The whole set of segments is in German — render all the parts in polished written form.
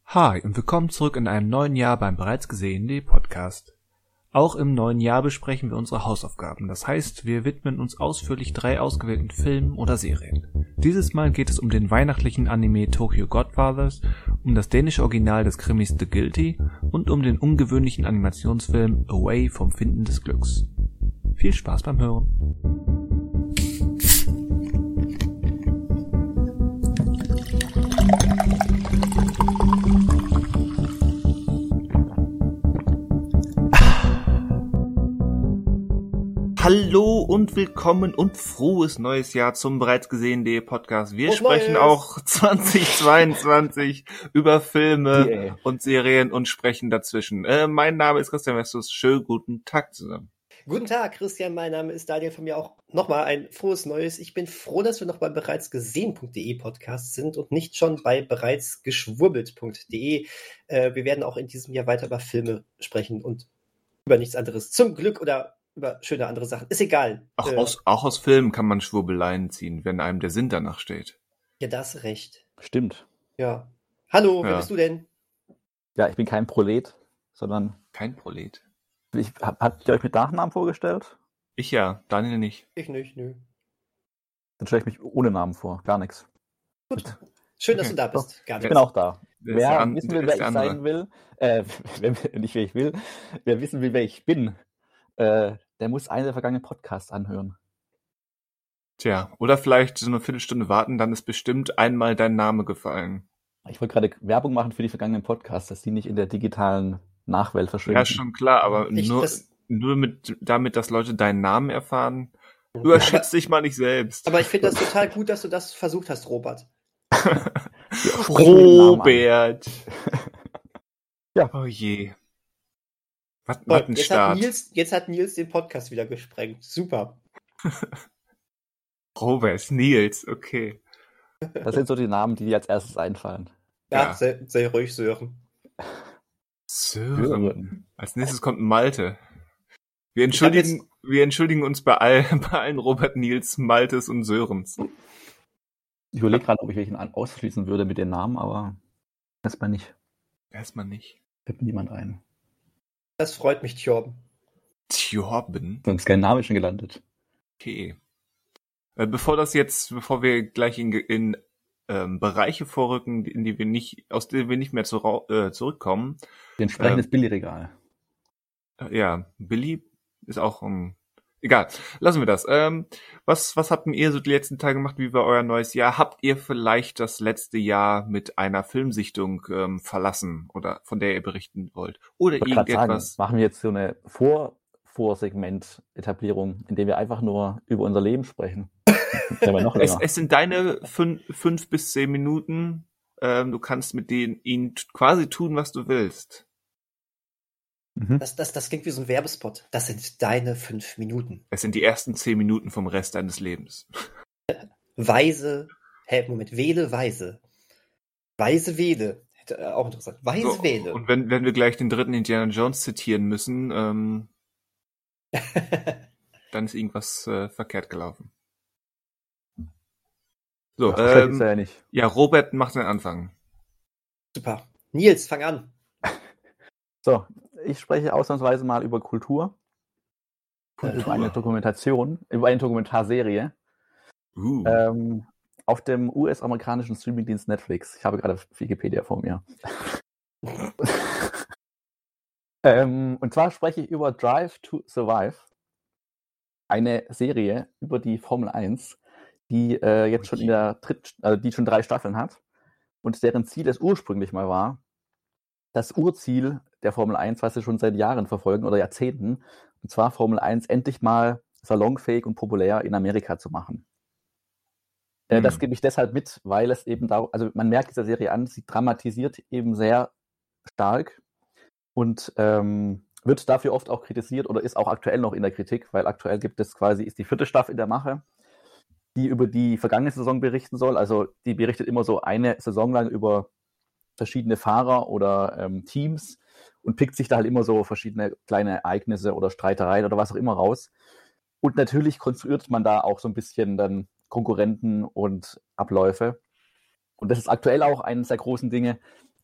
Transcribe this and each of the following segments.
Hi und willkommen zurück in einem neuen Jahr beim bereits gesehenen Podcast. Auch im neuen Jahr besprechen wir unsere Hausaufgaben. Das heißt, wir widmen uns ausführlich 3 ausgewählten Filmen oder Serien. Dieses Mal geht es um den weihnachtlichen Anime Tokyo Godfathers, um das dänische Original des Krimis The Guilty und um den ungewöhnlichen Animationsfilm Away vom Finden des Glücks. Viel Spaß beim Hören. Hallo und willkommen und frohes neues Jahr zum bereits gesehenen Podcast. Wir sprechen auch 2022 über Filme und Serien und sprechen dazwischen. Mein Name ist Christian Westus. Schönen guten Tag zusammen. Guten Tag, Christian. Mein Name ist Daniel. Von mir auch nochmal ein frohes Neues. Ich bin froh, dass wir noch bei bereitsgesehen.de Podcast sind und nicht schon bei bereitsgeschwurbelt.de. Wir werden auch in diesem Jahr weiter über Filme sprechen und über nichts anderes. Zum Glück oder über schöne andere Sachen. Ist egal. Auch aus Filmen kann man Schwurbeleien ziehen, wenn einem der Sinn danach steht. Ja, da hast du recht. Stimmt. Ja. Hallo, wer bist du denn? Ja, ich bin kein Prolet, sondern... Kein Prolet? Habt ihr euch mit Nachnamen vorgestellt? Ich ja, Daniel nicht. Ich nicht, nö. Dann stelle ich mich ohne Namen vor, gar nichts. Gut. Schön, dass du da bist. Ich bin auch da. Wer wissen will, wer ich sein will, nicht wer ich will, wer wissen will, wer ich bin, der muss einen der vergangenen Podcasts anhören. Tja, oder vielleicht so eine Viertelstunde warten, dann ist bestimmt einmal dein Name gefallen. Ich wollte gerade Werbung machen für die vergangenen Podcasts, dass die nicht in der digitalen Nachwelt verschwinden. Ja, schon klar, aber nur damit, dass Leute deinen Namen erfahren, überschätze dich mal nicht selbst. Aber ich finde das total gut, dass du das versucht hast, Robert. Robert! Ja. Oh je. Was ein Start. Jetzt hat Nils den Podcast wieder gesprengt. Super. Robert, Nils, okay. Das sind so die Namen, die dir als erstes einfallen. Ja. Sei ruhig, Sören. Sören. Als nächstes kommt Malte. Wir entschuldigen uns bei allen Robert, Nils, Maltes und Sörens. Ich überlege gerade, ob ich welchen ausschließen würde mit den Namen, aber erstmal nicht. Erstmal nicht. Fällt niemand ein. Das freut mich, Thjorben. Thjorben? Sonst skandinavischen gelandet. Okay. Bevor wir gleich in Bereiche vorrücken, aus denen wir nicht mehr zurückkommen. Wir sprechen das Billy-Regal. Ja, Billy ist auch egal, lassen wir das. Was habt ihr so die letzten Tage gemacht? Wie war euer neues Jahr? Habt ihr vielleicht das letzte Jahr mit einer Filmsichtung verlassen oder von der ihr berichten wollt? Oder irgendetwas? Machen wir jetzt so eine Vorsegment-Etablierung, in der wir einfach nur über unser Leben sprechen. Es sind deine 5 bis 10 Minuten. Du kannst mit ihnen quasi tun, was du willst. Das klingt wie so ein Werbespot. Das sind deine 5 Minuten. Es sind die ersten 10 Minuten vom Rest deines Lebens. Wähle. Weise wähle. Hätte auch interessant. Wähle. Und wenn wir gleich den 3. Indiana Jones zitieren müssen, dann ist irgendwas verkehrt gelaufen. So, ja, Robert macht den Anfang. Super. Nils, fang an. So, ich spreche ausnahmsweise mal über Kultur. Über eine Dokumentarserie. Auf dem US-amerikanischen Streamingdienst Netflix. Ich habe gerade Wikipedia vor mir. Und zwar spreche ich über Drive to Survive. Eine Serie über die Formel 1, die jetzt schon die schon 3 Staffeln hat und deren Ziel es ursprünglich mal war, das Urziel der Formel 1, was sie schon seit Jahren verfolgen oder Jahrzehnten, und zwar Formel 1 endlich mal salonfähig und populär in Amerika zu machen. Das gebe ich deshalb mit, weil es eben also man merkt dieser Serie an, sie dramatisiert eben sehr stark und wird dafür oft auch kritisiert oder ist auch aktuell noch in der Kritik, weil aktuell ist die 4. Staffel in der Mache, die über die vergangene Saison berichten soll. Also die berichtet immer so eine Saison lang über verschiedene Fahrer oder Teams und pickt sich da halt immer so verschiedene kleine Ereignisse oder Streitereien oder was auch immer raus. Und natürlich konstruiert man da auch so ein bisschen dann Konkurrenten und Abläufe. Und das ist aktuell auch eines der großen Dinge,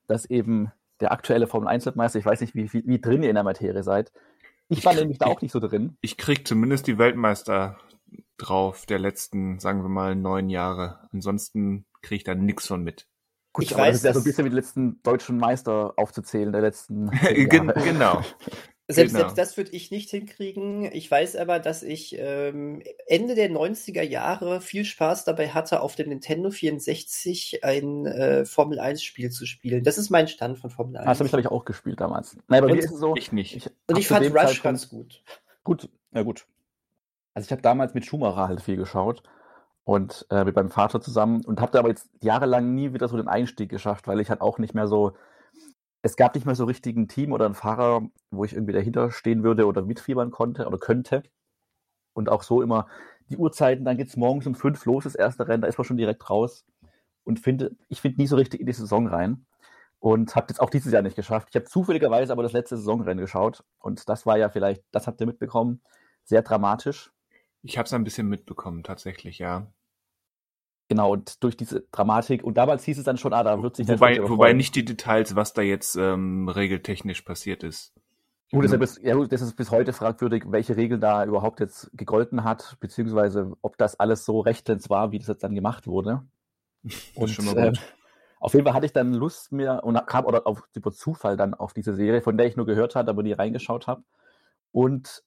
dass eben der aktuelle Formel-1-Weltmeister, ich weiß nicht, wie drin ihr in der Materie seid, ich war nämlich da auch nicht so drin. Ich krieg zumindest die Weltmeister drauf der letzten, sagen wir mal, 9 Jahre. Ansonsten kriege ich da nichts von mit. Gut, Ich aber weiß, das ist ja so ein dass- bisschen wie die letzten deutschen Meister aufzuzählen, der letzten 10 Jahre. Genau. Selbst Genau. das würde ich nicht hinkriegen. Ich weiß aber, dass ich Ende der 90er Jahre viel Spaß dabei hatte, auf dem Nintendo 64 ein Formel-1-Spiel zu spielen. Das ist mein Stand von Formel 1. Das habe ich, glaube ich, auch gespielt damals. Nein, bei Und mir ist es so, Ich nicht. Und hab ich zu fand dem Rush Zeitpunkt- ganz gut. Gut, ja gut. Also ich habe damals mit Schumacher halt viel geschaut und mit meinem Vater zusammen und habe da aber jetzt jahrelang nie wieder so den Einstieg geschafft, weil ich halt auch nicht mehr so, es gab nicht mehr so richtig ein Team oder einen Fahrer, wo ich irgendwie dahinter stehen würde oder mitfiebern konnte oder könnte. Und auch so immer die Uhrzeiten, dann geht's morgens um 5 los, das erste Rennen, da ist man schon direkt raus und ich finde nie so richtig in die Saison rein. Und habe jetzt auch dieses Jahr nicht geschafft. Ich habe zufälligerweise aber das letzte Saisonrennen geschaut. Und das war ja vielleicht, das habt ihr mitbekommen, sehr dramatisch. Ich habe es ein bisschen mitbekommen, tatsächlich, ja. Genau, und durch diese Dramatik, und damals hieß es dann schon, da wird sich Wobei Netflix überfreuen. nicht die Details, was da jetzt regeltechnisch passiert ist. Gut, das ist bis heute fragwürdig, welche Regel da überhaupt jetzt gegolten hat, beziehungsweise ob das alles so rechtens war, wie das jetzt dann gemacht wurde. Das ist schon mal gut. Auf jeden Fall hatte ich dann Lust mir und kam oder über Zufall dann auf diese Serie, von der ich nur gehört hatte, aber nie reingeschaut habe. Und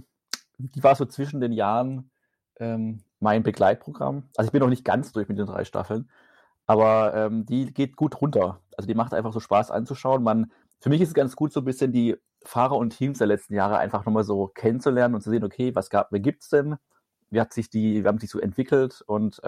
die war so zwischen den Jahren mein Begleitprogramm. Also ich bin noch nicht ganz durch mit den 3 Staffeln, aber die geht gut runter. Also die macht einfach so Spaß anzuschauen. Für mich ist es ganz gut, so ein bisschen die Fahrer und Teams der letzten Jahre einfach nochmal so kennenzulernen und zu sehen, okay, wer gibt's denn? Wie haben sich so entwickelt? Und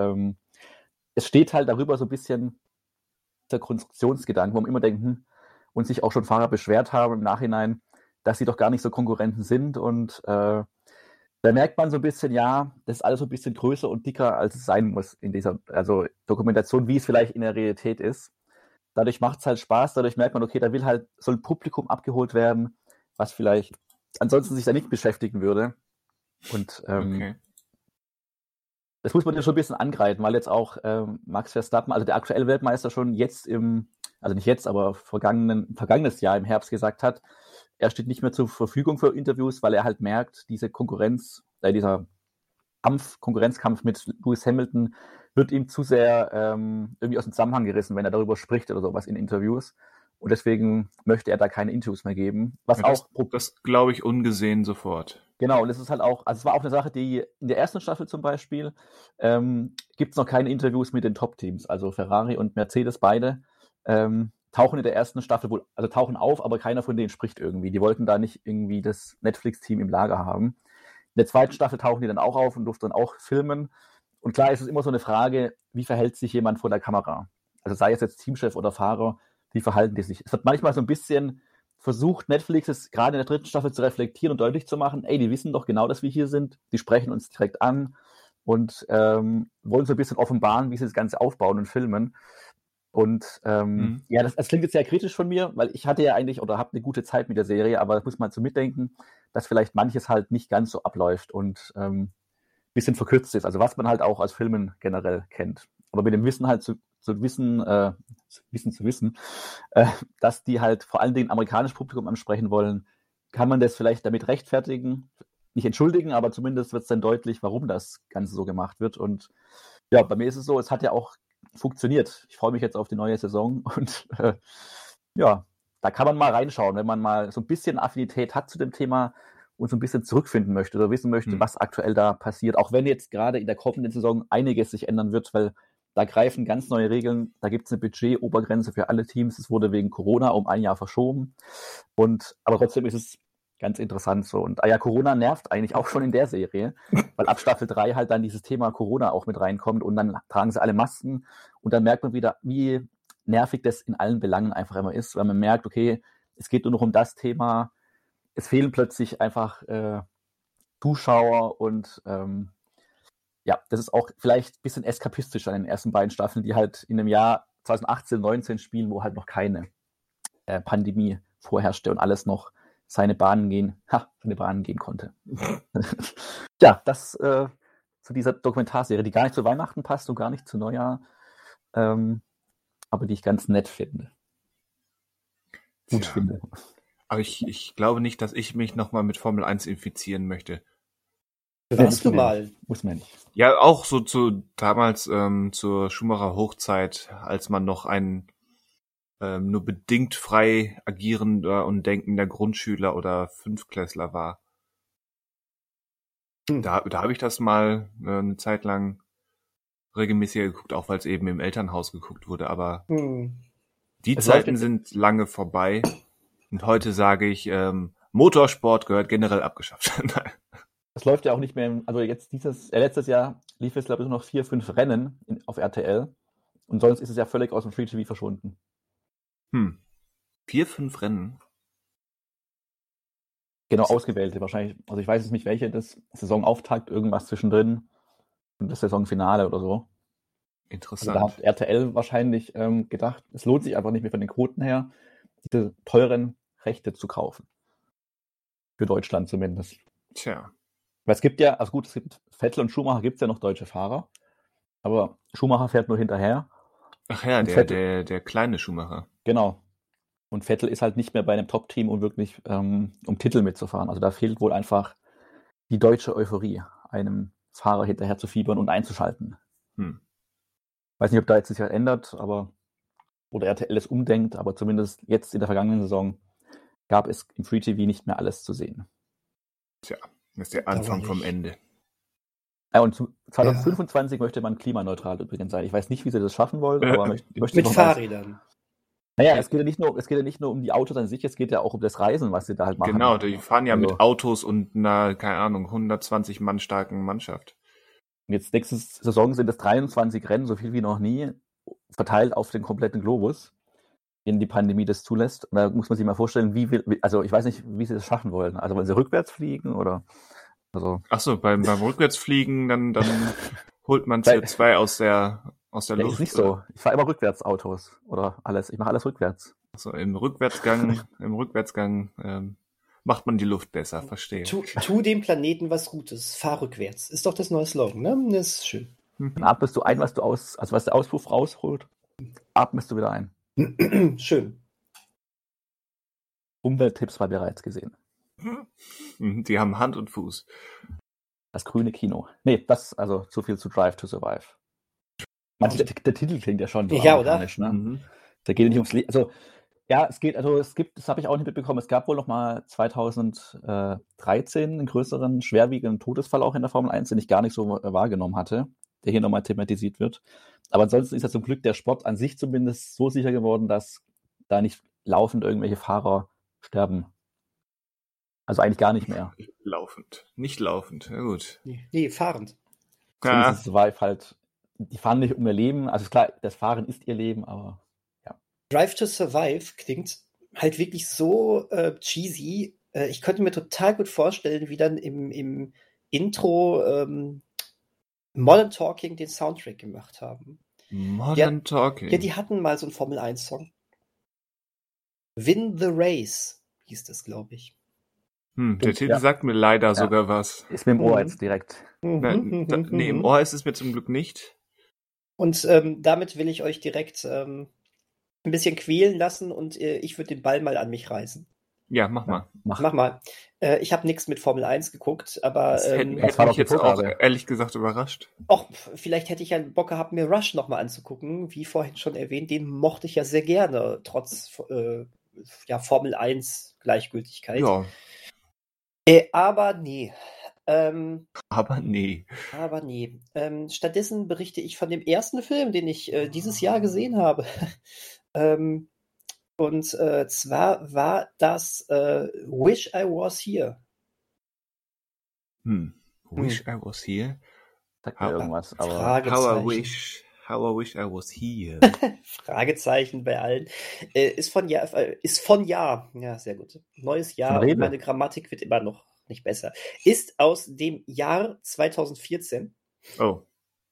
es steht halt darüber so ein bisschen der Konstruktionsgedanke, wo man immer denkt, und sich auch schon Fahrer beschwert haben im Nachhinein, dass sie doch gar nicht so Konkurrenten sind. Und da merkt man so ein bisschen, ja, das ist alles so ein bisschen größer und dicker, als es sein muss in dieser Dokumentation, wie es vielleicht in der Realität ist. Dadurch macht es halt Spaß, dadurch merkt man, okay, soll ein Publikum abgeholt werden, was vielleicht ansonsten sich da nicht beschäftigen würde. Und Okay. das muss man ja schon ein bisschen angreifen, weil jetzt auch Max Verstappen, also der aktuelle Weltmeister, schon jetzt also nicht jetzt, aber vergangenes Jahr im Herbst gesagt hat, er steht nicht mehr zur Verfügung für Interviews, weil er halt merkt, dieser Konkurrenzkampf mit Lewis Hamilton wird ihm zu sehr irgendwie aus dem Zusammenhang gerissen, wenn er darüber spricht oder sowas in Interviews. Und deswegen möchte er da keine Interviews mehr geben. Das glaube ich ungesehen sofort. Genau, und es ist halt auch, also es war auch eine Sache, die in der ersten Staffel zum Beispiel gibt es noch keine Interviews mit den Top-Teams, also Ferrari und Mercedes beide tauchen in der ersten Staffel tauchen auf, aber keiner von denen spricht irgendwie. Die wollten da nicht irgendwie das Netflix-Team im Lager haben. In der zweiten Staffel tauchen die dann auch auf und durften dann auch filmen. Und klar ist es immer so eine Frage, wie verhält sich jemand vor der Kamera? Also sei es jetzt Teamchef oder Fahrer, wie verhalten die sich? Es wird manchmal so ein bisschen versucht, Netflix es gerade in der 3. Staffel zu reflektieren und deutlich zu machen, die wissen doch genau, dass wir hier sind, die sprechen uns direkt an und wollen so ein bisschen offenbaren, wie sie das Ganze aufbauen und filmen. Und ja, das klingt jetzt sehr kritisch von mir, weil ich hatte ja eigentlich oder habe eine gute Zeit mit der Serie, aber das muss man so mitdenken, dass vielleicht manches halt nicht ganz so abläuft und ein bisschen verkürzt ist, also was man halt auch als Filmen generell kennt. Aber mit dem Wissen halt zu wissen, dass die halt vor allen Dingen amerikanisches Publikum ansprechen wollen, kann man das vielleicht damit rechtfertigen, nicht entschuldigen, aber zumindest wird es dann deutlich, warum das Ganze so gemacht wird. Und ja, bei mir ist es so, es hat ja auch funktioniert. Ich freue mich jetzt auf die neue Saison und ja, da kann man mal reinschauen, wenn man mal so ein bisschen Affinität hat zu dem Thema und so ein bisschen zurückfinden möchte oder wissen möchte, was aktuell da passiert. Auch wenn jetzt gerade in der kommenden Saison einiges sich ändern wird, weil da greifen ganz neue Regeln. Da gibt es eine Budgetobergrenze für alle Teams. Es wurde wegen Corona um 1 Jahr verschoben. Aber trotzdem ist es ganz interessant so. Und Corona nervt eigentlich auch schon in der Serie, weil ab Staffel 3 halt dann dieses Thema Corona auch mit reinkommt und dann tragen sie alle Masken und dann merkt man wieder, wie nervig das in allen Belangen einfach immer ist, weil man merkt, okay, es geht nur noch um das Thema, es fehlen plötzlich einfach Zuschauer und das ist auch vielleicht ein bisschen eskapistisch an den ersten beiden Staffeln, die halt in dem Jahr 2018, 19 spielen, wo halt noch keine Pandemie vorherrschte und alles noch seine Bahnen gehen konnte. Ja, das zu dieser Dokumentarserie, die gar nicht zu Weihnachten passt und gar nicht zu Neujahr, aber die ich ganz nett finde. gut Tja. finde. Aber ich glaube nicht, dass ich mich nochmal mit Formel 1 infizieren möchte. Warst du mal? Muss man nicht. Ja, auch so damals zur Schumacher Hochzeit, als man noch ein nur bedingt frei agierender und denkender Grundschüler oder Fünftklässler war. Da habe ich das mal eine Zeit lang regelmäßiger geguckt, auch weil es eben im Elternhaus geguckt wurde. Aber die Es läuft Zeiten jetzt- sind lange vorbei. Und heute sage ich, Motorsport gehört generell abgeschafft. Nein. Es läuft ja auch nicht mehr, also jetzt letztes Jahr lief es, glaube ich, nur noch 4, 5 Rennen auf RTL. Und sonst ist es ja völlig aus dem Free TV verschwunden. 4, 5 Rennen. Genau, ausgewählte wahrscheinlich. Also ich weiß jetzt nicht, welche das Saisonauftakt, irgendwas zwischendrin und das Saisonfinale oder so. Also Interessant. da hat RTL wahrscheinlich gedacht, es lohnt sich einfach nicht mehr von den Quoten her, diese teuren Rechte zu kaufen. Für Deutschland zumindest. Tja. Weil es gibt ja, also gut, es gibt Vettel und Schumacher, gibt es ja noch deutsche Fahrer, aber Schumacher fährt nur hinterher. Ach ja, Und der kleine Schumacher. Genau. Und Vettel ist halt nicht mehr bei einem Top-Team, um wirklich um Titel mitzufahren. Also da fehlt wohl einfach die deutsche Euphorie, einem Fahrer hinterher zu fiebern und einzuschalten. Weiß nicht, ob da jetzt sich was ändert, oder RTL es umdenkt, aber zumindest jetzt in der vergangenen Saison gab es im Free TV nicht mehr alles zu sehen. Tja, das ist der Anfang vom Ende. Ja, und 2025 möchte man klimaneutral übrigens sein. Ich weiß nicht, wie sie das schaffen wollen, aber möchte Mit Fahrrädern. Naja, es geht ja nicht nur um die Autos an sich, es geht ja auch um das Reisen, was sie da halt machen. Genau, die fahren ja Also, mit Autos und einer, keine Ahnung, 120 Mann starken Mannschaft. Jetzt nächste Saison sind es 23 Rennen, so viel wie noch nie, verteilt auf den kompletten Globus, wenn die Pandemie das zulässt. Und da muss man sich mal vorstellen, also ich weiß nicht, wie sie das schaffen wollen. Also wollen sie rückwärts fliegen oder? Also, Ach so, beim Rückwärtsfliegen, dann holt man CO2 aus der ja, Luft. ist nicht so. Ich fahre immer rückwärts Autos oder alles. Ich mache alles rückwärts. Also im Rückwärtsgang macht man die Luft besser, verstehe. Tu dem Planeten was Gutes. Fahr rückwärts. Ist doch das neue Slogan, ne? Das ist schön. Dann atmest du ein, was der Auspuff rausholt, atmest du wieder ein. Schön. Umwelttipps war bereits gesehen. Die haben Hand und Fuß. Das grüne Kino. Nee, also zu viel zu Drive to Survive. Der Titel klingt ja schon so Ja, oder? Ne? Da geht es nicht ums Leben. Also, ja, das habe ich auch nicht mitbekommen. Es gab wohl noch mal 2013 einen größeren, schwerwiegenden Todesfall auch in der Formel 1, den ich gar nicht so wahrgenommen hatte, der hier nochmal thematisiert wird. Aber ansonsten ist ja zum Glück der Sport an sich zumindest so sicher geworden, dass da nicht laufend irgendwelche Fahrer sterben. Also eigentlich gar nicht mehr. Nicht laufend, ja gut. Nee, fahrend. Ja. Das Survive halt, die fahren nicht um ihr Leben. Also ist klar, das Fahren ist ihr Leben, aber ja. Drive to Survive klingt halt wirklich so cheesy. Ich könnte mir total gut vorstellen, wie dann im Intro Modern Talking den Soundtrack gemacht haben. Modern Talking? Ja, die hatten mal so einen Formel-1-Song. Win the Race hieß das, glaube ich. Der Titel sagt mir leider sogar was. Ist mir im Ohr jetzt direkt. Nee, im Ohr ist es mir zum Glück nicht. Und damit will ich euch direkt ein bisschen quälen lassen und ich würde den Ball mal an mich reißen. Ja, mach mal. Mach mal. Ich habe nichts mit Formel 1 geguckt, aber das hätte mich jetzt auch ehrlich gesagt überrascht. Vielleicht hätte ich ja Bock gehabt, mir Rush nochmal anzugucken. Wie vorhin schon erwähnt, den mochte ich ja sehr gerne, trotz Formel 1 Gleichgültigkeit. Ja. Aber nee. Aber nee. Stattdessen berichte ich von dem ersten Film, den ich dieses Jahr gesehen habe. Und zwar war das Wish I Was Here. Wish I Was Here? Sagt mir irgendwas, aber How I wish I was here. Fragezeichen bei allen. Ist von Jahr. Ja, sehr gut. Neues Jahr und meine Grammatik wird immer noch nicht besser. Ist aus dem Jahr 2014. Oh.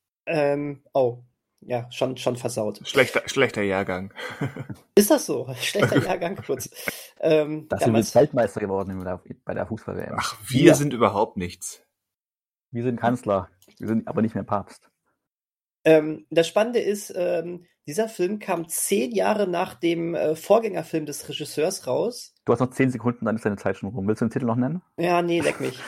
Ja, schon versaut. Schlechter Jahrgang. Ist das so? Schlechter Jahrgang, kurz. Das sind jetzt Weltmeister geworden bei der Fußball-WM. Ach, wir sind überhaupt nichts. Wir sind Kanzler. Wir sind aber nicht mehr Papst. Das Spannende ist, Dieser Film kam 10 Jahre nach dem Vorgängerfilm des Regisseurs raus. Du hast noch 10 Sekunden, dann ist deine Zeit schon rum. Willst du den Titel noch nennen? Ja, nee, leck mich.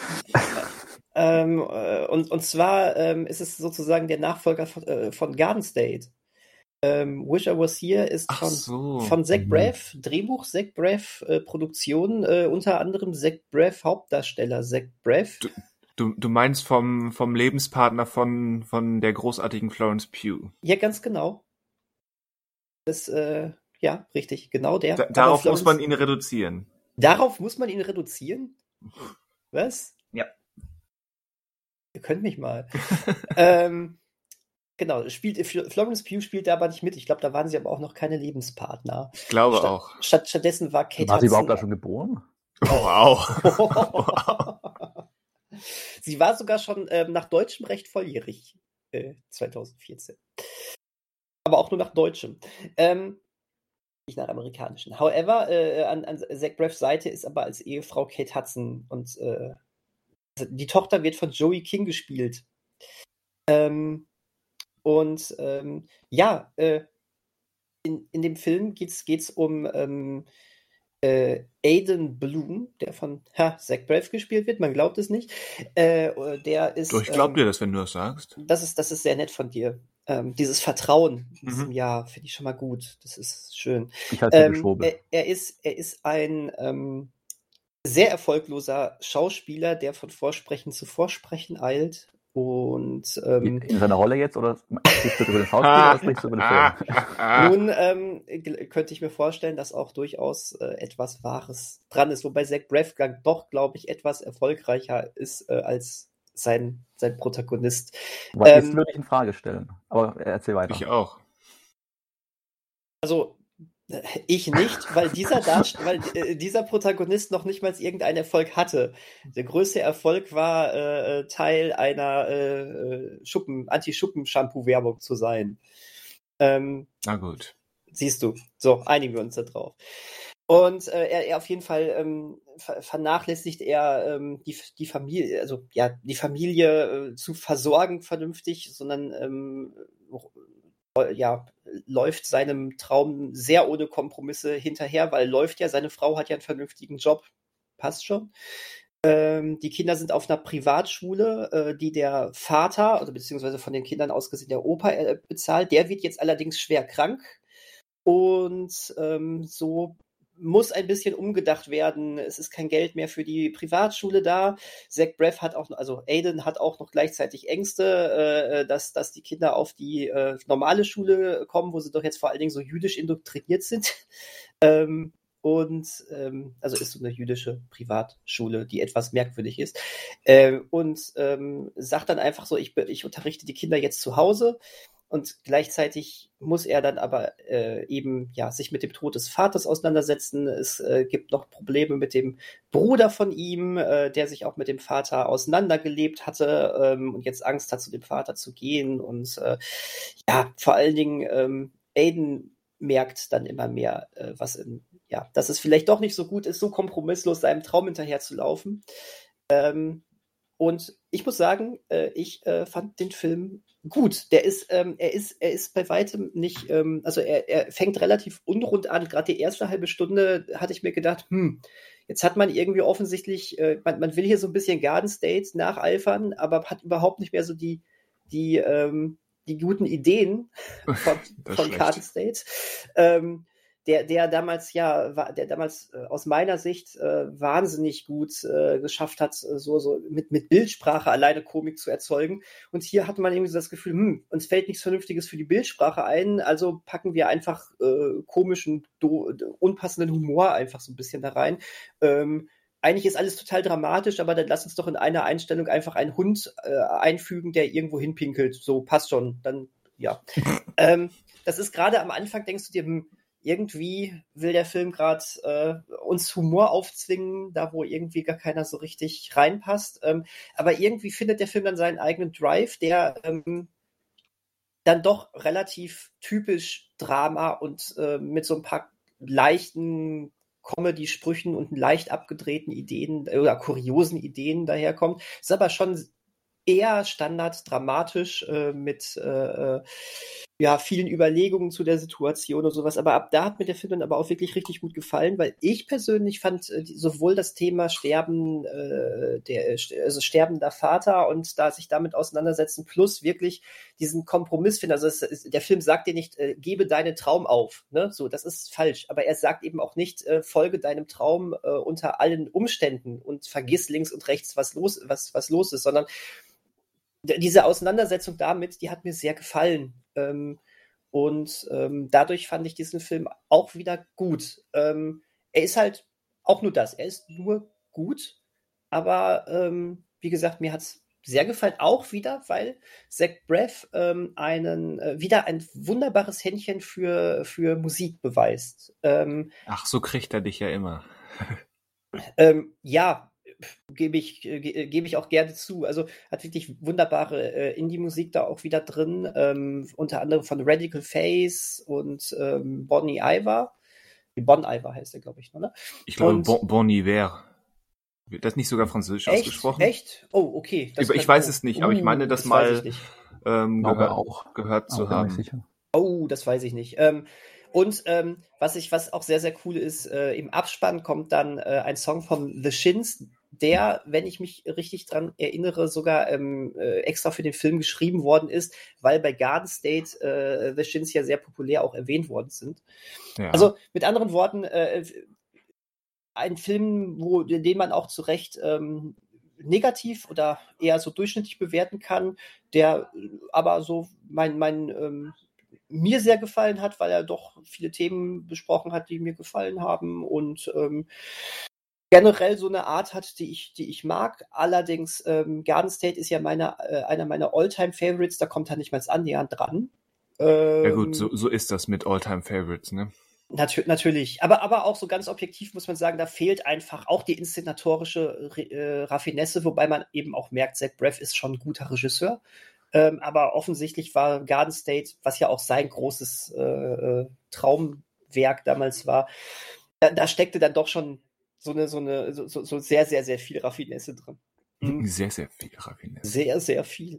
Und zwar ist es sozusagen der Nachfolger von Garden State. Wish I Was Here ist von Zach Braff, Drehbuch Zach Braff, Produktion, unter anderem Zach Braff, Hauptdarsteller Zach Braff. Du meinst vom Lebenspartner von der großartigen Florence Pugh. Ja, ganz genau. Das, ja, richtig, genau der. Darauf muss man ihn reduzieren. Darauf muss man ihn reduzieren? Was? Ja. Ihr könnt mich mal. Genau, Florence Pugh spielt da aber nicht mit. Ich glaube, da waren sie aber auch noch keine Lebenspartner. Ich glaube auch. Stattdessen war Kate Hudson. War sie überhaupt da schon geboren? Wow. Sie war sogar schon nach deutschem Recht volljährig 2014. Aber auch nur nach deutschem. Nicht nach amerikanischen. However, an Zach Braffs Seite ist aber als Ehefrau Kate Hudson und die Tochter wird von Joey King gespielt. In dem Film geht's um Aidan Bloom, der von Zach Braff gespielt wird. Man glaubt es nicht. Der ist. Ich glaub dir das, wenn du das sagst. Das ist sehr nett von dir. Dieses Vertrauen in diesem Jahr finde ich schon mal gut. Das ist schön. Ich halte Schwurbel. Er ist ein sehr erfolgloser Schauspieler, der von Vorsprechen zu Vorsprechen eilt. Und in seiner Rolle jetzt, oder sprichst du über den Schauspieler oder sprichst du über den Film? Nun könnte ich mir vorstellen, dass auch durchaus etwas Wahres dran ist, wobei Zach Braff doch, glaube ich, etwas erfolgreicher ist als sein Protagonist. Das würde ich in Frage stellen, aber erzähl weiter. Ich auch. Also ich nicht, weil dieser Protagonist noch nicht mal irgendeinen Erfolg hatte. Der größte Erfolg war, Teil einer Anti-Schuppen-Shampoo-Werbung zu sein. Na gut. Siehst du. So, einigen wir uns da drauf. Und er auf jeden Fall vernachlässigt er die Familie, also ja, die Familie zu versorgen vernünftig, sondern läuft seinem Traum sehr ohne Kompromisse hinterher, weil seine Frau hat ja einen vernünftigen Job, passt schon. Die Kinder sind auf einer Privatschule, die der Vater, also beziehungsweise von den Kindern aus gesehen der Opa bezahlt. Der wird jetzt allerdings schwer krank und so muss ein bisschen umgedacht werden. Es ist kein Geld mehr für die Privatschule da. Zach Braff Aidan hat auch noch gleichzeitig Ängste, dass die Kinder auf die normale Schule kommen, wo sie doch jetzt vor allen Dingen so jüdisch indoktriniert sind. Also ist so eine jüdische Privatschule, die etwas merkwürdig ist. Sagt dann einfach so, ich unterrichte die Kinder jetzt zu Hause. Und gleichzeitig muss er dann aber sich mit dem Tod des Vaters auseinandersetzen. Es gibt noch Probleme mit dem Bruder von ihm, der sich auch mit dem Vater auseinandergelebt hatte und jetzt Angst hat, zu dem Vater zu gehen. Und vor allen Dingen Aidan merkt dann immer mehr, dass es vielleicht doch nicht so gut ist, so kompromisslos seinem Traum hinterher zu laufen. Und ich muss sagen, ich fand den Film gut. Er ist bei weitem nicht, er fängt relativ unrund an. Gerade die erste halbe Stunde hatte ich mir gedacht, jetzt hat man irgendwie offensichtlich, man will hier so ein bisschen Garden State nacheifern, aber hat überhaupt nicht mehr so die guten Ideen von Garden State. Der damals aus meiner Sicht wahnsinnig gut geschafft hat, so mit Bildsprache alleine Komik zu erzeugen. Und hier hatte man irgendwie so das Gefühl, uns fällt nichts Vernünftiges für die Bildsprache ein, also packen wir einfach komischen, unpassenden Humor einfach so ein bisschen da rein. Eigentlich ist alles total dramatisch, aber dann lass uns doch in einer Einstellung einfach einen Hund einfügen, der irgendwo hinpinkelt. So, passt schon. Dann, ja. Das ist gerade am Anfang, denkst du dir, irgendwie will der Film gerade uns Humor aufzwingen, da wo irgendwie gar keiner so richtig reinpasst. Aber irgendwie findet der Film dann seinen eigenen Drive, der dann doch relativ typisch Drama und mit so ein paar leichten Comedy-Sprüchen und leicht abgedrehten Ideen oder kuriosen Ideen daherkommt. Ist aber schon eher standarddramatisch mit ja, vielen Überlegungen zu der Situation und sowas. Aber ab da hat mir der Film dann aber auch wirklich richtig gut gefallen, weil ich persönlich fand sowohl das Thema Sterben, also sterbender Vater und da sich damit auseinandersetzen, plus wirklich diesen Kompromiss finden. Also der Film sagt dir nicht, gebe deinen Traum auf. Ne? So, das ist falsch. Aber er sagt eben auch nicht, folge deinem Traum unter allen Umständen und vergiss links und rechts, was los ist, sondern diese Auseinandersetzung damit, die hat mir sehr gefallen. Dadurch fand ich diesen Film auch wieder gut. Er ist halt auch nur das. Er ist nur gut, aber wie gesagt, mir hat es sehr gefallen, auch wieder, weil Zach Braff wieder ein wunderbares Händchen für Musik beweist. Ach, so kriegt er dich ja immer. Ja, gebe ich auch gerne zu. Also hat wirklich wunderbare Indie-Musik da auch wieder drin, unter anderem von Radical Face und Bon Iver. Bon Iver heißt der, glaube ich, ne? Ich glaube, Bon Iver. Wird das nicht sogar französisch ausgesprochen? Echt? Oh, okay. Ich weiß es nicht, aber ich meine, das mal gehört zu haben. Sicher. Oh, das weiß ich nicht. Was auch sehr, sehr cool ist, im Abspann kommt dann ein Song von The Shins, der, wenn ich mich richtig dran erinnere, sogar extra für den Film geschrieben worden ist, weil bei Garden State The Shins ja sehr populär auch erwähnt worden sind. Ja. Also mit anderen Worten, ein Film, den man auch zu Recht negativ oder eher so durchschnittlich bewerten kann, der aber so mir sehr gefallen hat, weil er doch viele Themen besprochen hat, die mir gefallen haben und generell so eine Art hat, die ich mag. Allerdings, Garden State ist ja einer meiner All-Time-Favorites, da kommt er nicht mal annähernd dran. Ja gut, so ist das mit All-Time-Favorites, ne? Natürlich, aber auch so ganz objektiv muss man sagen, da fehlt einfach auch die inszenatorische Raffinesse, wobei man eben auch merkt, Zach Braff ist schon ein guter Regisseur. Aber offensichtlich war Garden State, was ja auch sein großes Traumwerk damals war, da steckte dann doch schon so sehr, sehr, sehr viel Raffinesse drin. Sehr, sehr viel Raffinesse. Sehr, sehr viel.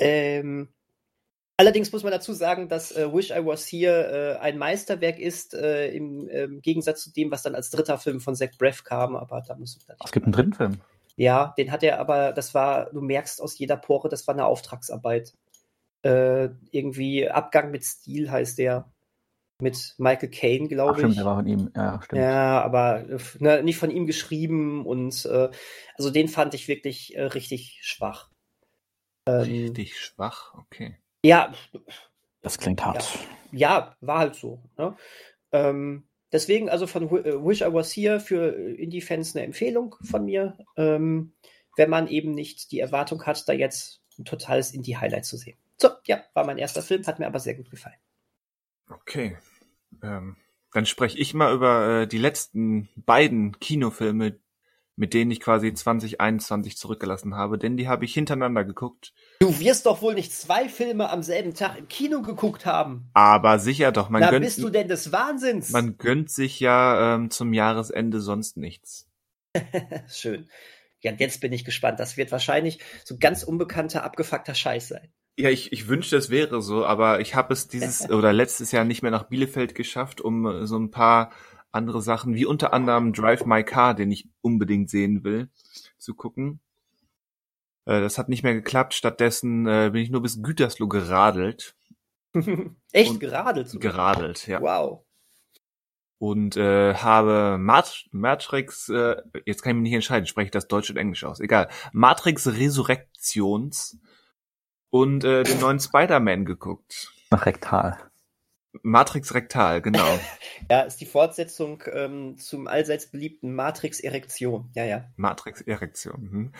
Allerdings muss man dazu sagen, dass Wish I Was Here ein Meisterwerk ist, im Gegensatz zu dem, was dann als dritter Film von Zach Braff kam. Aber da muss ich Es gibt einen dritten Film. Ja, den hat er aber, du merkst aus jeder Pore, das war eine Auftragsarbeit. Irgendwie Abgang mit Stil heißt der. Mit Michael Caine, glaube ich. Stimmt, der war von ihm, ja, stimmt. Ja, aber nicht von ihm geschrieben und also den fand ich wirklich richtig schwach. Richtig schwach, okay. Ja. Das klingt hart. Ja, war halt so. Ne? Deswegen also von Wish I Was Here für Indie-Fans eine Empfehlung von mir, wenn man eben nicht die Erwartung hat, da jetzt ein totales Indie-Highlight zu sehen. So, ja, war mein erster Film, hat mir aber sehr gut gefallen. Okay, dann spreche ich mal über die letzten beiden Kinofilme, mit denen ich quasi 2021 zurückgelassen habe, denn die habe ich hintereinander geguckt. Du wirst doch wohl nicht 2 Filme am selben Tag im Kino geguckt haben. Aber sicher doch. Bist du denn des Wahnsinns? Man gönnt sich ja zum Jahresende sonst nichts. Schön. Ja, jetzt bin ich gespannt. Das wird wahrscheinlich so ganz unbekannter, abgefuckter Scheiß sein. Ja, ich wünschte, es wäre so, aber ich habe es oder letztes Jahr nicht mehr nach Bielefeld geschafft, um so ein paar andere Sachen, wie unter anderem Drive My Car, den ich unbedingt sehen will, zu gucken. Das hat nicht mehr geklappt. Stattdessen bin ich nur bis Gütersloh geradelt. Echt geradelt? Sogar. Geradelt, ja. Wow. Und habe Matrix, jetzt kann ich mich nicht entscheiden, spreche ich das Deutsch und Englisch aus. Egal. Matrix Resurrektions und den neuen Spider-Man geguckt. Rektal. Matrix Rektal, genau. Ja, ist die Fortsetzung zum allseits beliebten Matrix Erektion. Ja. Matrix Erektion.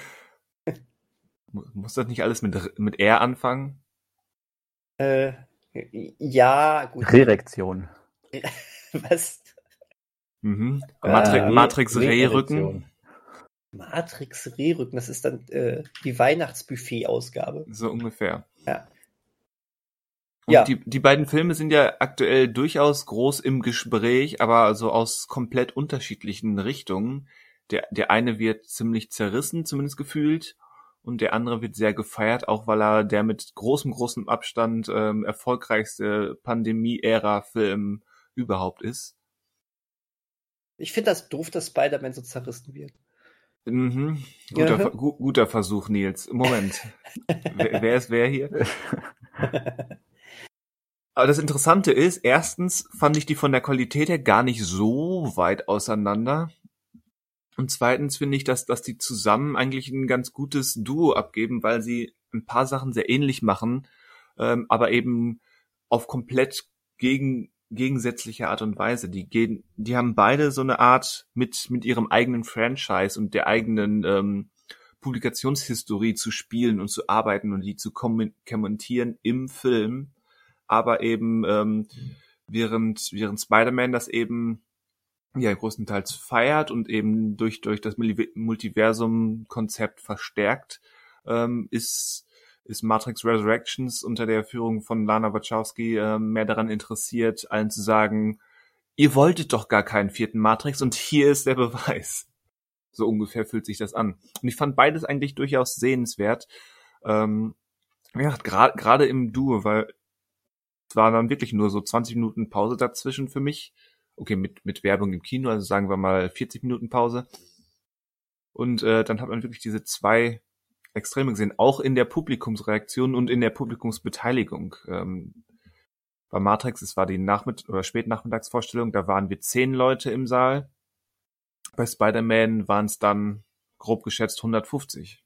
Muss das nicht alles mit R anfangen? Ja, gut. Rerektion. Was? Matrix Rehrücken. Matrix Rehrücken, das ist dann die Weihnachtsbuffet-Ausgabe. So ungefähr. Ja. Und ja. Die beiden Filme sind ja aktuell durchaus groß im Gespräch, aber also aus komplett unterschiedlichen Richtungen. Der eine wird ziemlich zerrissen, zumindest gefühlt, und der andere wird sehr gefeiert, auch weil er der mit großem Abstand erfolgreichste Pandemie-Ära-Film überhaupt ist. Ich finde das doof, dass Spider-Man so zerrissen wird. Mhm. Ja. Guter Versuch, Nils. Moment. Wer ist wer hier? Aber das Interessante ist, erstens fand ich die von der Qualität her gar nicht so weit auseinander. Und zweitens finde ich, dass die zusammen eigentlich ein ganz gutes Duo abgeben, weil sie ein paar Sachen sehr ähnlich machen, aber eben auf komplett gegensätzliche Art und Weise. Die haben beide so eine Art mit ihrem eigenen Franchise und der eigenen Publikationshistorie zu spielen und zu arbeiten und die zu kommentieren im Film, aber eben während Spider-Man das eben ja größtenteils feiert und eben durch das Multiversum-Konzept verstärkt, ist Matrix Resurrections unter der Führung von Lana Wachowski mehr daran interessiert, allen zu sagen, ihr wolltet doch gar keinen vierten Matrix und hier ist der Beweis. So ungefähr fühlt sich das an. Und ich fand beides eigentlich durchaus sehenswert. Ja, gerade im Duo, weil es war dann wirklich nur so 20 Minuten Pause dazwischen für mich. Okay, mit Werbung im Kino, also sagen wir mal 40 Minuten Pause. Und dann hat man wirklich diese zwei Extreme gesehen, auch in der Publikumsreaktion und in der Publikumsbeteiligung. Bei Matrix, es war die Spätnachmittagsvorstellung, da waren wir 10 Leute im Saal. Bei Spider-Man waren es dann grob geschätzt 150.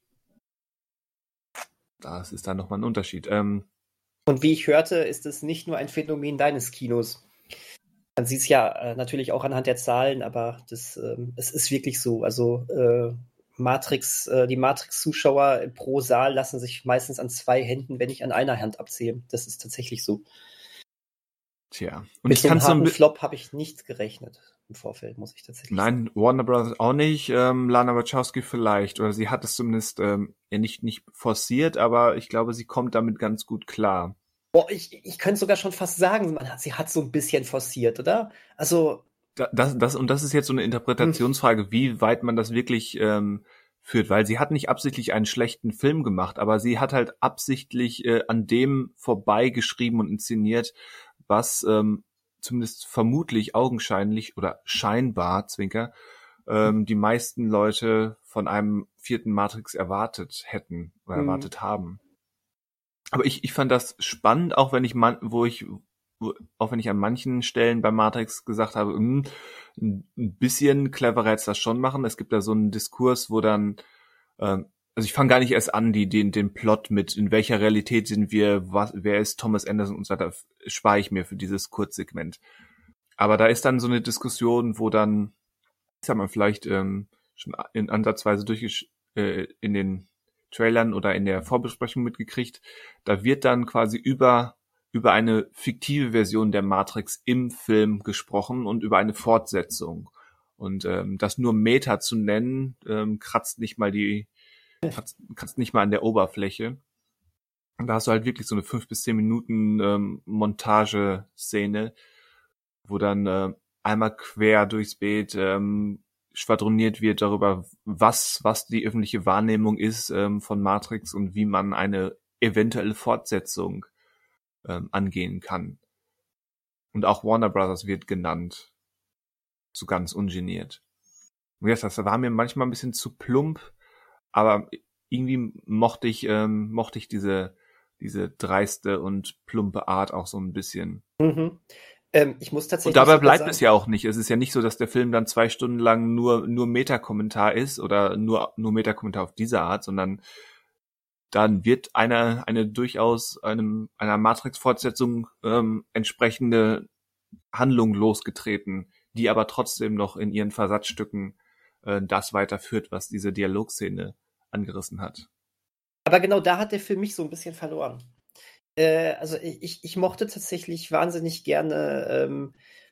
Das ist dann nochmal ein Unterschied. Und wie ich hörte, ist es nicht nur ein Phänomen deines Kinos. Man sieht es ja natürlich auch anhand der Zahlen, aber es ist wirklich so. Also die Matrix-Zuschauer pro Saal lassen sich meistens an 2 Händen, wenn nicht an einer Hand abzählen. Das ist tatsächlich so. Tja. Und mit so einem harten Flop habe ich nicht gerechnet im Vorfeld, muss ich tatsächlich sagen. Nein, Warner Bros. Auch nicht, Lana Wachowski vielleicht, oder sie hat es zumindest nicht forciert, aber ich glaube, sie kommt damit ganz gut klar. Boah, ich könnte sogar schon fast sagen, sie hat so ein bisschen forciert, oder? Also das ist jetzt so eine Interpretationsfrage, wie weit man das wirklich führt, weil sie hat nicht absichtlich einen schlechten Film gemacht, aber sie hat halt absichtlich an dem vorbei geschrieben und inszeniert, was zumindest vermutlich augenscheinlich oder scheinbar, Zwinker, die meisten Leute von einem vierten Matrix erwartet hätten oder erwartet haben. Aber ich fand das spannend, auch wenn ich an manchen Stellen bei Matrix gesagt habe, ein bisschen cleverer hätte das schon machen. Es gibt da so einen Diskurs, wo dann, also ich fange gar nicht erst an, den Plot mit, in welcher Realität sind wir, wer ist Thomas Anderson und so weiter, spare ich mir für dieses Kurzsegment. Aber da ist dann so eine Diskussion, wo dann, das hat man vielleicht schon in ansatzweise in den Trailern oder in der Vorbesprechung mitgekriegt, da wird dann quasi über eine fiktive Version der Matrix im Film gesprochen und über eine Fortsetzung. Und das nur Meta zu nennen, kratzt nicht mal an der Oberfläche. Und da hast du halt wirklich so eine 5 bis 10 Minuten Montageszene, wo dann einmal quer durchs Beet schwadroniert wird darüber, was die öffentliche Wahrnehmung ist von Matrix und wie man eine eventuelle Fortsetzung angehen kann. Und auch Warner Brothers wird genannt. So ganz ungeniert. Und ja, das war mir manchmal ein bisschen zu plump, aber irgendwie mochte ich diese dreiste und plumpe Art auch so ein bisschen. Mhm. Ich muss tatsächlich. Und dabei bleibt es ja auch nicht. Es ist ja nicht so, dass der Film dann 2 Stunden lang nur Meta-Kommentar ist oder nur Meta-Kommentar auf diese Art, sondern dann wird eine durchaus einer Matrix-Fortsetzung entsprechende Handlung losgetreten, die aber trotzdem noch in ihren Versatzstücken das weiterführt, was diese Dialogszene angerissen hat. Aber genau da hat der Film mich so ein bisschen verloren. Also ich mochte tatsächlich wahnsinnig gerne,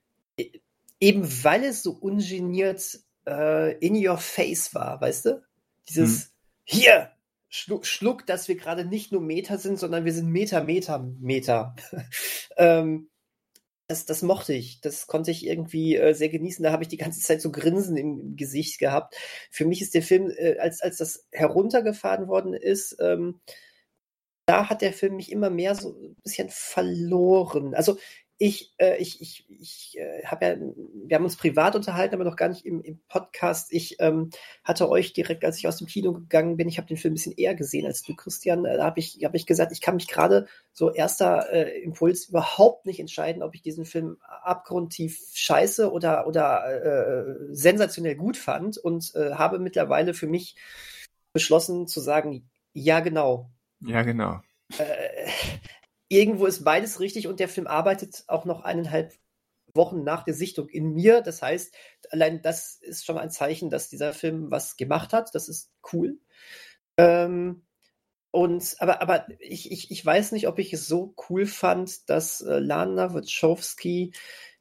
eben weil es so ungeniert in your face war, weißt du? Dieses hier, Schluck, dass wir gerade nicht nur Meta sind, sondern wir sind Meta. das mochte ich. Das konnte ich irgendwie sehr genießen. Da habe ich die ganze Zeit so Grinsen im Gesicht gehabt. Für mich ist der Film, als das heruntergefahren worden ist, da hat der Film mich immer mehr so ein bisschen verloren. Also ich habe ja, wir haben uns privat unterhalten, aber noch gar nicht im Podcast. Ich hatte euch direkt, als ich aus dem Kino gegangen bin, ich habe den Film ein bisschen eher gesehen als du, Christian. Da habe ich gesagt, ich kann mich gerade so erster Impuls überhaupt nicht entscheiden, ob ich diesen Film abgrundtief scheiße oder sensationell gut fand und habe mittlerweile für mich beschlossen zu sagen, ja, genau. Ja, genau. Irgendwo ist beides richtig und der Film arbeitet auch noch 1,5 Wochen nach der Sichtung in mir. Das heißt, allein das ist schon ein Zeichen, dass dieser Film was gemacht hat. Das ist cool. Aber ich weiß nicht, ob ich es so cool fand, dass Lana Wachowski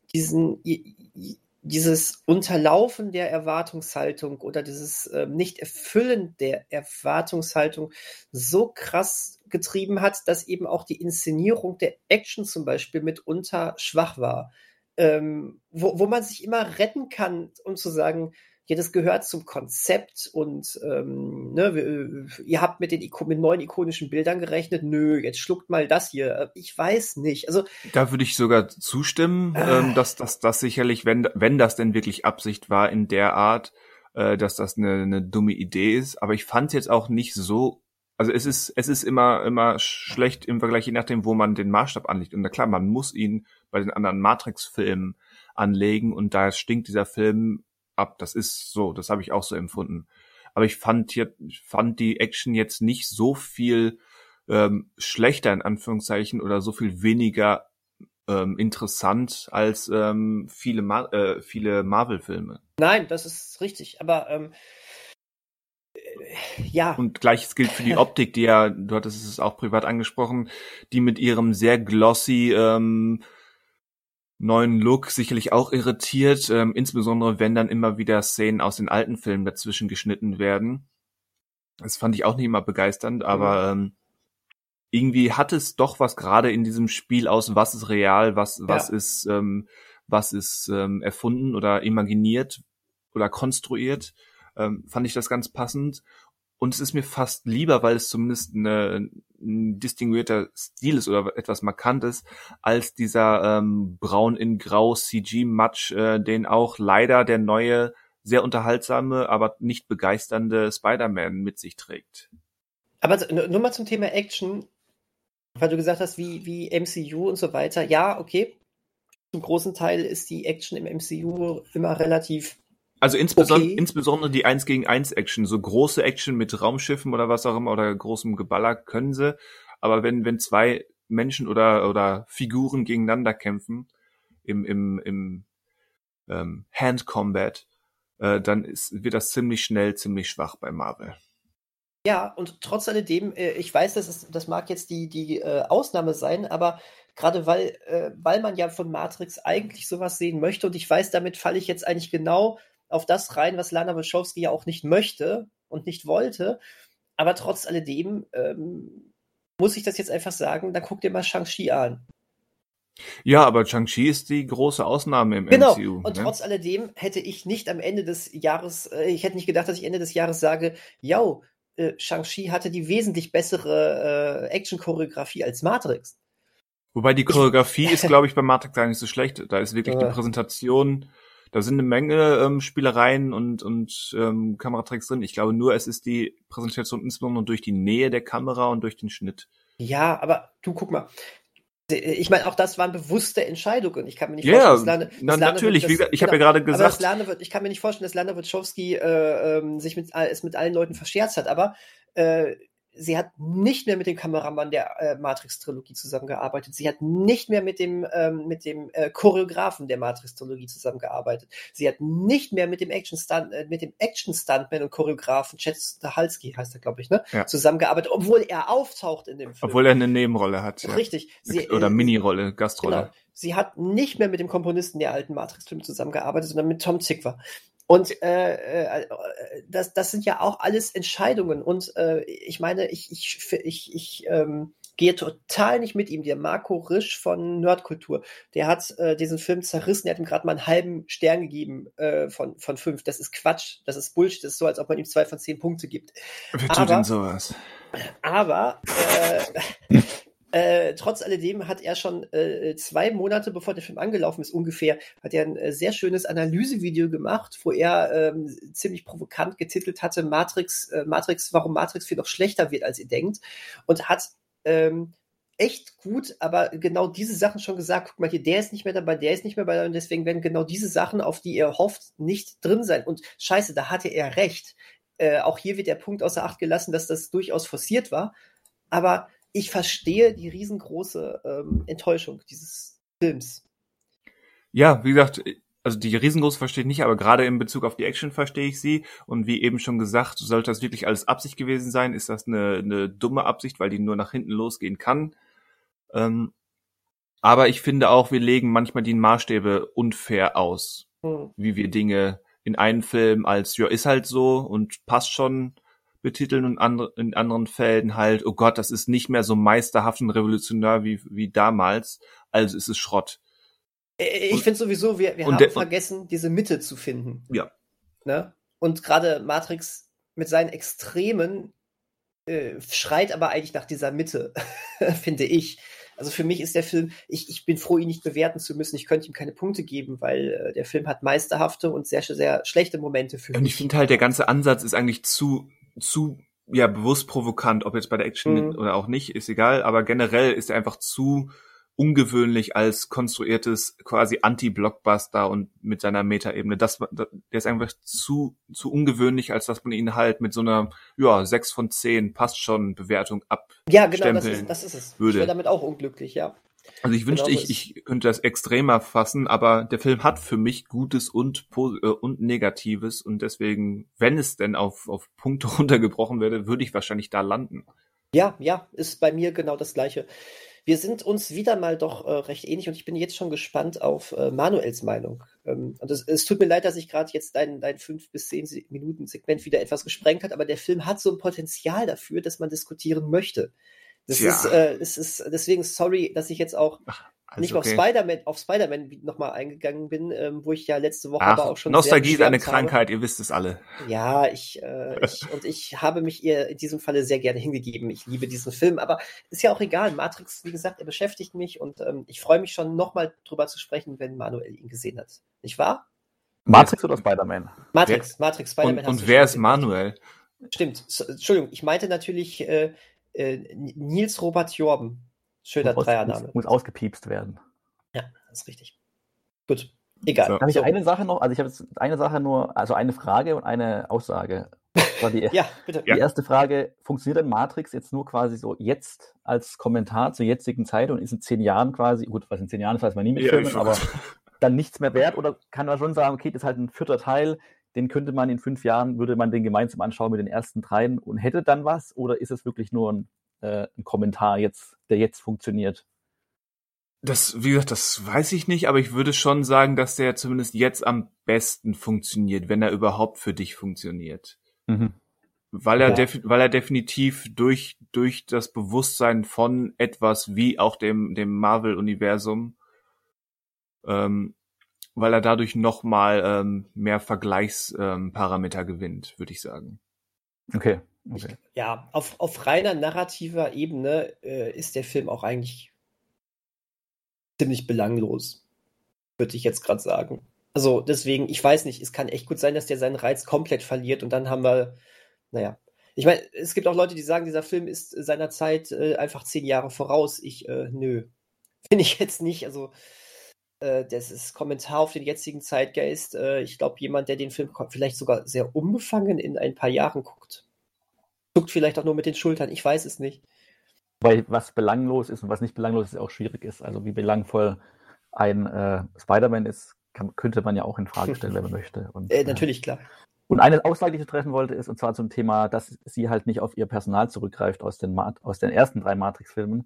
dieses Unterlaufen der Erwartungshaltung oder dieses Nicht-Erfüllen der Erwartungshaltung so krass getrieben hat, dass eben auch die Inszenierung der Action zum Beispiel mitunter schwach war. Wo man sich immer retten kann, um zu sagen, ja, das gehört zum Konzept und ihr habt mit neuen ikonischen Bildern gerechnet. Nö, jetzt schluckt mal das hier. Ich weiß nicht. Also da würde ich sogar zustimmen, dass das sicherlich, wenn das denn wirklich Absicht war in der Art, dass das eine dumme Idee ist. Aber ich fand es jetzt auch nicht so. Also es ist immer schlecht im Vergleich, je nachdem, wo man den Maßstab anlegt. Und na klar, man muss ihn bei den anderen Matrix-Filmen anlegen und da stinkt dieser Film ab. Das ist so, das habe ich auch so empfunden. Aber ich fand die Action jetzt nicht so viel schlechter in Anführungszeichen oder so viel weniger interessant als viele Marvel-Filme. nein, das ist richtig. Aber ja. Und gleiches gilt für die Optik, die ja, du hattest es auch privat angesprochen, die mit ihrem sehr glossy neuen Look sicherlich auch irritiert, insbesondere wenn dann immer wieder Szenen aus den alten Filmen dazwischen geschnitten werden. Das fand ich auch nicht immer begeisternd, aber irgendwie hat es doch was gerade in diesem Spiel aus, was ist real, was ist erfunden oder imaginiert oder konstruiert, fand ich das ganz passend. Und es ist mir fast lieber, weil es zumindest ein distinguierter Stil ist oder etwas Markantes, als dieser braun in grau CG-Matsch, den auch leider der neue, sehr unterhaltsame, aber nicht begeisternde Spider-Man mit sich trägt. Aber nur mal zum Thema Action, weil du gesagt hast, wie MCU und so weiter. Ja, okay. Zum großen Teil ist die Action im MCU immer relativ also insbesondere die 1-gegen-1 Action, so große Action mit Raumschiffen oder was auch immer oder großem Geballer können sie, aber wenn zwei Menschen oder Figuren gegeneinander kämpfen im Hand Combat, dann wird das ziemlich schnell ziemlich schwach bei Marvel. Ja, und trotz alledem, ich weiß, das mag jetzt die Ausnahme sein, aber gerade weil man ja von Matrix eigentlich sowas sehen möchte und ich weiß, damit falle ich jetzt eigentlich genau auf das rein, was Lana Wachowski ja auch nicht möchte und nicht wollte. Aber trotz alledem muss ich das jetzt einfach sagen, dann guck dir mal Shang-Chi an. Ja, aber Shang-Chi ist die große Ausnahme im Genau. MCU. Und trotz alledem hätte ich nicht am Ende des Jahres, ich hätte nicht gedacht, dass ich Ende des Jahres sage, Shang-Chi hatte die wesentlich bessere Action-Choreografie als Matrix. Wobei die Choreografie ist, glaube ich, bei Matrix gar nicht so schlecht. Da ist wirklich die Präsentation, da sind eine Menge Spielereien und Kameratricks drin. Ich glaube nur, es ist die Präsentation insbesondere durch die Nähe der Kamera und durch den Schnitt. Ja, aber du guck mal. Ich meine, auch das waren bewusste Entscheidungen. Ich kann mir nicht vorstellen, dass Lana natürlich. Wie gesagt, ich habe ja gerade gesagt, ich kann mir nicht vorstellen, dass Lana Wachowski sich mit allen Leuten verscherzt hat. Aber sie hat nicht mehr mit dem Kameramann der Matrix-Trilogie zusammengearbeitet. Sie hat nicht mehr mit dem Choreografen der Matrix-Trilogie zusammengearbeitet. Sie hat nicht mehr mit dem Action-Stuntman und Choreografen, Chad Stahelski heißt er, glaube ich, ne? Ja. Zusammengearbeitet, obwohl er auftaucht in dem Film. Obwohl er eine Nebenrolle hat. Richtig. Oder Minirolle, Gastrolle. Genau. Sie hat nicht mehr mit dem Komponisten der alten Matrix-Filme zusammengearbeitet, sondern mit Tom Tykwer. Und das sind ja auch alles Entscheidungen. Und ich meine, ich gehe total nicht mit ihm. Der Marco Risch von Nerdkultur, der hat diesen Film zerrissen, der hat ihm gerade mal einen halben Stern gegeben von 5. Das ist Quatsch, das ist Bullshit, das ist so, als ob man ihm 2 von 10 Punkte gibt. Wer tut denn sowas? Aber trotz alledem hat er schon 2 Monate, bevor der Film angelaufen ist, ungefähr, hat er ein sehr schönes Analysevideo gemacht, wo er ziemlich provokant getitelt hatte, warum Matrix viel noch schlechter wird, als ihr denkt, und hat echt gut, aber genau diese Sachen schon gesagt, guck mal hier, der ist nicht mehr dabei, der ist nicht mehr dabei, und deswegen werden genau diese Sachen, auf die ihr hofft, nicht drin sein. Und scheiße, da hatte er recht. Auch hier wird der Punkt außer Acht gelassen, dass das durchaus forciert war, aber ich verstehe die riesengroße Enttäuschung dieses Films. Ja, wie gesagt, also die riesengroße verstehe ich nicht, aber gerade in Bezug auf die Action verstehe ich sie. Und wie eben schon gesagt, sollte das wirklich alles Absicht gewesen sein, ist das eine dumme Absicht, weil die nur nach hinten losgehen kann. Aber ich finde auch, wir legen manchmal die Maßstäbe unfair aus, wie wir Dinge in einem Film als, ja, ist halt so und passt schon betiteln und in anderen Fällen halt, oh Gott, das ist nicht mehr so meisterhaft und revolutionär wie damals, also ist es Schrott. Ich finde sowieso, wir haben vergessen, diese Mitte zu finden. Ja. Ne? Und gerade Matrix mit seinen Extremen schreit aber eigentlich nach dieser Mitte, finde ich. Also für mich ist der Film, ich bin froh, ihn nicht bewerten zu müssen. Ich könnte ihm keine Punkte geben, weil der Film hat meisterhafte und sehr, sehr schlechte Momente für mich. Und ich finde halt, der ganze Ansatz ist eigentlich zu ja, bewusst provokant, ob jetzt bei der Action oder auch nicht, ist egal, aber generell ist er einfach zu ungewöhnlich als konstruiertes quasi Anti-Blockbuster und mit seiner Metaebene. Der ist einfach zu ungewöhnlich, als dass man ihn halt mit so einer 6 von 10 passt schon Bewertung abstempeln. Ja, genau, das ist es. Würde. Ich wäre damit auch unglücklich, ja. Also ich wünschte, ich könnte das extremer fassen, aber der Film hat für mich Gutes und Negatives und deswegen, wenn es denn auf Punkte runtergebrochen werde, würde ich wahrscheinlich da landen. Ja, ist bei mir genau das Gleiche. Wir sind uns wieder mal doch recht ähnlich und ich bin jetzt schon gespannt auf Manuels Meinung. Und es tut mir leid, dass ich gerade jetzt dein 5 bis 10 Minuten Segment wieder etwas gesprengt hat, aber der Film hat so ein Potenzial dafür, dass man diskutieren möchte. Es ist deswegen sorry, dass ich jetzt auch nicht okay. auf Spider-Man nochmal eingegangen bin, wo ich ja letzte Woche aber auch schon Nostalgie ist eine Krankheit, ihr wisst es alle. Ja, ich habe mich ihr in diesem Falle sehr gerne hingegeben. Ich liebe diesen Film, aber ist ja auch egal. Matrix, wie gesagt, er beschäftigt mich und ich freue mich schon nochmal drüber zu sprechen, wenn Manuel ihn gesehen hat. Nicht wahr? Matrix oder Spider-Man? Matrix, Spider-Man. Und wer ist Manuel? Stimmt, Entschuldigung, ich meinte natürlich Nils Robert Jorben. Schöner Dreiername. Muss ausgepiepst werden. Ja, das ist richtig. Gut, egal. So. Habe ich eine Sache noch? Also ich habe jetzt eine Sache nur, also eine Frage und eine Aussage. Ja, bitte. Die erste Frage, funktioniert denn Matrix jetzt nur quasi so jetzt als Kommentar zur jetzigen Zeit und ist in 10 Jahren quasi, gut, was in 10 Jahren weiß man nie mit Filmen, aber dann nichts mehr wert? Oder kann man schon sagen, okay, das ist halt ein 4. Teil, den könnte man in 5 Jahren, würde man den gemeinsam anschauen mit den ersten 3 und hätte dann was? Oder ist es wirklich nur ein Kommentar jetzt, der jetzt funktioniert? Wie gesagt, das weiß ich nicht, aber ich würde schon sagen, dass der zumindest jetzt am besten funktioniert, wenn er überhaupt für dich funktioniert. Mhm. Weil er definitiv durch das Bewusstsein von etwas wie auch dem Marvel-Universum, weil er dadurch nochmal mehr Vergleichsparameter gewinnt, würde ich sagen. Okay. Auf reiner narrativer Ebene ist der Film auch eigentlich ziemlich belanglos, würde ich jetzt gerade sagen. Also deswegen, ich weiß nicht, es kann echt gut sein, dass der seinen Reiz komplett verliert und dann haben wir, ich meine, es gibt auch Leute, die sagen, dieser Film ist seiner Zeit einfach 10 Jahre voraus. Nö, finde ich jetzt nicht. Also das ist Kommentar auf den jetzigen Zeitgeist. Ich glaube, jemand, der den Film vielleicht sogar sehr unbefangen in ein paar Jahren guckt, zuckt vielleicht auch nur mit den Schultern. Ich weiß es nicht. Weil was belanglos ist und was nicht belanglos ist, auch schwierig ist. Also wie belangvoll ein Spider-Man ist, könnte man ja auch in Frage stellen, wenn man möchte. Und, natürlich, klar. Und eine Aussage, die ich treffen wollte, ist, und zwar zum Thema, dass sie halt nicht auf ihr Personal zurückgreift aus den ersten 3 Matrix-Filmen.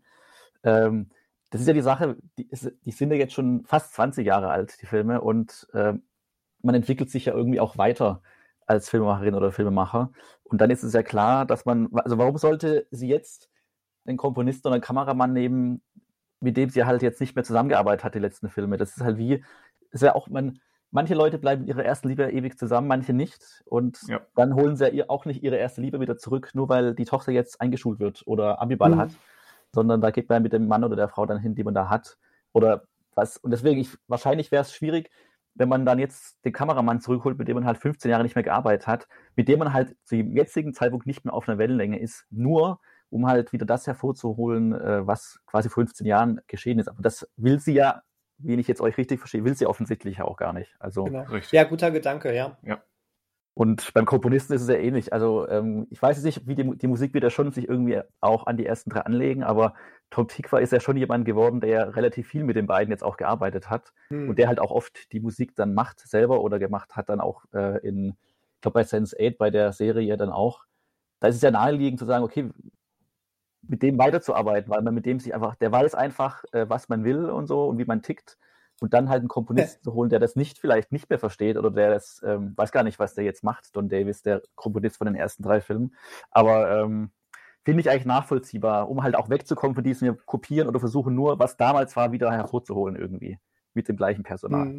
Das ist ja die Sache, die sind ja jetzt schon fast 20 Jahre alt, die Filme, und man entwickelt sich ja irgendwie auch weiter als Filmemacherin oder Filmemacher. Und dann ist es ja klar, dass warum sollte sie jetzt einen Komponisten oder einen Kameramann nehmen, mit dem sie halt jetzt nicht mehr zusammengearbeitet hat, die letzten Filme. Das ist halt ist ja auch, manche Leute bleiben mit ihrer ersten Liebe ewig zusammen, manche nicht. Und dann holen sie ja auch nicht ihre erste Liebe wieder zurück, nur weil die Tochter jetzt eingeschult wird oder Abiball hat. Sondern da geht man mit dem Mann oder der Frau dann hin, die man da hat. Oder was. Und deswegen, wahrscheinlich wäre es schwierig, wenn man dann jetzt den Kameramann zurückholt, mit dem man halt 15 Jahre nicht mehr gearbeitet hat, mit dem man halt zu dem jetzigen Zeitpunkt nicht mehr auf einer Wellenlänge ist, nur um halt wieder das hervorzuholen, was quasi vor 15 Jahren geschehen ist. Aber das will sie ja, wenn ich jetzt euch richtig verstehe, will sie offensichtlich auch gar nicht. Also, genau. Ja, guter Gedanke, ja. Und beim Komponisten ist es ja ähnlich. Also ich weiß jetzt nicht, wie die Musik wird ja schon sich irgendwie auch an die ersten 3 anlegen, aber Tom Tykwer ist ja schon jemand geworden, der ja relativ viel mit den beiden jetzt auch gearbeitet hat und der halt auch oft die Musik dann macht selber oder gemacht hat dann auch ich glaube bei Sense8, bei der Serie dann auch. Da ist es ja naheliegend zu sagen, okay, mit dem weiterzuarbeiten, weil man mit dem sich einfach, der weiß einfach, was man will und so und wie man tickt. Und dann halt einen Komponisten zu holen, der das vielleicht nicht mehr versteht oder der das, weiß gar nicht, was der jetzt macht, Don Davis, der Komponist von den ersten 3 Filmen. Aber finde ich eigentlich nachvollziehbar, um halt auch wegzukommen von diesem Kopieren oder versuchen nur, was damals war, wieder hervorzuholen irgendwie. Mit dem gleichen Personal.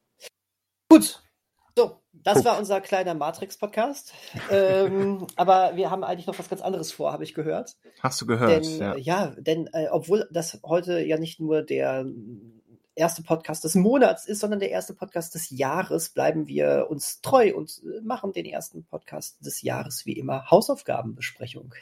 Gut. So, das war unser kleiner Matrix-Podcast. Aber wir haben eigentlich noch was ganz anderes vor, habe ich gehört. Hast du gehört, denn obwohl das heute ja nicht nur der erste Podcast des Monats ist, sondern der erste Podcast des Jahres, bleiben wir uns treu und machen den ersten Podcast des Jahres wie immer Hausaufgabenbesprechung.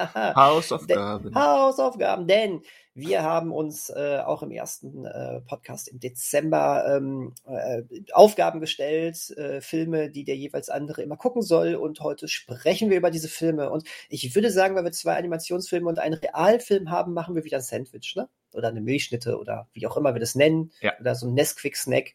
Hausaufgaben, denn wir haben uns auch im ersten Podcast im Dezember Aufgaben gestellt, Filme, die der jeweils andere immer gucken soll, und heute sprechen wir über diese Filme, und ich würde sagen, weil wir 2 Animationsfilme und einen Realfilm haben, machen wir wieder ein Sandwich, ne? Oder eine Milchschnitte oder wie auch immer wir das nennen. Oder so ein Nesquik-Snack.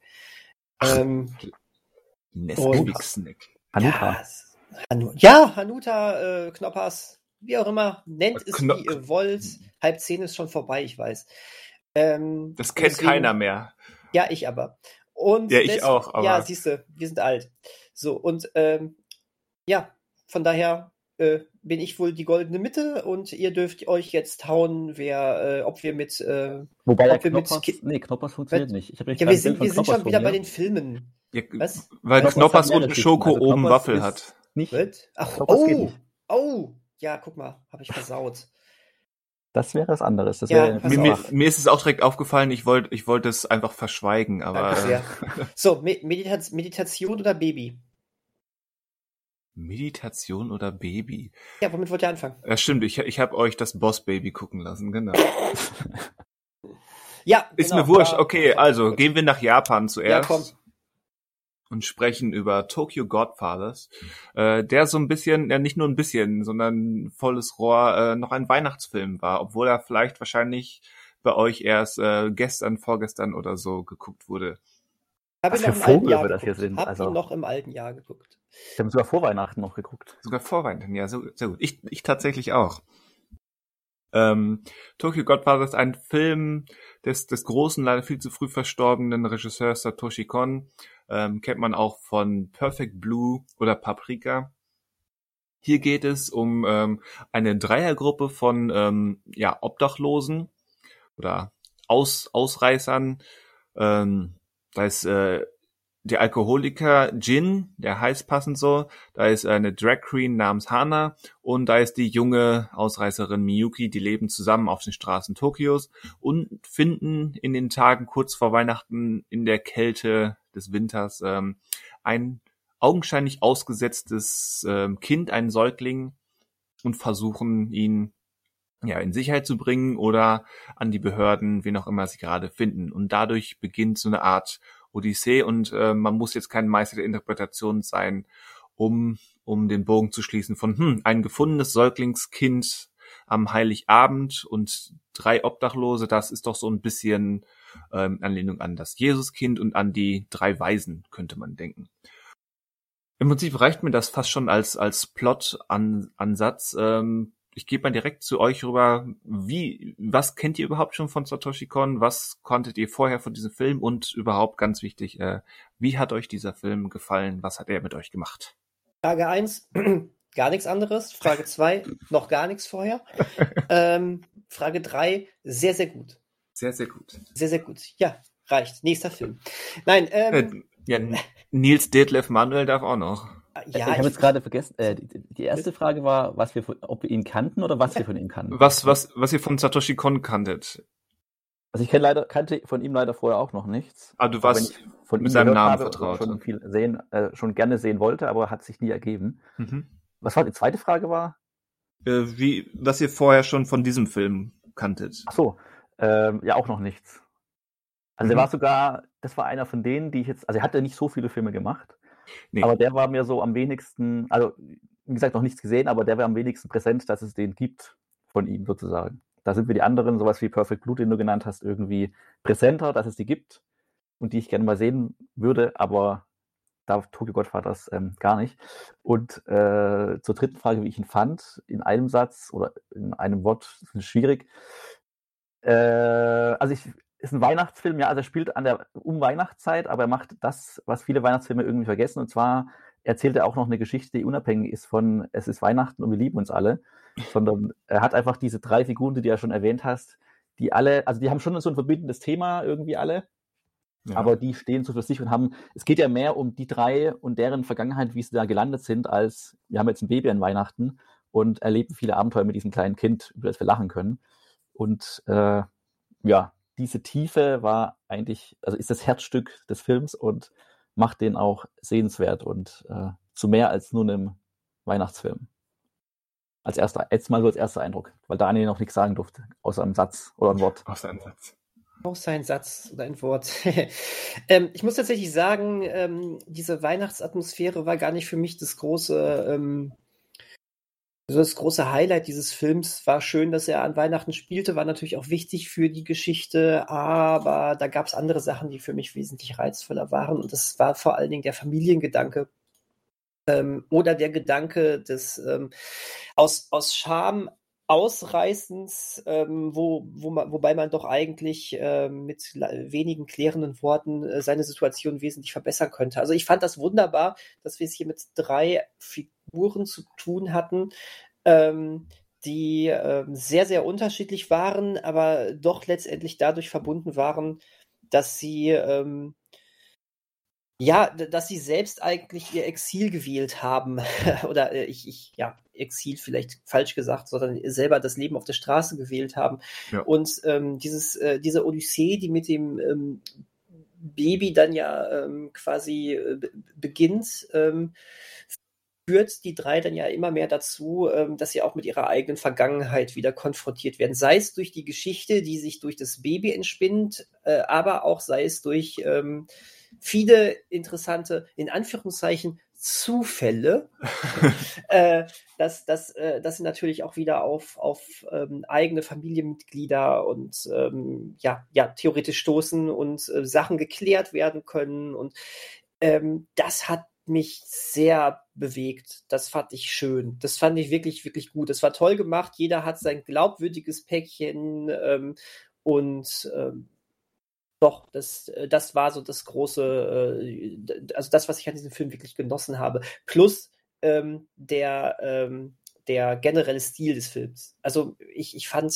Nesquik-Snack. Hanuta. Hanuta, Knoppers, wie auch immer. Nennt es, wie ihr wollt. 9:30 ist schon vorbei, ich weiß. Das kennt keiner mehr. Ja, ich aber. Und ich auch. Aber ja, siehst du, wir sind alt. So, und von daher bin ich wohl die goldene Mitte, und ihr dürft euch jetzt hauen, ob wir mit wobei Knoppers funktioniert nicht. Wir sind schon wieder bei den Filmen. Ja, was? Weil Knoppers unten Schoko, also oben Waffel hat. Nicht. Ach, ja, guck mal, habe ich versaut. Das wäre was anderes. Mir ist es auch direkt aufgefallen, ich wollte es einfach verschweigen, aber So, Meditation oder Baby? Meditation oder Baby? Ja, womit wollt ihr anfangen? Ja, stimmt, ich habe euch das Boss Baby gucken lassen, genau. Ja, ist mir wurscht. Okay, also gehen wir nach Japan zuerst. Ja, komm. Und sprechen über Tokyo Godfathers, der so ein bisschen, ja nicht nur ein bisschen, sondern volles Rohr noch ein Weihnachtsfilm war, obwohl er vielleicht wahrscheinlich bei euch erst vorgestern oder so geguckt wurde. Hab ihn noch im alten Jahr geguckt. Ich habe sogar vor Weihnachten noch geguckt. Sogar vor Weihnachten, ja, sehr gut. Ich tatsächlich auch. Tokyo Godfathers ist ein Film des großen, leider viel zu früh verstorbenen Regisseurs Satoshi Kon. Kennt man auch von Perfect Blue oder Paprika. Hier geht es um eine Dreiergruppe von Obdachlosen oder Ausreißern. Da ist der Alkoholiker Jin, der heißt passend so. Da ist eine Drag Queen namens Hana und da ist die junge Ausreißerin Miyuki. Die leben zusammen auf den Straßen Tokios und finden in den Tagen kurz vor Weihnachten in der Kälte des Winters ein augenscheinlich ausgesetztes Kind, einen Säugling, und versuchen ihn in Sicherheit zu bringen oder an die Behörden, wen auch immer sie gerade finden. Und dadurch beginnt so eine Art Odyssee, und man muss jetzt kein Meister der Interpretation sein, um den Bogen zu schließen von ein gefundenes Säuglingskind am Heiligabend und 3 Obdachlose, das ist doch so ein bisschen Anlehnung an das Jesuskind und an die 3 Weisen, könnte man denken. Im Prinzip reicht mir das fast schon als Plot-Ansatz. Ich gebe mal direkt zu euch rüber. Was kennt ihr überhaupt schon von Satoshi Kon? Was konntet ihr vorher von diesem Film? Und überhaupt ganz wichtig, wie hat euch dieser Film gefallen? Was hat er mit euch gemacht? Frage 1. gar nichts anderes. Frage 2, noch gar nichts vorher. Frage 3, sehr, sehr gut. Sehr, sehr gut. Sehr, sehr gut. Ja, reicht. Nächster Film. Nein, Ja, Nils Detlef Manuel darf auch noch. Ich habe jetzt gerade vergessen, die erste Frage war, ob wir ihn kannten oder was wir von ihm kannten. Was ihr von Satoshi Kon kanntet. Also ich kannte von ihm leider vorher auch noch nichts. Ah, du warst von mit ihm seinem gehört Namen habe vertraut. und schon gerne sehen wollte, aber hat sich nie ergeben. Mhm. Was war die zweite Frage war? Was ihr vorher schon von diesem Film kanntet. Ach so, ja auch noch nichts. Also er war sogar, das war einer von denen, die ich jetzt, also er hatte nicht so viele Filme gemacht, Nee. aber der war mir so am wenigsten, also wie gesagt noch nichts gesehen, aber der war am wenigsten präsent, dass es den gibt von ihm sozusagen. Da sind mir die anderen, sowas wie Perfect Blue, den du genannt hast, irgendwie präsenter, dass es die gibt und die ich gerne mal sehen würde, aber da Tokyo Godfathers gar nicht. Und zur dritten Frage, wie ich ihn fand, in einem Satz oder in einem Wort, ist schwierig. Ist ein Weihnachtsfilm, ja, also er spielt um Weihnachtszeit, aber er macht das, was viele Weihnachtsfilme irgendwie vergessen, und zwar erzählt er auch noch eine Geschichte, die unabhängig ist von es ist Weihnachten und wir lieben uns alle, sondern er hat einfach diese 3 Figuren, die du ja schon erwähnt hast, die alle, also die haben schon so ein verbindendes Thema irgendwie alle, ja. Aber die stehen so für sich und es geht ja mehr um die 3 und deren Vergangenheit, wie sie da gelandet sind, als wir haben jetzt ein Baby an Weihnachten und erleben viele Abenteuer mit diesem kleinen Kind, über das wir lachen können. Und ja, diese Tiefe war eigentlich, also ist das Herzstück des Films und macht den auch sehenswert und zu mehr als nur einem Weihnachtsfilm. Jetzt mal so als erster Eindruck, weil Daniel noch nichts sagen durfte, außer einem Satz oder ein Wort. Außer einem Satz. Außer ein Satz oder ein Wort. Ich muss tatsächlich sagen, diese Weihnachtsatmosphäre war gar nicht für mich das große Highlight dieses Films. War schön, dass er an Weihnachten spielte, war natürlich auch wichtig für die Geschichte, aber da gab es andere Sachen, die für mich wesentlich reizvoller waren, und das war vor allen Dingen der Familiengedanke oder der Gedanke des aus Scham Ausreißens, wobei man doch eigentlich mit wenigen klärenden Worten seine Situation wesentlich verbessern könnte. Also ich fand das wunderbar, dass wir es hier mit 3 Figuren zu tun hatten, die sehr, sehr unterschiedlich waren, aber doch letztendlich dadurch verbunden waren, dass sie dass sie selbst eigentlich ihr Exil gewählt haben. Oder Exil vielleicht falsch gesagt, sondern selber das Leben auf der Straße gewählt haben. Ja. Und diese Odyssee, die mit dem Baby dann ja quasi beginnt, führt die 3 dann ja immer mehr dazu, dass sie auch mit ihrer eigenen Vergangenheit wieder konfrontiert werden. Sei es durch die Geschichte, die sich durch das Baby entspinnt, aber auch sei es durch viele interessante, in Anführungszeichen, Zufälle, dass sie natürlich auch wieder auf eigene Familienmitglieder und theoretisch stoßen und Sachen geklärt werden können. Und das hat mich sehr bewegt. Das fand ich schön. Das fand ich wirklich, wirklich gut. Das war toll gemacht. Jeder hat sein glaubwürdiges Päckchen doch, das war so das große, also das, was ich an diesem Film wirklich genossen habe. Plus der generelle Stil des Films. Also ich fand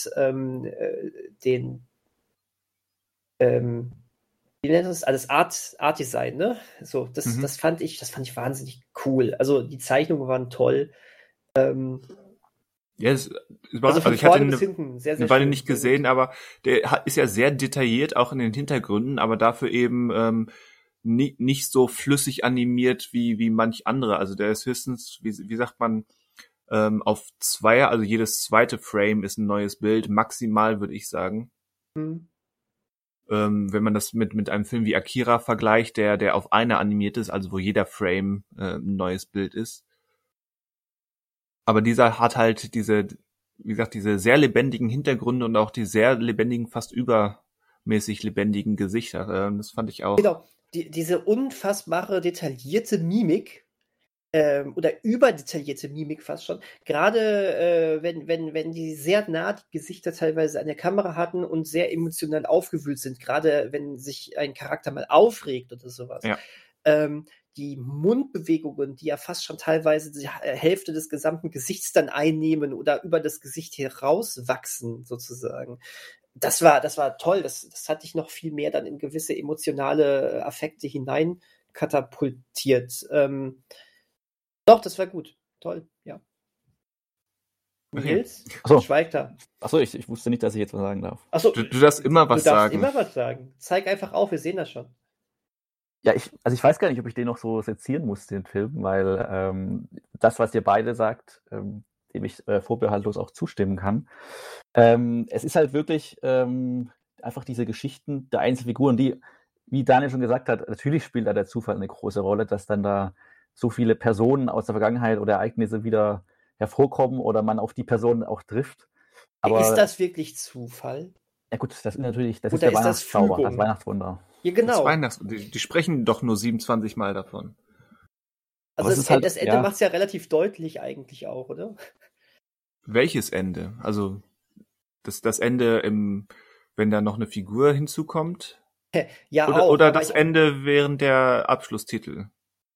wie nennt es? Das Art Design, ne? So, das fand ich wahnsinnig cool. Also die Zeichnungen waren toll. Ja, es war, also ich hatte eine Weile nicht gesehen, aber der ist ja sehr detailliert, auch in den Hintergründen, aber dafür eben nicht so flüssig animiert wie manch andere. Also der ist höchstens, wie sagt man, auf 2, also jedes zweite Frame ist ein neues Bild, maximal, würde ich sagen. Wenn man das mit einem Film wie Akira vergleicht, der auf einer animiert ist, also wo jeder Frame ein neues Bild ist. Aber dieser hat halt diese sehr lebendigen Hintergründe und auch die sehr lebendigen, fast übermäßig lebendigen Gesichter. Das fand ich auch. Genau, diese unfassbare, detaillierte Mimik oder überdetaillierte Mimik fast schon. Gerade wenn die sehr nah die Gesichter teilweise an der Kamera hatten und sehr emotional aufgewühlt sind, gerade wenn sich ein Charakter mal aufregt oder sowas. Ja. die Mundbewegungen, die ja fast schon teilweise die Hälfte des gesamten Gesichts dann einnehmen oder über das Gesicht herauswachsen, sozusagen. Das war toll. Das hatte ich noch viel mehr dann in gewisse emotionale Affekte hinein katapultiert. Doch, das war gut. Toll, ja. Okay. Nils, Achso. schweigt da. Achso, ich wusste nicht, dass ich jetzt was sagen darf. Achso, Du darfst immer was du darfst sagen. immer was sagen. Zeig einfach auf, wir sehen das schon. Ja, ich weiß gar nicht, ob ich den noch so sezieren muss, den Film, weil das, was ihr beide sagt, dem ich vorbehaltlos auch zustimmen kann. Es ist halt wirklich einfach diese Geschichten der Einzelfiguren, die, wie Daniel schon gesagt hat, natürlich spielt da der Zufall eine große Rolle, dass dann da so viele Personen aus der Vergangenheit oder Ereignisse wieder hervorkommen oder man auf die Personen auch trifft. Aber ist das wirklich Zufall? ja gut, das ist natürlich, das ist Oder der ist das Weihnachtszauber, Fügung? das Weihnachtswunder. Ja, Das genau. die sprechen doch nur 27 Mal davon. Also Aber es ist halt, das Ende ja. macht es ja relativ deutlich eigentlich auch, oder? Welches Ende? Also das Ende, wenn da noch eine Figur hinzukommt? Ja, Oder, auch. oder aber das Ende während der Abschlusstitel?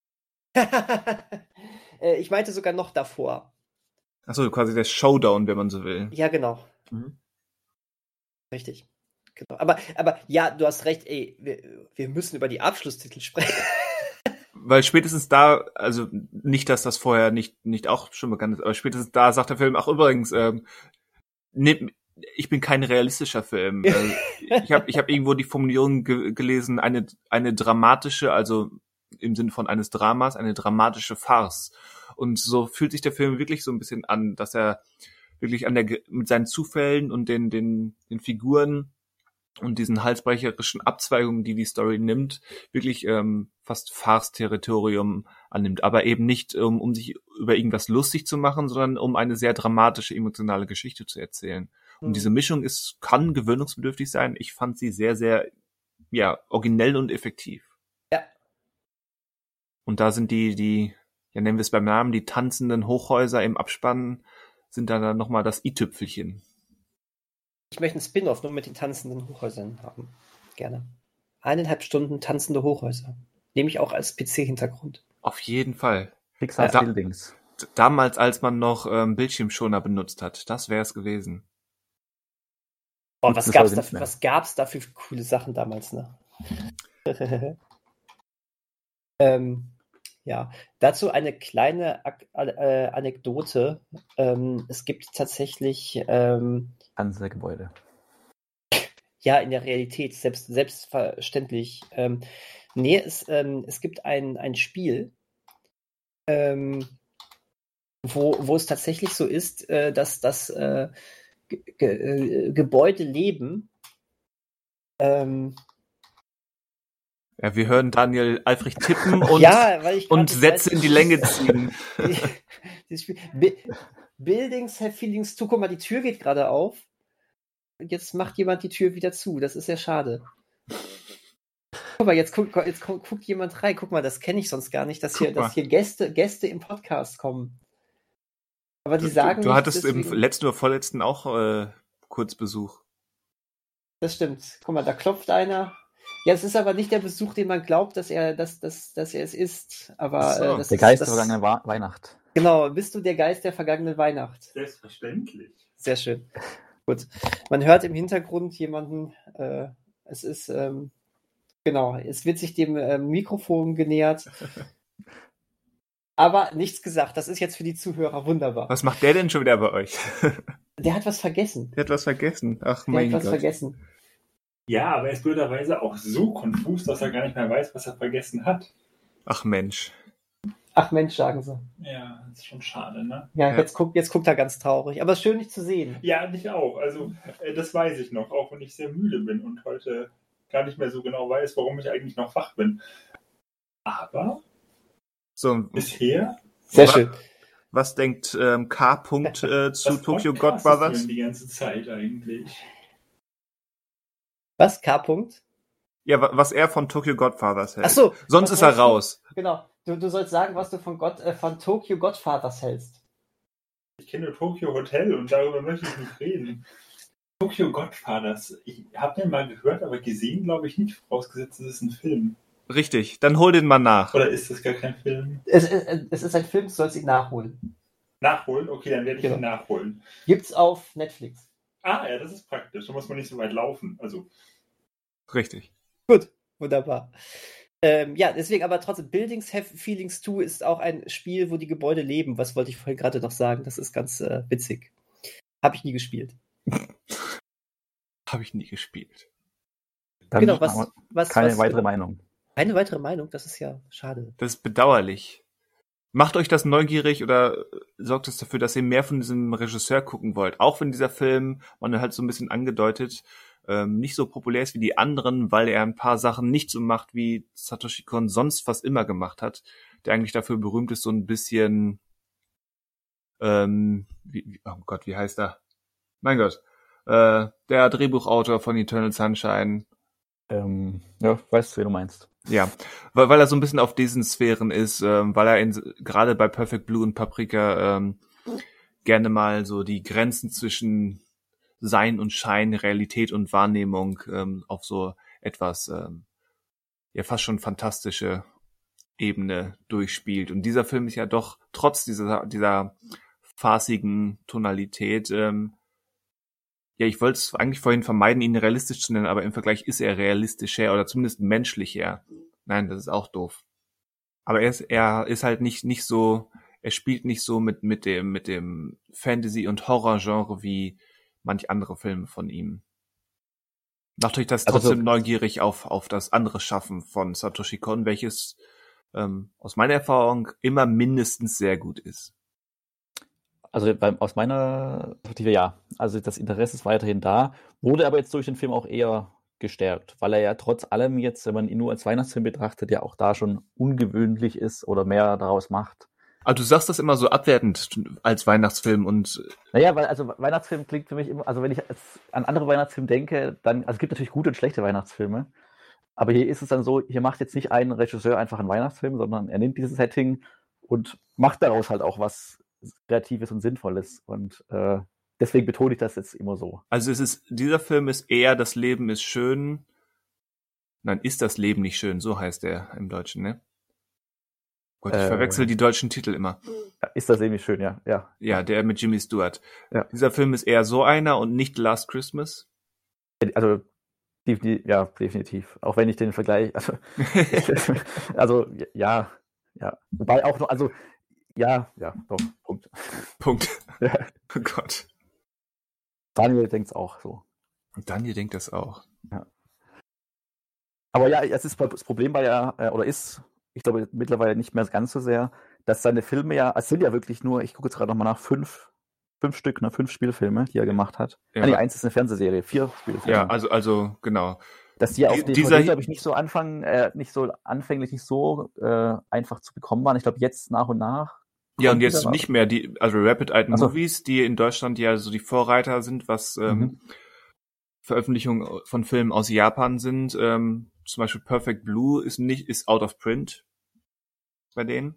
ich meinte sogar noch davor. Achso, quasi der Showdown, wenn man so will. Ja, genau. Mhm. Richtig. Genau. Aber ja, du hast recht, ey, wir müssen über die Abschlusstitel sprechen. Weil spätestens da, also nicht, dass das vorher nicht auch schon bekannt ist, aber spätestens da sagt der Film, ach übrigens, ich bin kein realistischer Film. Ich hab irgendwo die Formulierung gelesen, eine dramatische, also im Sinne von eines Dramas, eine dramatische Farce. Und so fühlt sich der Film wirklich so ein bisschen an, dass er wirklich mit seinen Zufällen und den Figuren und diesen halsbrecherischen Abzweigungen, die Story nimmt, wirklich fast Farce-Territorium annimmt. Aber eben nicht, um sich über irgendwas lustig zu machen, sondern um eine sehr dramatische, emotionale Geschichte zu erzählen. Und diese Mischung kann gewöhnungsbedürftig sein. Ich fand sie sehr, sehr, ja, originell und effektiv. Ja. Und da sind die, ja, nennen wir es beim Namen, die tanzenden Hochhäuser im Abspann, sind dann nochmal das i-Tüpfelchen. Ich möchte einen Spin-off nur mit den tanzenden Hochhäusern haben. Gerne. 1,5 Stunden tanzende Hochhäuser. Nehme ich auch als PC-Hintergrund. Auf jeden Fall. Pixar Buildings. Damals, als man noch Bildschirmschoner benutzt hat, das wäre es gewesen. Oh, was gab's da für coole Sachen damals, ne? Ja, dazu eine kleine Anekdote. Es gibt tatsächlich Hansa-Gebäude. ja, in der Realität, selbstverständlich. Es gibt ein Spiel, wo es tatsächlich so ist, dass das Gebäude leben. Ja, wir hören Daniel eifrig tippen und, ja, weil ich und Sätze in die Länge ziehen. Dieses Spiel. Buildings have feelings too. Guck mal, die Tür geht gerade auf. Jetzt macht jemand die Tür wieder zu. Das ist ja schade. Guck mal, jetzt guckt jemand rein. Guck mal, das kenne ich sonst gar nicht, dass hier Gäste im Podcast kommen. Aber die sagen du hattest deswegen, im letzten oder vorletzten auch kurz Besuch. Das stimmt. Guck mal, da klopft einer. Ja, es ist aber nicht der Besuch, den man glaubt, dass er es ist. Aber So. das Der ist, Geist das, der vergangenen Weihnacht. Genau, bist du der Geist der vergangenen Weihnacht? Selbstverständlich. Sehr schön. Gut. Man hört im Hintergrund jemanden, es ist, genau, es wird sich dem Mikrofon genähert. Aber nichts gesagt. Das ist jetzt für die Zuhörer wunderbar. Was macht der denn schon wieder bei euch? Der hat was vergessen. Der hat was vergessen. Ach Der mein hat was Gott. vergessen. Ja, aber er ist blöderweise auch so konfus, dass er gar nicht mehr weiß, was er vergessen hat. Ach Mensch. Ach Mensch, sagen sie. Ja, das ist schon schade, ne? Ja, Ja. jetzt guckt er ganz traurig. Aber schön, dich zu sehen. Ja, mich auch. Also, das weiß ich noch, auch wenn ich sehr müde bin und heute gar nicht mehr so genau weiß, warum ich eigentlich noch wach bin. Aber So, bisher... Sehr Wa- schön. was denkt K. Punkt, zu was Tokyo podcastest du Godbrothers? denn die ganze Zeit eigentlich? Was? K-Punkt? Ja, was er von Tokyo Godfathers hält. Ach so. Sonst was ist er hältst du? raus. Genau. Du sollst sagen, was du von Tokyo Godfathers hältst. Ich kenne Tokyo Hotel und darüber möchte ich nicht reden. Tokyo Godfathers, ich habe den mal gehört, aber gesehen glaube ich nicht, vorausgesetzt es ist ein Film. Richtig, dann hol den mal nach. Oder ist das gar kein Film? Es ist ein Film, du sollst ihn nachholen. Nachholen? Okay, dann werde ich Genau. ihn nachholen. Gibt's auf Netflix. Ah, ja, das ist praktisch. Da muss man nicht so weit laufen. Also, Richtig. Gut, wunderbar. Ja, deswegen aber trotzdem, Buildings Have Feelings 2 ist auch ein Spiel, wo die Gebäude leben. Was wollte ich vorhin gerade noch sagen? Das ist ganz witzig. Habe ich nie gespielt. Habe ich nie gespielt. Dann Genau, was keine weitere Meinung. Eine weitere Meinung? Das ist ja schade. Das ist bedauerlich. Macht euch das neugierig oder sorgt es dafür, dass ihr mehr von diesem Regisseur gucken wollt? Auch wenn dieser Film, man halt so ein bisschen angedeutet, nicht so populär ist wie die anderen, weil er ein paar Sachen nicht so macht, wie Satoshi Kon sonst fast immer gemacht hat, der eigentlich dafür berühmt ist, so ein bisschen oh Gott, wie heißt er? Mein Gott. Der Drehbuchautor von Eternal Sunshine. Ja, weißt du, wie du meinst. Ja, weil er so ein bisschen auf diesen Sphären ist, weil er gerade bei Perfect Blue und Paprika gerne mal so die Grenzen zwischen Sein und Schein, Realität und Wahrnehmung auf so etwas ja fast schon fantastische Ebene durchspielt. Und dieser Film ist ja doch trotz dieser farcigen Tonalität ja, ich wollte es eigentlich vorhin vermeiden, ihn realistisch zu nennen, aber im Vergleich ist er realistischer oder zumindest menschlicher. Nein, das ist auch doof. Aber er ist halt nicht so, er spielt nicht so mit dem Fantasy- und Horror-Genre wie manch andere Filme von ihm. Macht euch das trotzdem neugierig auf das andere Schaffen von Satoshi Kon, welches aus meiner Erfahrung immer mindestens sehr gut ist. Also aus meiner Perspektive ja. Also das Interesse ist weiterhin da, wurde aber jetzt durch den Film auch eher gestärkt, weil er ja trotz allem jetzt, wenn man ihn nur als Weihnachtsfilm betrachtet, ja auch da schon ungewöhnlich ist oder mehr daraus macht. Aber du sagst das immer so abwertend als Weihnachtsfilm und... Naja, weil also Weihnachtsfilm klingt für mich immer, also wenn ich an andere Weihnachtsfilme denke, dann, also es gibt natürlich gute und schlechte Weihnachtsfilme, aber hier ist es dann so, hier macht jetzt nicht ein Regisseur einfach einen Weihnachtsfilm, sondern er nimmt dieses Setting und macht daraus halt auch was Kreatives und Sinnvolles und deswegen betone ich das jetzt immer so. Also dieser Film ist eher das Leben ist schön. Nein, ist das Leben nicht schön, so heißt er im Deutschen, ne? Gott, ich verwechsel die deutschen Titel immer. Ist das Leben nicht schön, ja. Ja, der mit Jimmy Stewart. Ja. Dieser Film ist eher so einer und nicht Last Christmas. Also ja, definitiv. Auch wenn ich den Vergleich, also ja. Wobei auch noch, also ja, doch, Punkt. Ja. Oh Gott. Daniel denkt's auch so. Und Daniel denkt das auch. Ja. Aber ja, das Problem war ja, oder ist, ich glaube mittlerweile nicht mehr ganz so sehr, dass seine Filme ja, es sind ja wirklich nur, ich gucke jetzt gerade nochmal nach, 5 Stück, 5 Spielfilme, die er gemacht hat. Ja. Nee, 1 ist eine Fernsehserie, 4 Spielfilme. Ja, also genau. Dass die auf DVD, glaube ich, nicht so anfänglich nicht so einfach zu bekommen waren. Ich glaube, jetzt nach und nach. Ja, und jetzt nicht mehr also Rapid Eye Movies, die in Deutschland ja so die Vorreiter sind, was Veröffentlichungen von Filmen aus Japan sind. Zum Beispiel Perfect Blue ist out of print bei denen.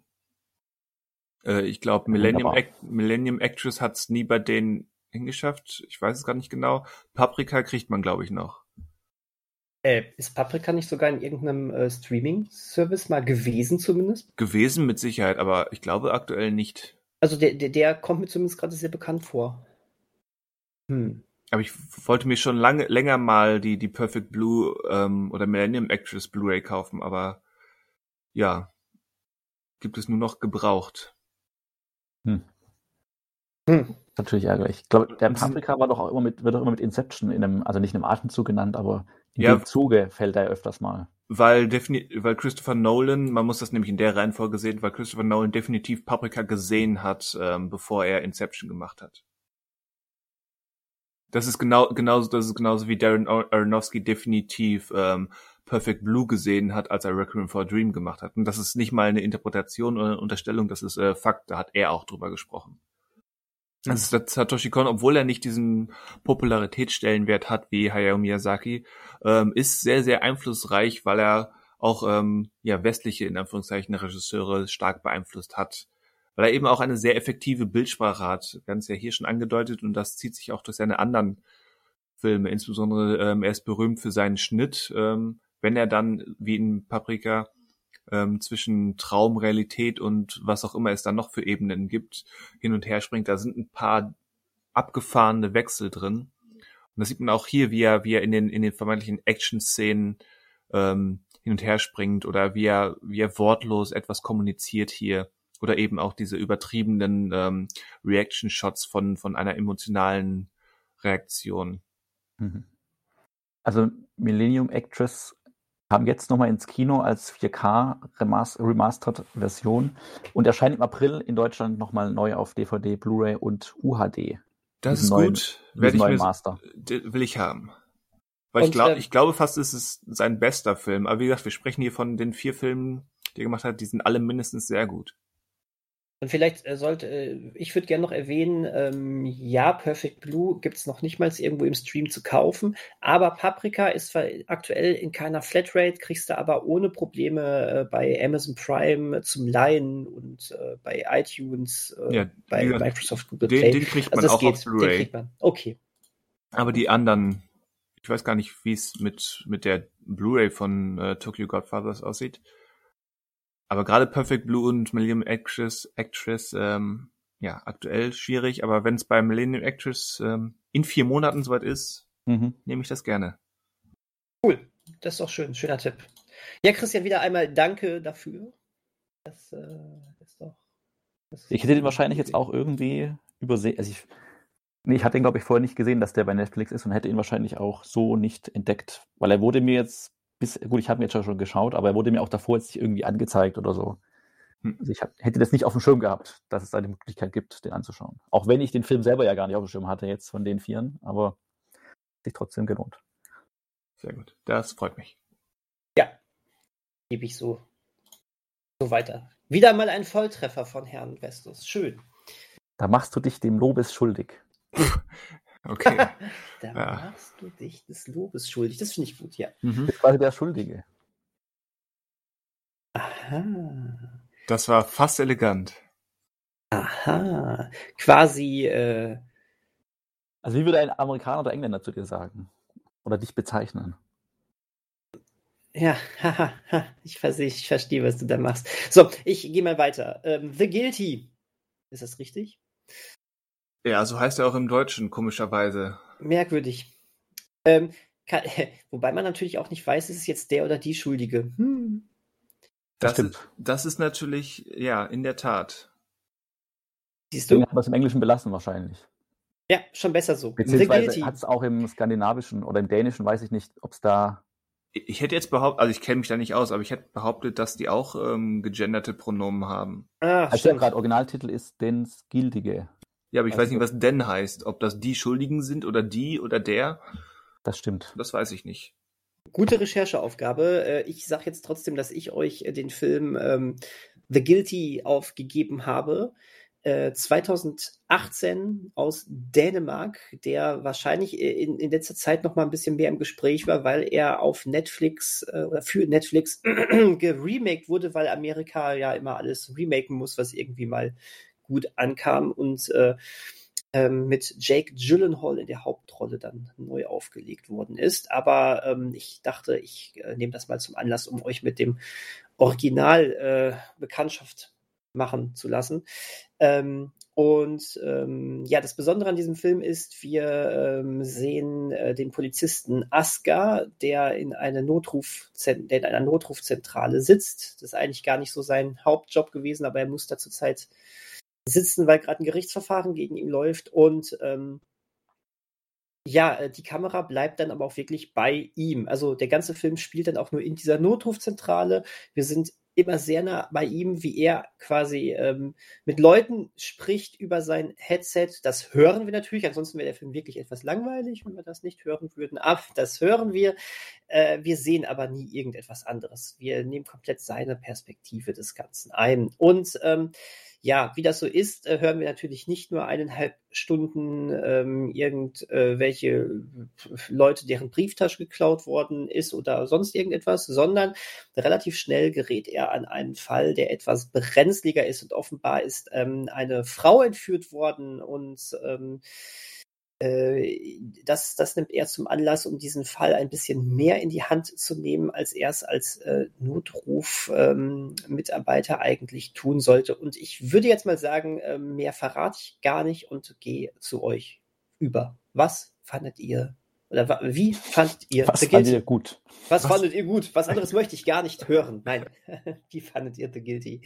Ich glaube, Millennium Actress hat es nie bei denen hingeschafft. Ich weiß es gar nicht genau. Paprika kriegt man, glaube ich, noch. Ist Paprika nicht sogar in irgendeinem Streaming-Service mal gewesen zumindest? Gewesen mit Sicherheit, aber ich glaube aktuell nicht. Also der kommt mir zumindest gerade sehr bekannt vor. Aber ich wollte mir schon länger mal die Perfect Blue oder Millennium Actress Blu-ray kaufen, aber ja, gibt es nur noch gebraucht. Natürlich ärgerlich. Ich glaube, der Paprika wird auch immer mit Inception also nicht in einem Atemzug genannt, aber in dem Zuge fällt er öfters mal. Weil Christopher Nolan, man muss das nämlich in der Reihenfolge sehen, weil Christopher Nolan definitiv Paprika gesehen hat, bevor er Inception gemacht hat. Das ist genauso wie Darren Aronofsky definitiv Perfect Blue gesehen hat, als er Requiem for a Dream gemacht hat. Und das ist nicht mal eine Interpretation oder eine Unterstellung, das ist Fakt, da hat er auch drüber gesprochen. Also Satoshi Kon, obwohl er nicht diesen Popularitätsstellenwert hat wie Hayao Miyazaki, ist sehr, sehr einflussreich, weil er auch westliche, in Anführungszeichen, Regisseure stark beeinflusst hat. Weil er eben auch eine sehr effektive Bildsprache hat. Wir haben es ja hier schon angedeutet und das zieht sich auch durch seine anderen Filme. Insbesondere er ist berühmt für seinen Schnitt. Wenn wenn er dann, wie in Paprika, zwischen Traum, Realität und was auch immer es dann noch für Ebenen gibt, hin und her springt, da sind ein paar abgefahrene Wechsel drin. Und das sieht man auch hier, wie er in den vermeintlichen Action-Szenen hin und her springt oder wie er wortlos etwas kommuniziert hier. Oder eben auch diese übertriebenen Reaction-Shots von einer emotionalen Reaktion. Also Millennium Actress kam jetzt nochmal ins Kino als 4K Remastered-Version und erscheint im April in Deutschland nochmal neu auf DVD, Blu-ray und UHD. Das ist gut, will ich haben. Weil ich glaube fast, ist es sein bester Film. Aber wie gesagt, wir sprechen hier von den 4 Filmen, die er gemacht hat, die sind alle mindestens sehr gut. Und vielleicht ich würde gerne noch erwähnen, ja, Perfect Blue gibt es noch nicht mal irgendwo im Stream zu kaufen, aber Paprika ist zwar aktuell in keiner Flatrate, kriegst du aber ohne Probleme bei Amazon Prime zum Leihen und bei iTunes, bei Microsoft Google Play. Den kriegt man auch auf Blu-ray. Okay. Aber die anderen, ich weiß gar nicht, wie es mit der Blu-ray von Tokyo Godfathers aussieht. Aber gerade Perfect Blue und Millennium Actress, aktuell schwierig. Aber wenn es bei Millennium Actress in 4 Monaten soweit ist, nehme ich das gerne. Cool, das ist doch schön, schöner Tipp. Ja, Christian, wieder einmal danke dafür. Das ist doch... Ich hätte den wahrscheinlich jetzt auch irgendwie übersehen. Also ich hatte ihn, glaube ich, vorher nicht gesehen, dass der bei Netflix ist und hätte ihn wahrscheinlich auch so nicht entdeckt. Weil er wurde mir jetzt ich habe ihn jetzt schon geschaut, aber er wurde mir auch davor jetzt nicht irgendwie angezeigt oder so. Also ich hätte das nicht auf dem Schirm gehabt, dass es da die Möglichkeit gibt, den anzuschauen. Auch wenn ich den Film selber ja gar nicht auf dem Schirm hatte jetzt von den 4, aber sich trotzdem gelohnt. Sehr gut, das freut mich. Ja, gebe ich so weiter. Wieder mal ein Volltreffer von Herrn Vestus. Schön. Da machst du dich dem Lobes schuldig. Okay. Machst du dich des Lobes schuldig. Das finde ich gut, ja. Das ist quasi der Schuldige. Aha. Das war fast elegant. Aha. Quasi. Also wie würde ein Amerikaner oder Engländer zu dir sagen? Oder dich bezeichnen? Ja, ich verstehe, was du da machst. So, ich gehe mal weiter. The Guilty. Ist das richtig? Ja, so heißt er auch im Deutschen, komischerweise. Merkwürdig. Wobei man natürlich auch nicht weiß, ist es jetzt der oder die Schuldige. Das ist natürlich, ja, in der Tat. Siehst du? Den hat man es im Englischen belassen wahrscheinlich. Ja, schon besser so. Beziehungsweise hat es auch im Skandinavischen oder im Dänischen, weiß ich nicht, ob es da... Ich hätte jetzt behauptet, also ich kenne mich da nicht aus, aber ich hätte behauptet, dass die auch gegenderte Pronomen haben. Also der gerade Originaltitel ist den Skildige. Ja, aber ich weiß nicht, was denn heißt. Ob das die Schuldigen sind oder die oder der. Das stimmt. Das weiß ich nicht. Gute Rechercheaufgabe. Ich sage jetzt trotzdem, dass ich euch den Film The Guilty aufgegeben habe. 2018 aus Dänemark, der wahrscheinlich in letzter Zeit noch mal ein bisschen mehr im Gespräch war, weil er auf Netflix oder für Netflix geremaked wurde, weil Amerika ja immer alles remaken muss, was irgendwie mal gut ankam und mit Jake Gyllenhaal in der Hauptrolle dann neu aufgelegt worden ist. Aber ich dachte, ich nehme das mal zum Anlass, um euch mit dem Original Bekanntschaft machen zu lassen. Ja, das Besondere an diesem Film ist, wir sehen den Polizisten Asger, der in einer Notrufzentrale sitzt. Das ist eigentlich gar nicht so sein Hauptjob gewesen, aber er muss da zurzeit sitzen, weil gerade ein Gerichtsverfahren gegen ihn läuft. Und die Kamera bleibt dann aber auch wirklich bei ihm. Also der ganze Film spielt dann auch nur in dieser Notrufzentrale. Wir sind immer sehr nah bei ihm, wie er quasi mit Leuten spricht über sein Headset. Das hören wir natürlich, ansonsten wäre der Film wirklich etwas langweilig, wenn wir das nicht hören würden. Aber das hören wir. Wir sehen aber nie irgendetwas anderes. Wir nehmen komplett seine Perspektive des Ganzen ein. Und wie das so ist, hören wir natürlich nicht nur 1,5 Stunden irgendwelche Leute, deren Brieftasche geklaut worden ist oder sonst irgendetwas, sondern relativ schnell gerät er an einen Fall, der etwas brenzliger ist und offenbar ist eine Frau entführt worden und das nimmt er zum Anlass, um diesen Fall ein bisschen mehr in die Hand zu nehmen, als er es als Notruf-Mitarbeiter eigentlich tun sollte. Und ich würde jetzt mal sagen, mehr verrate ich gar nicht und gehe zu euch über. Was fandet ihr? Oder wie fandet ihr Was The fandet Guilty? ihr gut? Was fandet ihr gut? Was anderes möchte ich gar nicht hören. Nein. Wie fandet ihr The Guilty?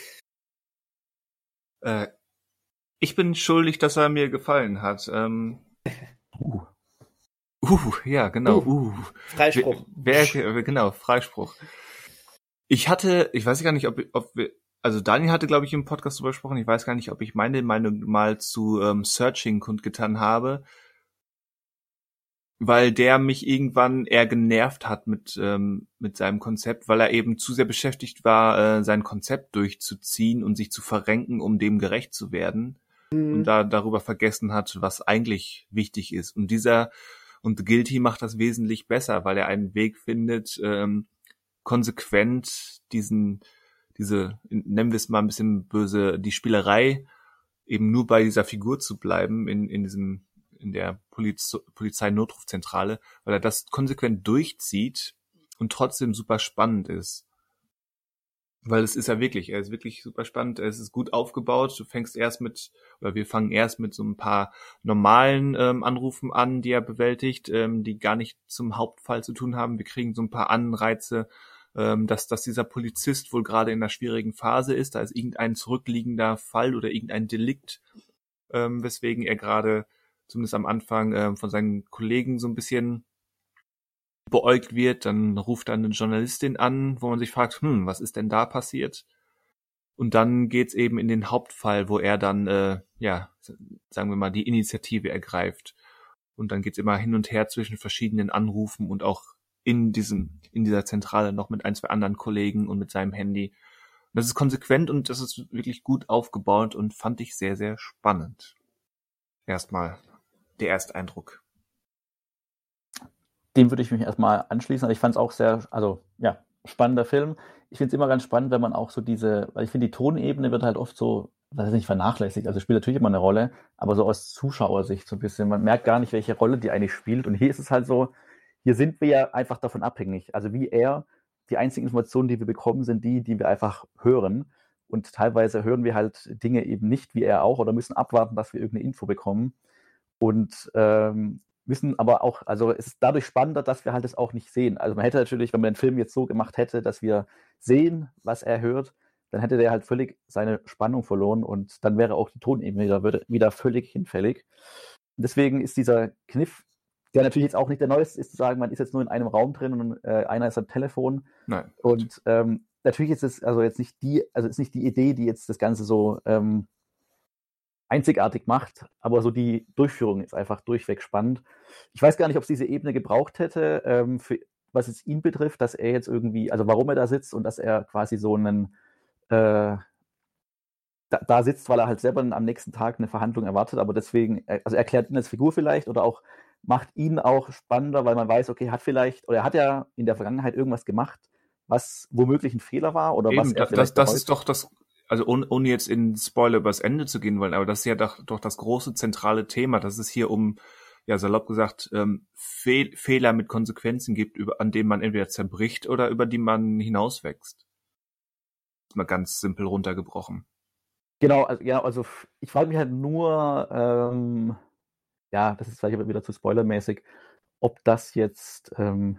Ich bin schuldig, dass er mir gefallen hat. Ja, genau. Freispruch. Genau, Freispruch. Ich weiß gar nicht, ob wir, also Daniel hatte, glaube ich, im Podcast drüber gesprochen, ich weiß gar nicht, ob ich meine Meinung mal zu Searching kundgetan habe, weil der mich irgendwann eher genervt hat mit seinem Konzept, weil er eben zu sehr beschäftigt war, sein Konzept durchzuziehen und sich zu verrenken, um dem gerecht zu werden. Und darüber vergessen hat, was eigentlich wichtig ist. Und The Guilty macht das wesentlich besser, weil er einen Weg findet, konsequent diese, nennen wir es mal ein bisschen böse, die Spielerei, eben nur bei dieser Figur zu bleiben, in der Polizeinotrufzentrale, weil er das konsequent durchzieht und trotzdem super spannend ist. Weil er ist wirklich super spannend, es ist gut aufgebaut, wir fangen erst mit so ein paar normalen Anrufen an, die er bewältigt, die gar nicht zum Hauptfall zu tun haben. Wir kriegen so ein paar Anreize, dass dieser Polizist wohl gerade in einer schwierigen Phase ist, da ist irgendein zurückliegender Fall oder irgendein Delikt, weswegen er gerade, zumindest am Anfang, von seinen Kollegen so ein bisschen beäugt wird, dann ruft dann eine Journalistin an, wo man sich fragt, was ist denn da passiert? Und dann geht's eben in den Hauptfall, wo er dann, sagen wir mal, die Initiative ergreift. Und dann geht's immer hin und her zwischen verschiedenen Anrufen und auch in dieser Zentrale noch mit ein, zwei anderen Kollegen und mit seinem Handy. Und das ist konsequent und das ist wirklich gut aufgebaut und fand ich sehr, sehr spannend. Erstmal der Ersteindruck. Dem würde ich mich erstmal anschließen. Also ich fand es auch spannender Film. Ich finde es immer ganz spannend, wenn man auch so weil ich finde, die Tonebene wird halt oft so, vernachlässigt. Also spielt natürlich immer eine Rolle, aber so aus Zuschauersicht so ein bisschen. Man merkt gar nicht, welche Rolle die eigentlich spielt. Und hier ist es halt so, hier sind wir ja einfach davon abhängig. Also die einzigen Informationen, die wir bekommen, sind die wir einfach hören. Und teilweise hören wir halt Dinge eben nicht, wie er auch, oder müssen abwarten, dass wir irgendeine Info bekommen. Und wissen aber auch, also es ist dadurch spannender, dass wir halt das auch nicht sehen. Also man hätte natürlich, wenn man den Film jetzt so gemacht hätte, dass wir sehen, was er hört, dann hätte der halt völlig seine Spannung verloren und dann wäre auch die Tonebene wieder völlig hinfällig. Und deswegen ist dieser Kniff, der natürlich jetzt auch nicht der neueste ist, zu sagen, man ist jetzt nur in einem Raum drin und einer ist am Telefon. Nein. Und natürlich ist es also jetzt nicht die Idee, die jetzt das Ganze so einzigartig macht, aber so die Durchführung ist einfach durchweg spannend. Ich weiß gar nicht, ob es diese Ebene gebraucht hätte, was es ihn betrifft, dass er jetzt irgendwie, also warum er da sitzt und dass er quasi so einen da sitzt, weil er halt selber am nächsten Tag eine Verhandlung erwartet, aber deswegen, also erklärt ihn als Figur vielleicht oder auch macht ihn auch spannender, weil man weiß, okay, er hat ja in der Vergangenheit irgendwas gemacht, was womöglich ein Fehler war oder eben, was er vielleicht das ist doch das, also ohne jetzt in Spoiler übers Ende zu gehen wollen, aber das ist ja doch das große zentrale Thema, dass es hier um, ja salopp gesagt, Fehler mit Konsequenzen gibt, an denen man entweder zerbricht oder über die man hinauswächst. Mal ganz simpel runtergebrochen. Genau, also ich frage mich halt nur, das ist vielleicht wieder zu spoilermäßig, ob das jetzt,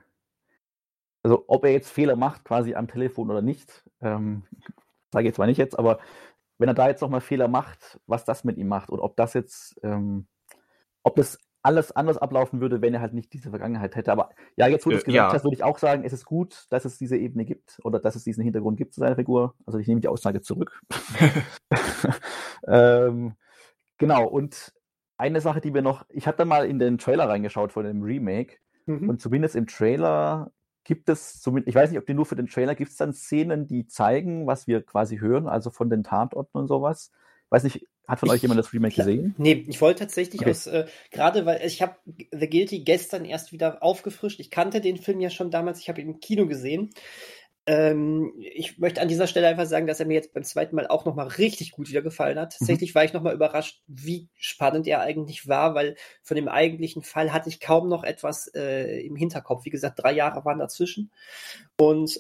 also ob er jetzt Fehler macht quasi am Telefon oder nicht, sage ich jetzt mal nicht jetzt, aber wenn er da jetzt nochmal Fehler macht, was das mit ihm macht und ob das jetzt, ob das alles anders ablaufen würde, wenn er halt nicht diese Vergangenheit hätte. Aber ja, jetzt, wo du es gesagt hast, würde ich auch sagen, es ist gut, dass es diese Ebene gibt oder dass es diesen Hintergrund gibt zu seiner Figur. Also ich nehme die Aussage zurück. Genau, und eine Sache, die wir noch, ich habe da mal in den Trailer reingeschaut von dem Remake und zumindest im Trailer gibt es, ich weiß nicht, ob die nur für den Trailer, gibt es dann Szenen, die zeigen, was wir quasi hören, also von den Tatorten und sowas. Weiß nicht, hat von euch jemand das Remake gesehen? Nee, ich wollte tatsächlich gerade weil ich habe The Guilty gestern erst wieder aufgefrischt. Ich kannte den Film ja schon damals, ich habe ihn im Kino gesehen. Ich möchte an dieser Stelle einfach sagen, dass er mir jetzt beim zweiten Mal auch nochmal richtig gut wieder gefallen hat. Tatsächlich war ich nochmal überrascht, wie spannend er eigentlich war, weil von dem eigentlichen Fall hatte ich kaum noch etwas im Hinterkopf. Wie gesagt, 3 Jahre waren dazwischen. Und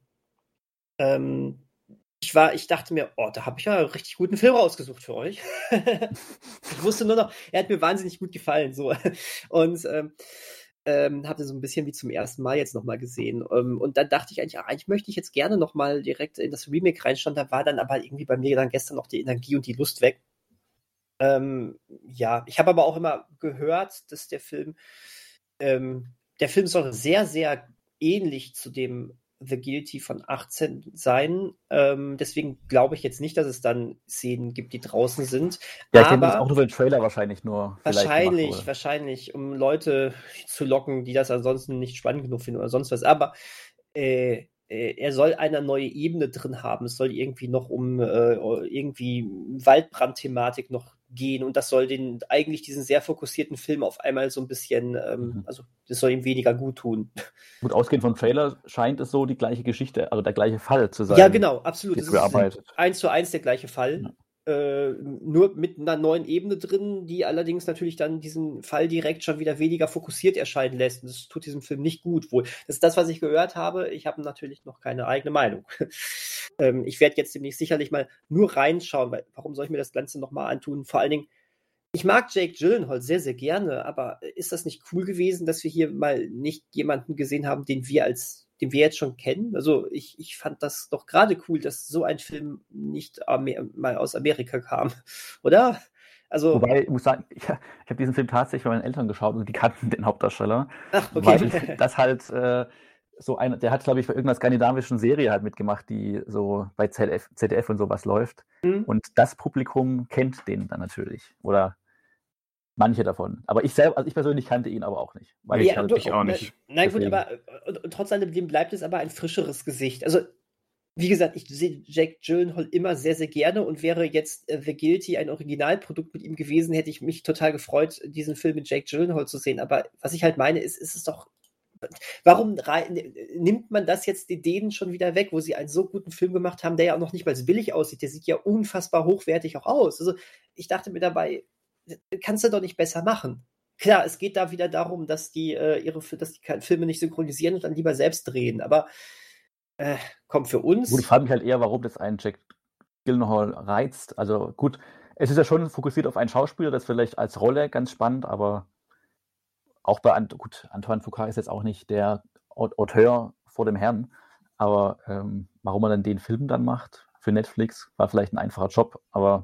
ich dachte mir, da habe ich ja einen richtig guten Film rausgesucht für euch. Ich wusste nur noch, er hat mir wahnsinnig gut gefallen. So. Und hatte so ein bisschen wie zum ersten Mal jetzt nochmal gesehen. Und dann dachte ich eigentlich möchte ich jetzt gerne nochmal direkt in das Remake reinschauen. Da war dann aber irgendwie bei mir dann gestern noch die Energie und die Lust weg. Ja, ich habe aber auch immer gehört, dass der Film soll sehr, sehr ähnlich zu dem The Guilty von 18 sein. Deswegen glaube ich jetzt nicht, dass es dann Szenen gibt, die draußen sind. Ja, ich denke, das ist auch nur für den Trailer wahrscheinlich nur. Wahrscheinlich, um Leute zu locken, die das ansonsten nicht spannend genug finden oder sonst was. Aber er soll eine neue Ebene drin haben. Es soll irgendwie noch um irgendwie Waldbrand-Thematik noch gehen und das soll eigentlich diesen sehr fokussierten Film auf einmal so ein bisschen, also das soll ihm weniger gut tun. Gut, ausgehend vom Trailer scheint es so die gleiche Geschichte, also der gleiche Fall zu sein. Ja, genau, absolut. Es ist 1:1 der gleiche Fall. Ja. Nur mit einer neuen Ebene drin, die allerdings natürlich dann diesen Fall direkt schon wieder weniger fokussiert erscheinen lässt. Und das tut diesem Film nicht gut wohl. Das ist das, was ich gehört habe. Ich habe natürlich noch keine eigene Meinung. Ich werde jetzt demnächst sicherlich mal nur reinschauen, weil warum soll ich mir das Ganze nochmal antun? Vor allen Dingen, ich mag Jake Gyllenhaal sehr, sehr gerne, aber ist das nicht cool gewesen, dass wir hier mal nicht jemanden gesehen haben, den wir jetzt schon kennen? Also ich fand das doch gerade cool, dass so ein Film nicht mal aus Amerika kam, oder? Also, wobei, ich muss sagen, ich habe diesen Film tatsächlich bei meinen Eltern geschaut und die kannten den Hauptdarsteller. Ach, okay. Weil das halt der hat, glaube ich, bei irgendeiner skandinavischen Serie halt mitgemacht, die so bei ZDF und sowas läuft. Und das Publikum kennt den dann natürlich. Oder manche davon. Aber ich persönlich kannte ihn aber auch nicht. Weil ich auch nicht. Nein, gut, aber trotz alledem bleibt es aber ein frischeres Gesicht. Also, wie gesagt, ich sehe Jake Gyllenhaal immer sehr, sehr gerne und wäre jetzt The Guilty ein Originalprodukt mit ihm gewesen, hätte ich mich total gefreut, diesen Film mit Jake Gyllenhaal zu sehen. Aber was ich halt meine, ist es doch, warum nimmt man das jetzt denen schon wieder weg, wo sie einen so guten Film gemacht haben, der ja auch noch nicht mal so billig aussieht, der sieht ja unfassbar hochwertig auch aus. Also ich dachte mir dabei, kannst du doch nicht besser machen. Klar, es geht da wieder darum, dass die Filme nicht synchronisieren und dann lieber selbst drehen, aber kommt für uns. Gut, ich frage mich halt eher, warum das einen Jack Gyllenhaal reizt. Also gut, es ist ja schon fokussiert auf einen Schauspieler, das vielleicht als Rolle ganz spannend, aber auch bei Antoine Fuqua ist jetzt auch nicht der Auteur vor dem Herrn, aber warum man dann den Film dann macht für Netflix, war vielleicht ein einfacher Job, aber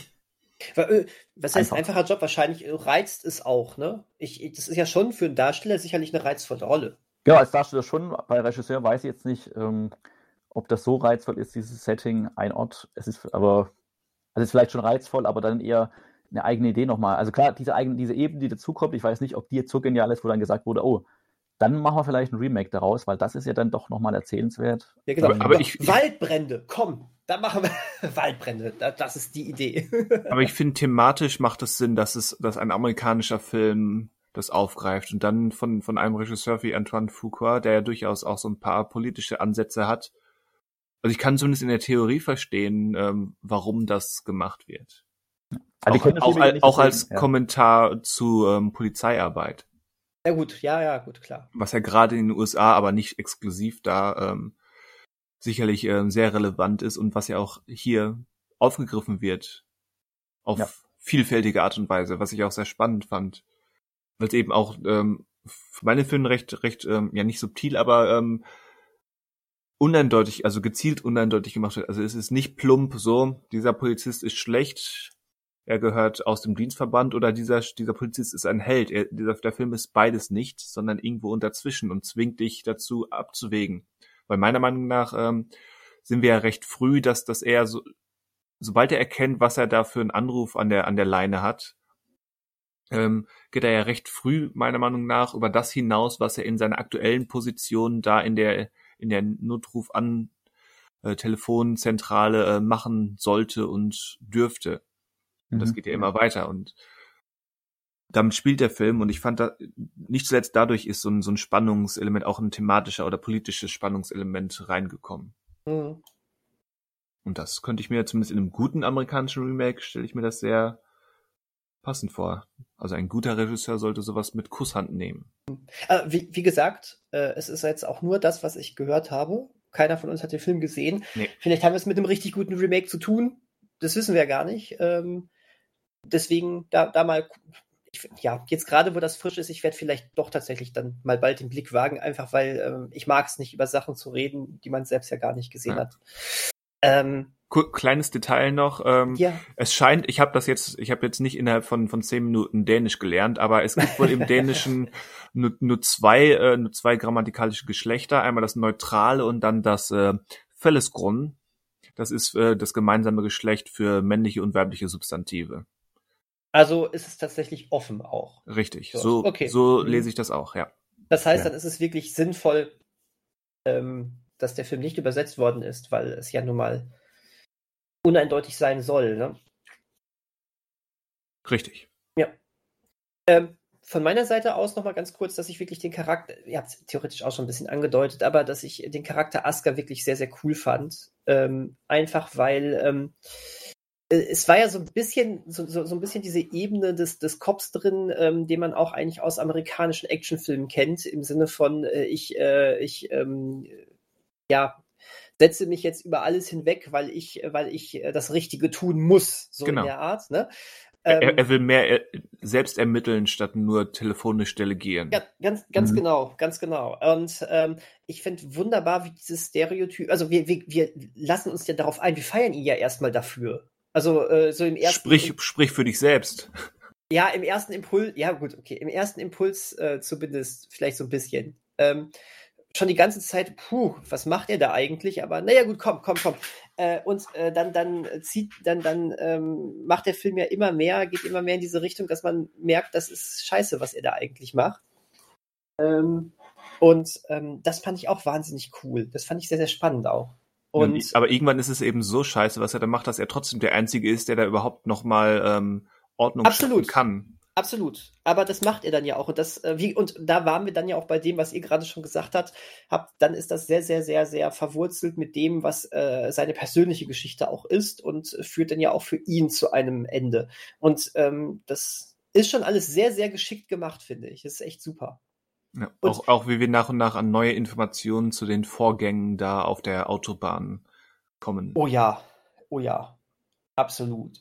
was heißt einfacher Job? Wahrscheinlich reizt es auch, ne? Das ist ja schon für einen Darsteller sicherlich eine reizvolle Rolle. Ja, als Darsteller schon. Bei Regisseur weiß ich jetzt nicht, ob das so reizvoll ist, dieses Setting, ein Ort. Es ist vielleicht schon reizvoll, aber dann eher eine eigene Idee nochmal. Also klar, diese Ebene, die dazukommt, ich weiß nicht, ob die jetzt so genial ist, wo dann gesagt wurde, oh, dann machen wir vielleicht ein Remake daraus, weil das ist ja dann doch nochmal erzählenswert. Ja, genau. Aber Waldbrände, komm, da machen wir Waldbrände. Das ist die Idee. Aber ich finde, thematisch macht es Sinn, dass ein amerikanischer Film das aufgreift und dann von einem Regisseur wie Antoine Fuqua, der ja durchaus auch so ein paar politische Ansätze hat. Also ich kann zumindest in der Theorie verstehen, warum das gemacht wird. Also auch als Kommentar zu Polizeiarbeit. Ja gut, gut, klar. Was ja gerade in den USA, aber nicht exklusiv da, sicherlich sehr relevant ist und was ja auch hier aufgegriffen wird auf vielfältige Art und Weise, was ich auch sehr spannend fand. Weil es eben auch für meine Filme recht nicht subtil, aber uneindeutig, also gezielt uneindeutig gemacht wird. Also es ist nicht plump so, dieser Polizist ist schlecht, er gehört aus dem Dienstverband oder dieser Polizist ist ein Held. Der Film ist beides nicht, sondern irgendwo dazwischen und zwingt dich dazu abzuwägen. Weil meiner Meinung nach sind wir ja recht früh, dass er sobald er erkennt, was er da für einen Anruf an der Leine hat, geht er ja recht früh, meiner Meinung nach, über das hinaus, was er in seiner aktuellen Position da in der Notruf an Telefonzentrale machen sollte und dürfte. Und das geht ja immer weiter. Und damit spielt der Film und ich fand, nicht zuletzt dadurch ist so ein Spannungselement, auch ein thematischer oder politisches Spannungselement reingekommen. Mhm. Und das könnte ich mir zumindest in einem guten amerikanischen Remake, stelle ich mir das sehr passend vor. Also ein guter Regisseur sollte sowas mit Kusshand nehmen. Wie gesagt, es ist jetzt auch nur das, was ich gehört habe. Keiner von uns hat den Film gesehen. Nee. Vielleicht haben wir es mit einem richtig guten Remake zu tun. Das wissen wir ja gar nicht. Deswegen da mal, jetzt gerade, wo das frisch ist, ich werde vielleicht doch tatsächlich dann mal bald den Blick wagen, einfach weil ich mag es nicht, über Sachen zu reden, die man selbst ja gar nicht gesehen hat. Kleines Detail noch. Es scheint, ich habe jetzt nicht innerhalb von 10 Minuten Dänisch gelernt, aber es gibt wohl im Dänischen nur zwei grammatikalische Geschlechter, einmal das Neutrale und dann das Fællesgrund. Das ist das gemeinsame Geschlecht für männliche und weibliche Substantive. Also ist es tatsächlich offen auch. Richtig, Okay. So lese ich das auch, ja. Das heißt, dann ist es wirklich sinnvoll, dass der Film nicht übersetzt worden ist, weil es ja nun mal uneindeutig sein soll, ne? Richtig. Ja. Von meiner Seite aus nochmal ganz kurz, dass ich wirklich den Charakter, ihr habt es theoretisch auch schon ein bisschen angedeutet, aber dass ich den Charakter Asker wirklich sehr, sehr cool fand. Einfach weil es war ja so ein bisschen diese Ebene des Cops drin, den man auch eigentlich aus amerikanischen Actionfilmen kennt, im Sinne von ich setze mich jetzt über alles hinweg, weil ich das Richtige tun muss, so Genau. in der Art, ne? Er will mehr selbst ermitteln, statt nur telefonisch delegieren. Ja, ganz genau. Und ich finde wunderbar, wie dieses Stereotyp, also wir lassen uns ja darauf ein, wir feiern ihn ja erstmal dafür. Also so im ersten... Sprich für dich selbst. Ja, im ersten Impuls, ja gut, okay, im ersten Impuls zumindest vielleicht so ein bisschen. Schon die ganze Zeit, was macht er da eigentlich? Aber naja, gut, komm. Dann macht der Film ja geht immer mehr in diese Richtung, dass man merkt, das ist scheiße, was er da eigentlich macht. Das fand ich auch wahnsinnig cool. Das fand ich sehr, sehr spannend auch. Aber irgendwann ist es eben so scheiße, was er da macht, dass er trotzdem der Einzige ist, der da überhaupt nochmal Ordnung schaffen kann. Absolut. Aber das macht er dann ja auch. Und da waren wir dann ja auch bei dem, was ihr gerade schon gesagt habt. Dann ist das sehr, sehr, sehr, sehr verwurzelt mit dem, was seine persönliche Geschichte auch ist und führt dann ja auch für ihn zu einem Ende. Und das ist schon alles sehr, sehr geschickt gemacht, finde ich. Das ist echt super. Ja, auch wie wir nach und nach an neue Informationen zu den Vorgängen da auf der Autobahn kommen. Oh ja. Absolut.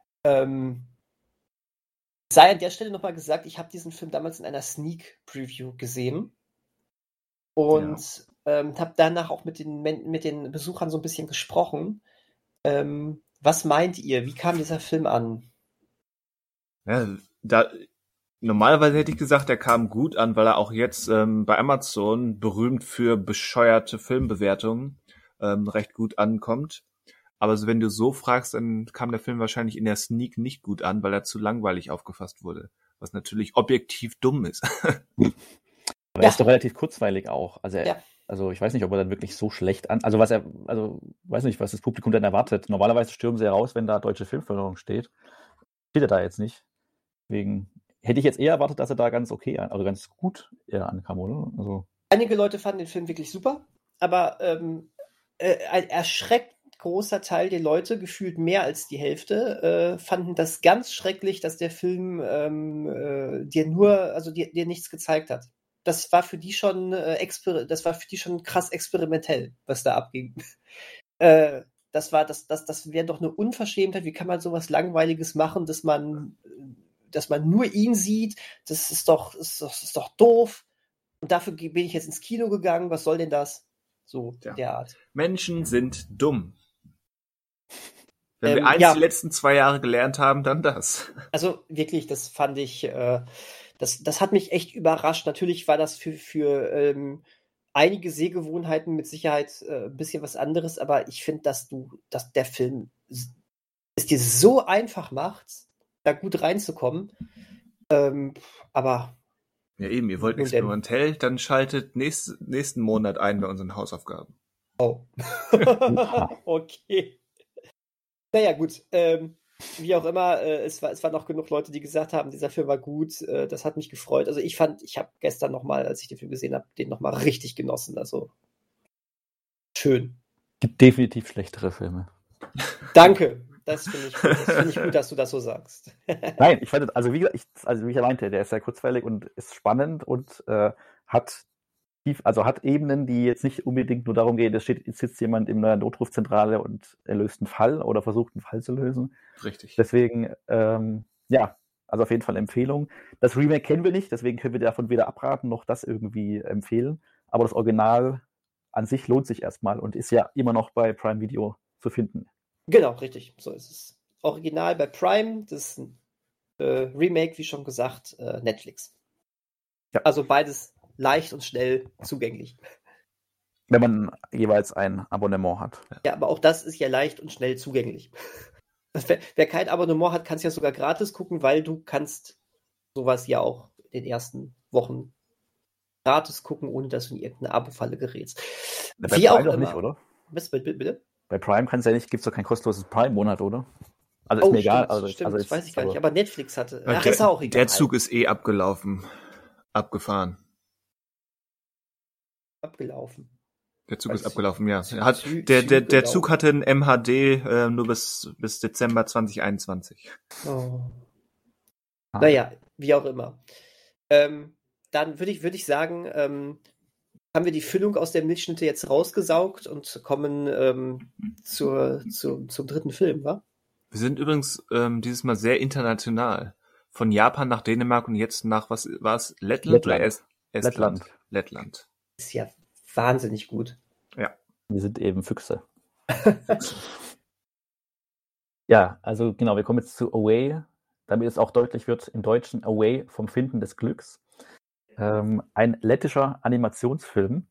Sei an der Stelle nochmal gesagt, ich habe diesen Film damals in einer Sneak Preview gesehen und habe danach auch mit den Besuchern so ein bisschen gesprochen. Was meint ihr? Wie kam dieser Film an? Ja, normalerweise hätte ich gesagt, er kam gut an, weil er auch jetzt bei Amazon, berühmt für bescheuerte Filmbewertungen, recht gut ankommt. Aber so, wenn du so fragst, dann kam der Film wahrscheinlich in der Sneak nicht gut an, weil er zu langweilig aufgefasst wurde. Was natürlich objektiv dumm ist. Aber er ist doch relativ kurzweilig auch. Also ich weiß nicht, ob er dann wirklich so schlecht weiß nicht, was das Publikum dann erwartet. Normalerweise stürmen sie heraus, wenn da deutsche Filmförderung steht. Steht er da jetzt nicht. Deswegen hätte ich jetzt eher erwartet, dass er da ganz okay, also ganz gut eher ankam, oder? Also. Einige Leute fanden den Film wirklich super, aber ein erschreckend großer Teil der Leute, gefühlt mehr als die Hälfte, fanden das ganz schrecklich, dass der Film dir nichts gezeigt hat. Das war für die schon krass experimentell, was da abging. Das wäre doch eine Unverschämtheit. Wie kann man sowas Langweiliges machen, dass man nur ihn sieht? Das ist doch doof. Und dafür bin ich jetzt ins Kino gegangen. Was soll denn das? So, der Art. Menschen sind dumm. Wenn wir die letzten 2 Jahre gelernt haben, dann das. Also wirklich, das fand ich, das hat mich echt überrascht. Natürlich war das für einige Sehgewohnheiten mit Sicherheit ein bisschen was anderes, aber ich finde, dass der Film es dir so einfach macht, da gut reinzukommen. Aber ja eben, ihr wollt experimentell, dann schaltet nächsten Monat ein bei unseren Hausaufgaben. Oh. Okay. Naja, gut. Wie auch immer, es waren noch genug Leute, die gesagt haben, dieser Film war gut. Das hat mich gefreut. Also ich habe gestern nochmal, als ich den Film gesehen habe, den nochmal richtig genossen. Also schön. Gibt definitiv schlechtere Filme. Danke. Das finde ich gut. Das finde ich gut, dass du das so sagst. Nein, ich fand, also wie ich ja meinte, der ist sehr kurzweilig und ist spannend und hat Ebenen, die jetzt nicht unbedingt nur darum gehen, jetzt sitzt jemand in einer Notrufzentrale und er löst einen Fall oder versucht einen Fall zu lösen. Richtig. Deswegen, ja, also auf jeden Fall Empfehlung. Das Remake kennen wir nicht, deswegen können wir davon weder abraten noch das irgendwie empfehlen. Aber das Original an sich lohnt sich erstmal und ist ja immer noch bei Prime Video zu finden. Genau, richtig. So ist es. Original bei Prime, das Remake, wie schon gesagt, Netflix. Ja. Also beides leicht und schnell zugänglich. Wenn man jeweils ein Abonnement hat. Ja, aber auch das ist ja leicht und schnell zugänglich. Wer kein Abonnement hat, kann es ja sogar gratis gucken, weil du kannst sowas ja auch in den ersten Wochen gratis gucken, ohne dass du in irgendeine Abo-Falle gerätst. Bei Wie auch Prime doch immer. nicht, oder? Bitte? Bei Prime kann es ja nicht, gibt es doch kein kostenloses Prime-Monat, oder? Also ist mir egal. Stimmt, jetzt, weiß ich gar nicht. Aber Netflix hatte. Ach, ist auch egal. Der Zug ist abgefahren. Abgelaufen. Der Zug Weiß ist abgelaufen, ja. Zug Der Zug hatte ein MHD nur bis Dezember 2021. Oh. Naja, wie auch immer. Dann würde ich sagen, haben wir die Füllung aus der Milchschnitte jetzt rausgesaugt und kommen zum dritten Film, wa? Wir sind übrigens dieses Mal sehr international. Von Japan nach Dänemark und jetzt nach, was war es? Lettland? Lettland. Ist ja wahnsinnig gut. Ja. Wir sind eben Füchse. Ja, also genau, wir kommen jetzt zu Away, damit es auch deutlich wird, im Deutschen Away vom Finden des Glücks. Ein lettischer Animationsfilm,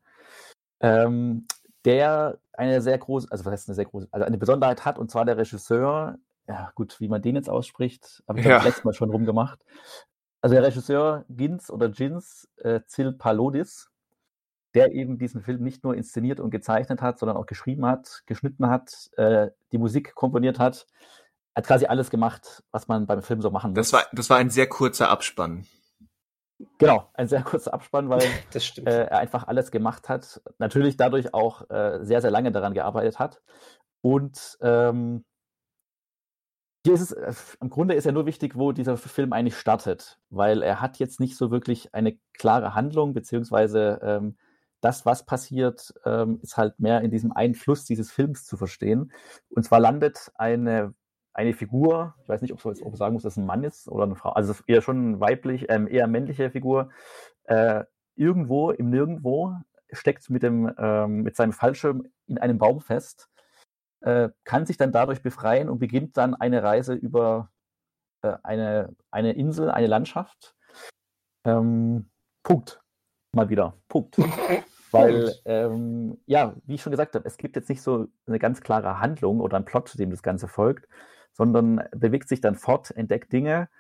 der eine sehr große, also was heißt eine sehr große, also eine Besonderheit hat, und zwar der Regisseur, ja gut, wie man den jetzt ausspricht, habe ich letztes Mal schon rumgemacht. Also der Regisseur Gins Zilpalodis, der eben diesen Film nicht nur inszeniert und gezeichnet hat, sondern auch geschrieben hat, geschnitten hat, die Musik komponiert hat quasi alles gemacht, was man beim Film so machen muss. Das war ein sehr kurzer Abspann. Genau, ein sehr kurzer Abspann, weil das stimmt. Er einfach alles gemacht hat. Natürlich dadurch auch sehr, sehr lange daran gearbeitet hat. Und hier ist es, im Grunde ist ja nur wichtig, wo dieser Film eigentlich startet, weil er hat jetzt nicht so wirklich eine klare Handlung, beziehungsweise das, was passiert, ist halt mehr in diesem Einfluss dieses Films zu verstehen. Und zwar landet eine Figur, ich weiß nicht, ob man sagen muss, dass es ein Mann ist oder eine Frau, also eher schon weiblich, eher männliche Figur, irgendwo im Nirgendwo, steckt mit seinem Fallschirm in einem Baum fest, kann sich dann dadurch befreien und beginnt dann eine Reise über eine Insel, eine Landschaft. Punkt. Mal wieder. Punkt. Weil, ja, wie ich schon gesagt habe, es gibt jetzt nicht so eine ganz klare Handlung oder einen Plot, dem das Ganze folgt, sondern bewegt sich dann fort, entdeckt Dinge.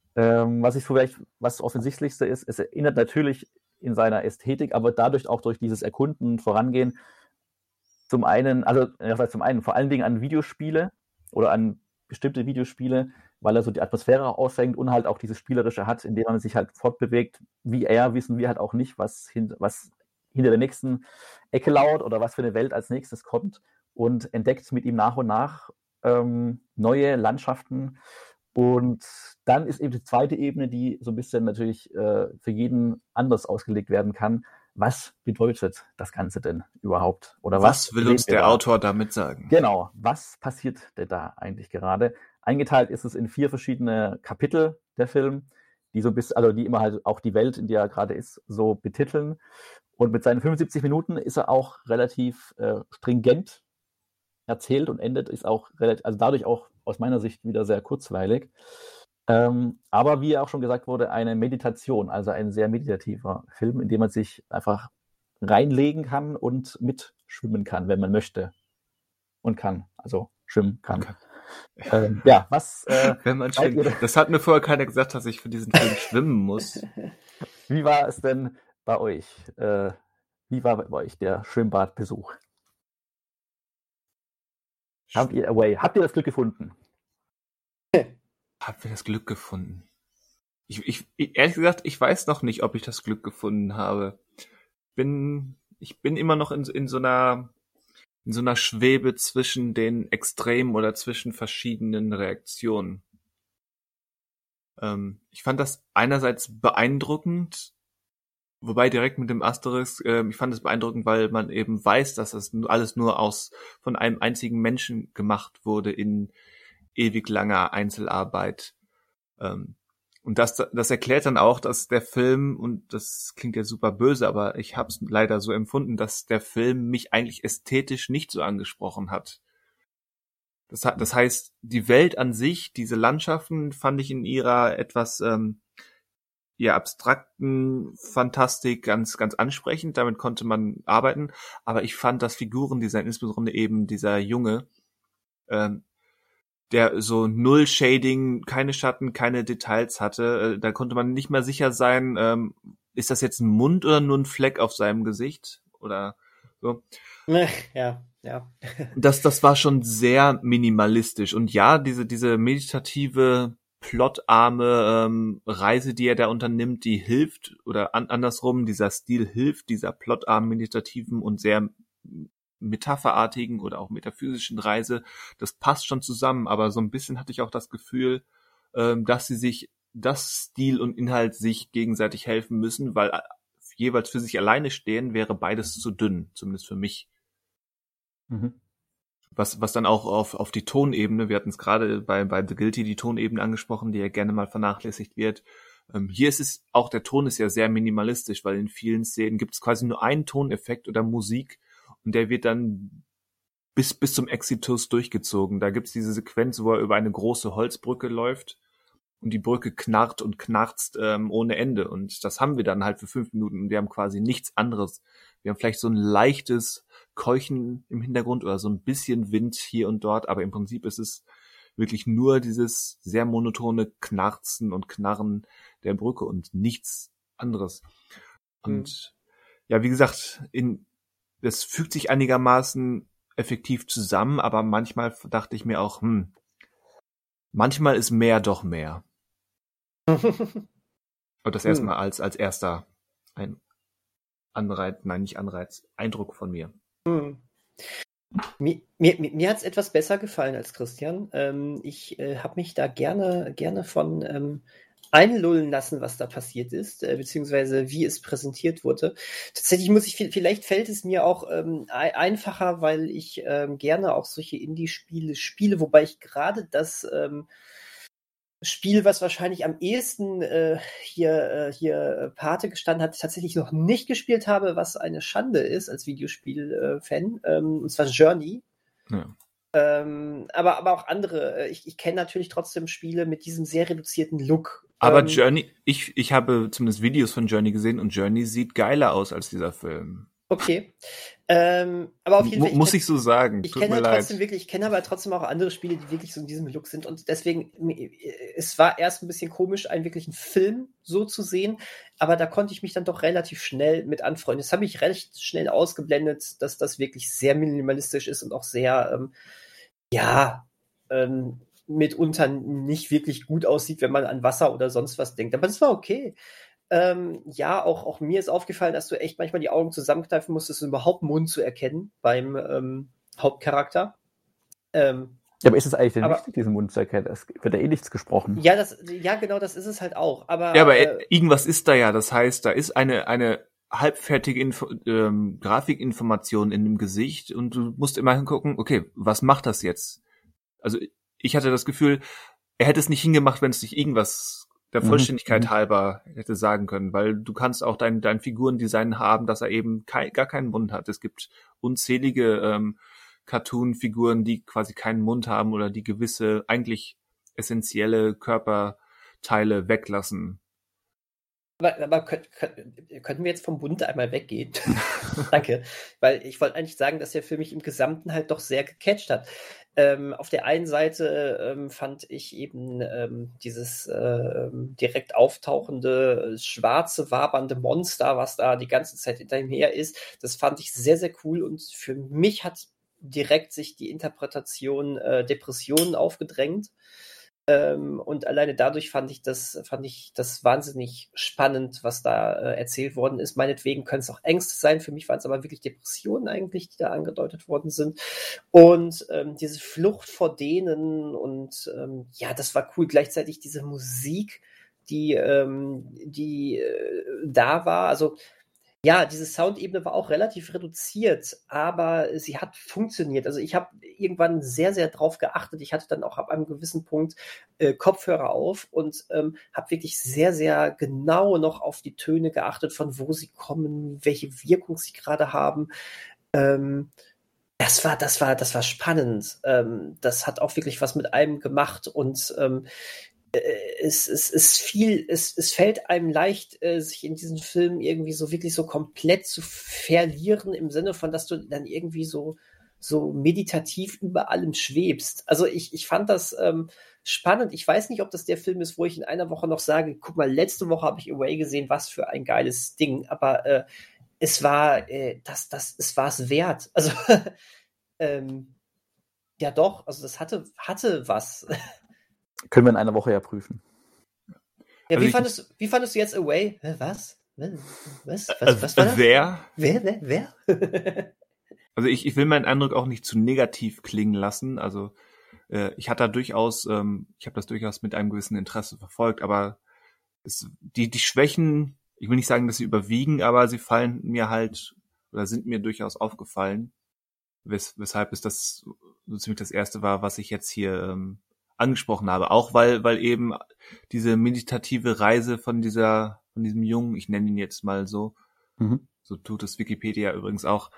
Was Offensichtlichste ist, es erinnert natürlich in seiner Ästhetik, aber dadurch auch durch dieses Erkunden, Vorangehen, vor allen Dingen an Videospiele oder an bestimmte Videospiele, weil er so die Atmosphäre auffängt und halt auch dieses Spielerische hat, indem man sich halt fortbewegt. Wissen wir halt auch nicht, was hinter der nächsten Ecke lauert oder was für eine Welt als nächstes kommt, und entdeckt mit ihm nach und nach neue Landschaften. Und dann ist eben die zweite Ebene, die so ein bisschen natürlich für jeden anders ausgelegt werden kann. Was bedeutet das Ganze denn überhaupt? Oder was will uns der Autor damit sagen? Genau, was passiert denn da eigentlich gerade? Eingeteilt ist es in 4 verschiedene Kapitel, der Film, die so ein bisschen, also die immer halt auch die Welt, in der er gerade ist, so betiteln. Und mit seinen 75 Minuten ist er auch relativ stringent erzählt und ist auch relativ, also dadurch auch aus meiner Sicht wieder sehr kurzweilig. Aber wie auch schon gesagt wurde, eine Meditation, also ein sehr meditativer Film, in dem man sich einfach reinlegen kann und mitschwimmen kann, wenn man möchte und kann, also schwimmen kann. Okay. Ja, was... wenn man das hat mir vorher keiner gesagt, dass ich für diesen Film schwimmen muss. Wie war es denn bei euch? Wie war bei euch der Schwimmbadbesuch? Habt ihr das Glück gefunden? Haben wir das Glück gefunden? Ehrlich gesagt, ich weiß noch nicht, ob ich das Glück gefunden habe. Ich bin immer noch in so einer Schwebe zwischen den Extremen oder zwischen verschiedenen Reaktionen. Ich fand das einerseits beeindruckend, wobei direkt mit dem Asterisk, ich fand es beeindruckend, weil man eben weiß, dass das alles nur von einem einzigen Menschen gemacht wurde in ewig langer Einzelarbeit. Und das erklärt dann auch, dass der Film, und das klingt ja super böse, aber ich habe es leider so empfunden, dass der Film mich eigentlich ästhetisch nicht so angesprochen hat. Das heißt, die Welt an sich, diese Landschaften, fand ich in ihrer etwas abstrakten Fantastik ganz, ganz ansprechend. Damit konnte man arbeiten. Aber ich fand das Figurendesign, insbesondere eben dieser Junge, der so null Shading, keine Schatten, keine Details hatte. Da konnte man nicht mehr sicher sein, ist das jetzt ein Mund oder nur ein Fleck auf seinem Gesicht? Oder so. Ja. Das war schon sehr minimalistisch. Und ja, diese meditative, plotarme Reise, die er da unternimmt, die hilft, oder andersrum, dieser Stil hilft, dieser plotarmen, meditativen und sehr metapherartigen oder auch metaphysischen Reise, das passt schon zusammen, aber so ein bisschen hatte ich auch das Gefühl, dass dass Stil und Inhalt sich gegenseitig helfen müssen, weil jeweils für sich alleine stehen, wäre beides zu dünn, zumindest für mich. Mhm. Was dann auch auf die Tonebene, wir hatten es gerade bei The Guilty die Tonebene angesprochen, die ja gerne mal vernachlässigt wird. Hier ist es, auch der Ton ist ja sehr minimalistisch, weil in vielen Szenen gibt es quasi nur einen Toneffekt oder Musik und der wird dann bis zum Exitus durchgezogen. Da gibt's diese Sequenz, wo er über eine große Holzbrücke läuft und die Brücke knarrt und knarzt ohne Ende. Und das haben wir dann halt für 5 Minuten und wir haben quasi nichts anderes. Wir haben vielleicht so ein leichtes Keuchen im Hintergrund oder so ein bisschen Wind hier und dort, aber im Prinzip ist es wirklich nur dieses sehr monotone Knarzen und Knarren der Brücke und nichts anderes. Und ja, wie gesagt, das fügt sich einigermaßen effektiv zusammen, aber manchmal dachte ich mir auch, manchmal ist mehr doch mehr. Und das erstmal als erster ein Eindruck von mir. Mir hat's etwas besser gefallen als Christian. Ich habe mich da gerne von einlullen lassen, was da passiert ist, beziehungsweise wie es präsentiert wurde. Tatsächlich vielleicht fällt es mir auch einfacher, weil ich gerne auch solche Indie-Spiele spiele, wobei ich gerade das Spiel, was wahrscheinlich am ehesten hier Pate gestanden hat, tatsächlich noch nicht gespielt habe, was eine Schande ist als Videospiel-Fan, und zwar Journey. Ja. Aber auch andere. Ich kenne natürlich trotzdem Spiele mit diesem sehr reduzierten Look. Aber Journey, ich habe zumindest Videos von Journey gesehen und Journey sieht geiler aus als dieser Film. Okay. Aber auf jeden Fall. Muss ich so sagen. Ich Tut kenne mir halt trotzdem leid. wirklich, ich kenne aber trotzdem auch andere Spiele, die wirklich so in diesem Look sind. Und deswegen, es war erst ein bisschen komisch, einen wirklichen Film so zu sehen, aber da konnte ich mich dann doch relativ schnell mit anfreunden. Das habe ich recht schnell ausgeblendet, dass das wirklich sehr minimalistisch ist und auch sehr, mitunter nicht wirklich gut aussieht, wenn man an Wasser oder sonst was denkt. Aber das war okay. Auch mir ist aufgefallen, dass du echt manchmal die Augen zusammenkneifen musstest, um überhaupt Mund zu erkennen beim Hauptcharakter. Aber ist es eigentlich denn wichtig, diesen Mund zu erkennen? Es wird ja eh nichts gesprochen. Ja, genau, das ist es halt auch. Aber irgendwas ist da ja. Das heißt, da ist eine halbfertige Grafikinformation in dem Gesicht und du musst immer hingucken, okay, was macht das jetzt? Also ich hatte das Gefühl, er hätte es nicht hingemacht, wenn es nicht irgendwas der Vollständigkeit halber hätte sagen können, weil du kannst auch dein Figurendesign haben, dass er eben gar keinen Mund hat. Es gibt unzählige Cartoon-Figuren, die quasi keinen Mund haben oder die gewisse, eigentlich essentielle Körperteile weglassen. Aber könnten wir jetzt vom Mund einmal weggehen? Danke. Weil ich wollte eigentlich sagen, dass der Film mich im Gesamten halt doch sehr gecatcht hat. Auf der einen Seite fand ich eben dieses direkt auftauchende, schwarze, wabernde Monster, was da die ganze Zeit hinter ihm her ist, das fand ich sehr, sehr cool und für mich hat direkt sich die Interpretation Depressionen aufgedrängt. Und alleine dadurch fand ich das wahnsinnig spannend, was da erzählt worden ist. Meinetwegen können es auch Ängste sein. Für mich waren es aber wirklich Depressionen eigentlich, die da angedeutet worden sind. Und diese Flucht vor denen und ja, das war cool. Gleichzeitig diese Musik, die da war. Also ja, diese Soundebene war auch relativ reduziert, aber sie hat funktioniert. Also ich habe irgendwann sehr, sehr drauf geachtet. Ich hatte dann auch ab einem gewissen Punkt Kopfhörer auf und habe wirklich sehr, sehr genau noch auf die Töne geachtet, von wo sie kommen, welche Wirkung sie gerade haben. Das war spannend. Das hat auch wirklich was mit einem gemacht und es fällt einem leicht, sich in diesem Film irgendwie so wirklich so komplett zu verlieren, im Sinne von, dass du dann irgendwie so meditativ über allem schwebst. Also ich fand das spannend. Ich weiß nicht, ob das der Film ist, wo ich in einer Woche noch sage, guck mal, letzte Woche habe ich Away gesehen, was für ein geiles Ding. Aber es war es war es wert. Also ja doch, also das hatte was. Können wir in einer Woche ja prüfen. Ja, Also wie fandest du jetzt Away? Was? Was war das? Wer? Wer? Also ich will meinen Eindruck auch nicht zu negativ klingen lassen. Also ich habe das durchaus mit einem gewissen Interesse verfolgt, aber die Schwächen, ich will nicht sagen, dass sie überwiegen, aber sie fallen mir halt oder sind mir durchaus aufgefallen, weshalb es das so ziemlich das erste war, was ich jetzt hier angesprochen habe. Auch weil eben diese meditative Reise von diesem Jungen, ich nenne ihn jetzt mal so, so tut es Wikipedia übrigens auch,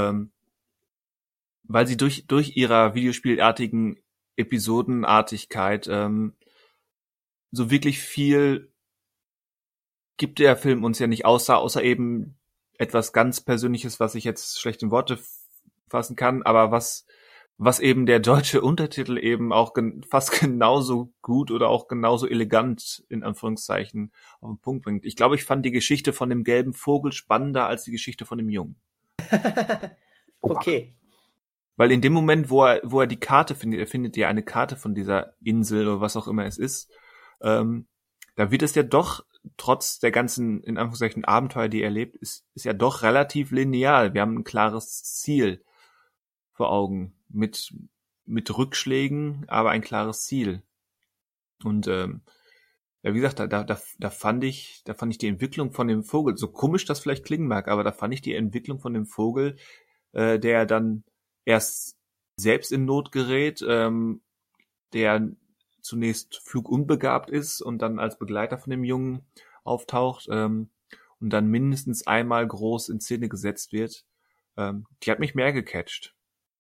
weil sie durch ihrer videospielartigen Episodenartigkeit so wirklich viel gibt der Film uns ja nicht außer eben etwas ganz Persönliches, was ich jetzt schlecht in Worte fassen kann, aber was eben der deutsche Untertitel eben auch fast genauso gut oder auch genauso elegant in Anführungszeichen auf den Punkt bringt. Ich glaube, ich fand die Geschichte von dem gelben Vogel spannender als die Geschichte von dem Jungen. Okay. Weil in dem Moment, wo er die Karte findet, er findet ja eine Karte von dieser Insel oder was auch immer es ist, da wird es ja doch, trotz der ganzen, in Anführungszeichen, Abenteuer, die er erlebt, ist ja doch relativ lineal. Wir haben ein klares Ziel vor Augen. Mit Rückschlägen, aber ein klares Ziel. Und ja, wie gesagt, da fand ich die Entwicklung von dem Vogel, so komisch das vielleicht klingen mag, aber da fand ich die Entwicklung von dem Vogel, der dann erst selbst in Not gerät, der zunächst flugunbegabt ist und dann als Begleiter von dem Jungen auftaucht und dann mindestens einmal groß in Szene gesetzt wird, die hat mich mehr gecatcht.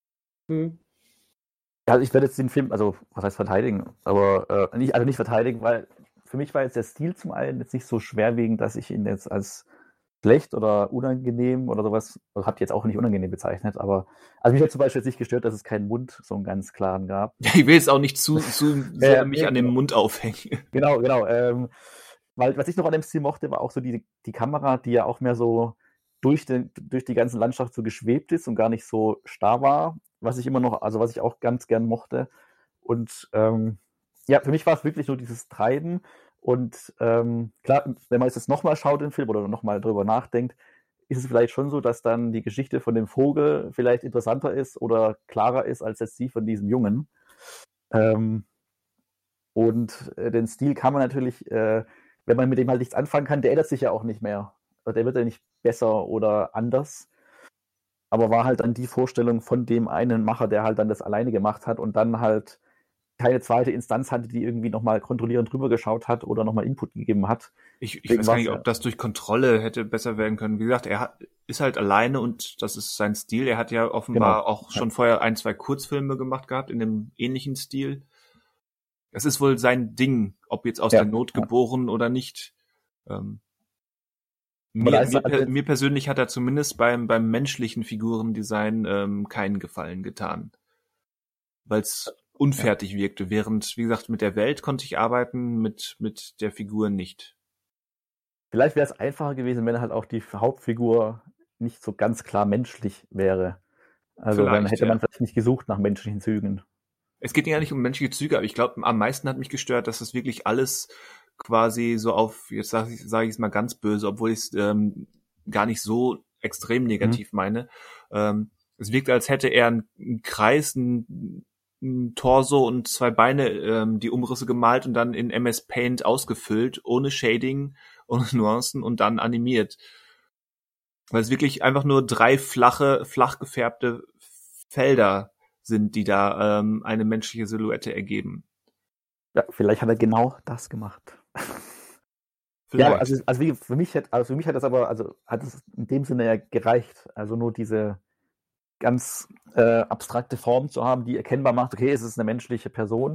Ja, ich werde jetzt den Film, also was heißt verteidigen, aber nicht verteidigen, weil für mich war jetzt der Stil zum einen jetzt nicht so schwerwiegend, dass ich ihn jetzt als schlecht oder unangenehm oder sowas, also habt ihr jetzt auch nicht unangenehm bezeichnet, aber also mich hat zum Beispiel jetzt nicht gestört, dass es keinen Mund so einen ganz klaren gab. Ich will jetzt auch nicht zu sehr mich an dem Mund aufhängen. Genau, weil was ich noch an dem Stil mochte, war auch so die Kamera, die ja auch mehr so durch die ganze Landschaft so geschwebt ist und gar nicht so starr war, was ich auch ganz gern mochte. Und ja, für mich war es wirklich nur dieses Treiben. Und klar, wenn man jetzt nochmal schaut den Film oder nochmal drüber nachdenkt, ist es vielleicht schon so, dass dann die Geschichte von dem Vogel vielleicht interessanter ist oder klarer ist als jetzt die von diesem Jungen. Und den Stil kann man natürlich, wenn man mit dem halt nichts anfangen kann, der ändert sich ja auch nicht mehr. Also der wird ja nicht besser oder anders. Aber war halt dann die Vorstellung von dem einen Macher, der halt dann das alleine gemacht hat und dann halt keine zweite Instanz hatte, die irgendwie nochmal kontrollierend drüber geschaut hat oder nochmal Input gegeben hat. Ich weiß gar nicht, ob das durch Kontrolle hätte besser werden können. Wie gesagt, ist halt alleine und das ist sein Stil. Er hat ja offenbar auch schon vorher 1, 2 Kurzfilme gemacht gehabt in einem ähnlichen Stil. Das ist wohl sein Ding, ob jetzt aus der Not geboren oder nicht. Mir persönlich hat er zumindest beim menschlichen Figurendesign keinen Gefallen getan. Weil es unfertig wirkte, während, wie gesagt, mit der Welt konnte ich arbeiten, mit der Figur nicht. Vielleicht wäre es einfacher gewesen, wenn halt auch die Hauptfigur nicht so ganz klar menschlich wäre. Also dann hätte man vielleicht nicht gesucht nach menschlichen Zügen. Es geht ja nicht um menschliche Züge, aber ich glaube, am meisten hat mich gestört, dass das wirklich alles quasi so auf, jetzt sage ich es mal ganz böse, obwohl ich es gar nicht so extrem negativ meine. Es wirkt, als hätte er einen Kreis, ein Torso und 2 Beine, die Umrisse gemalt und dann in MS Paint ausgefüllt, ohne Shading, ohne Nuancen und dann animiert. Weil es wirklich einfach nur 3 flach gefärbte Felder sind, die da eine menschliche Silhouette ergeben. Ja, vielleicht hat er genau das gemacht. Vielleicht. Ja, also für mich hat das aber, also hat es in dem Sinne ja gereicht. Also nur diese ganz abstrakte Form zu haben, die erkennbar macht, okay, es ist eine menschliche Person.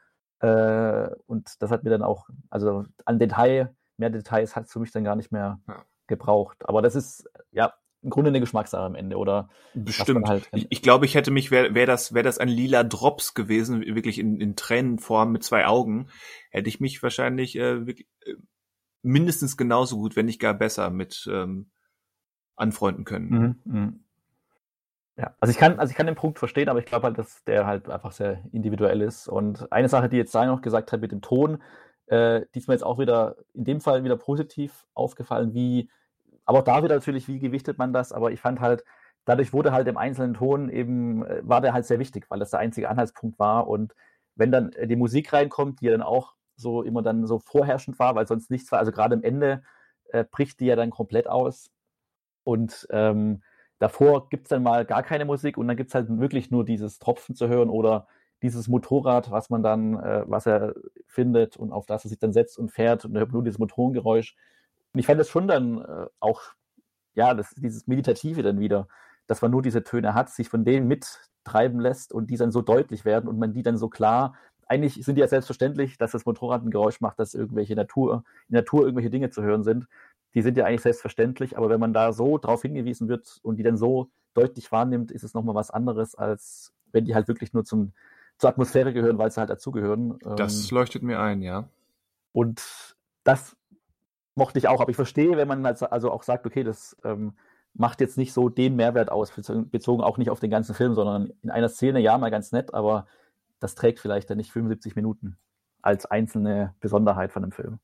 Und das hat mir dann auch, also mehr Details hat es für mich dann gar nicht mehr gebraucht. Aber das ist ja im Grunde eine Geschmackssache am Ende, oder? Bestimmt. Ich glaube, ich hätte mich, wäre das ein lila Drops gewesen, wirklich in Tränenform mit 2 Augen, hätte ich mich wahrscheinlich wirklich, mindestens genauso gut, wenn nicht gar besser mit anfreunden können. Ja, also ich kann den Punkt verstehen, aber ich glaube halt, dass der halt einfach sehr individuell ist. Und eine Sache, die jetzt Daniel noch gesagt hat mit dem Ton, die ist mir jetzt auch wieder in dem Fall wieder positiv aufgefallen, aber auch da wieder natürlich, wie gewichtet man das, aber ich fand halt, dadurch wurde halt im einzelnen Ton eben, war der halt sehr wichtig, weil das der einzige Anhaltspunkt war, und wenn dann die Musik reinkommt, die ja dann auch so immer dann so vorherrschend war, weil sonst nichts war, also gerade am Ende bricht die ja dann komplett aus, und davor gibt es dann mal gar keine Musik und dann gibt es halt wirklich nur dieses Tropfen zu hören oder dieses Motorrad, was man dann, was er findet und auf das er sich dann setzt und fährt, und er hört nur dieses Motorengeräusch. Und ich fand das schon dann auch, ja, dieses Meditative dann wieder, dass man nur diese Töne hat, sich von denen mittreiben lässt und die dann so deutlich werden und man die dann so klar, eigentlich sind die ja selbstverständlich, dass das Motorrad ein Geräusch macht, dass in der Natur irgendwelche Dinge zu hören sind. Die sind ja eigentlich selbstverständlich, aber wenn man da so drauf hingewiesen wird und die dann so deutlich wahrnimmt, ist es nochmal was anderes, als wenn die halt wirklich nur zur Atmosphäre gehören, weil sie halt dazugehören. Das leuchtet mir ein, ja. Und das mochte ich auch, aber ich verstehe, wenn man also auch sagt, okay, das macht jetzt nicht so den Mehrwert aus, bezogen auch nicht auf den ganzen Film, sondern in einer Szene ja mal ganz nett, aber das trägt vielleicht dann nicht 75 Minuten als einzelne Besonderheit von dem Film.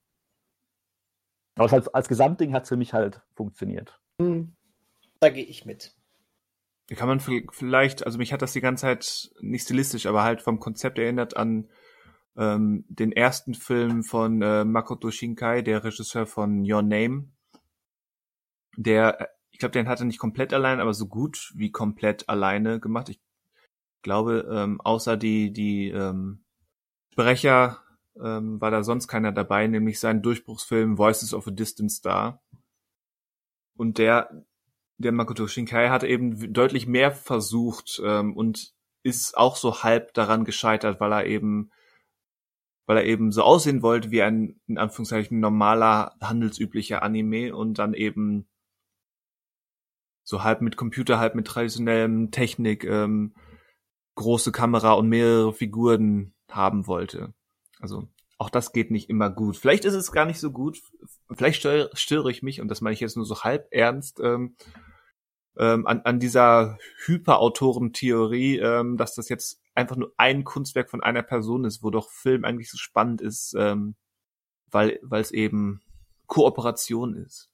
Aber als Gesamtding hat es für mich halt funktioniert. Da gehe ich mit. Kann man vielleicht, also mich hat das die ganze Zeit nicht stilistisch, aber halt vom Konzept erinnert an den ersten Film von Makoto Shinkai, der Regisseur von Your Name. Ich glaube, den hat er nicht komplett allein, aber so gut wie komplett alleine gemacht. Ich glaube, außer die Sprecher war da sonst keiner dabei, nämlich sein Durchbruchsfilm Voices of a Distant Star. Und der Makoto Shinkai hat eben deutlich mehr versucht und ist auch so halb daran gescheitert, weil er eben so aussehen wollte wie ein, in Anführungszeichen, normaler, handelsüblicher Anime und dann eben so halb mit Computer, halb mit traditionellem Technik große Kamera und mehrere Figuren haben wollte. Also auch das geht nicht immer gut. Vielleicht ist es gar nicht so gut. Vielleicht störe ich mich, und das meine ich jetzt nur so halb ernst, an dieser Hyperautorentheorie, dass das jetzt einfach nur ein Kunstwerk von einer Person ist, wo doch Film eigentlich so spannend ist, weil es eben Kooperation ist.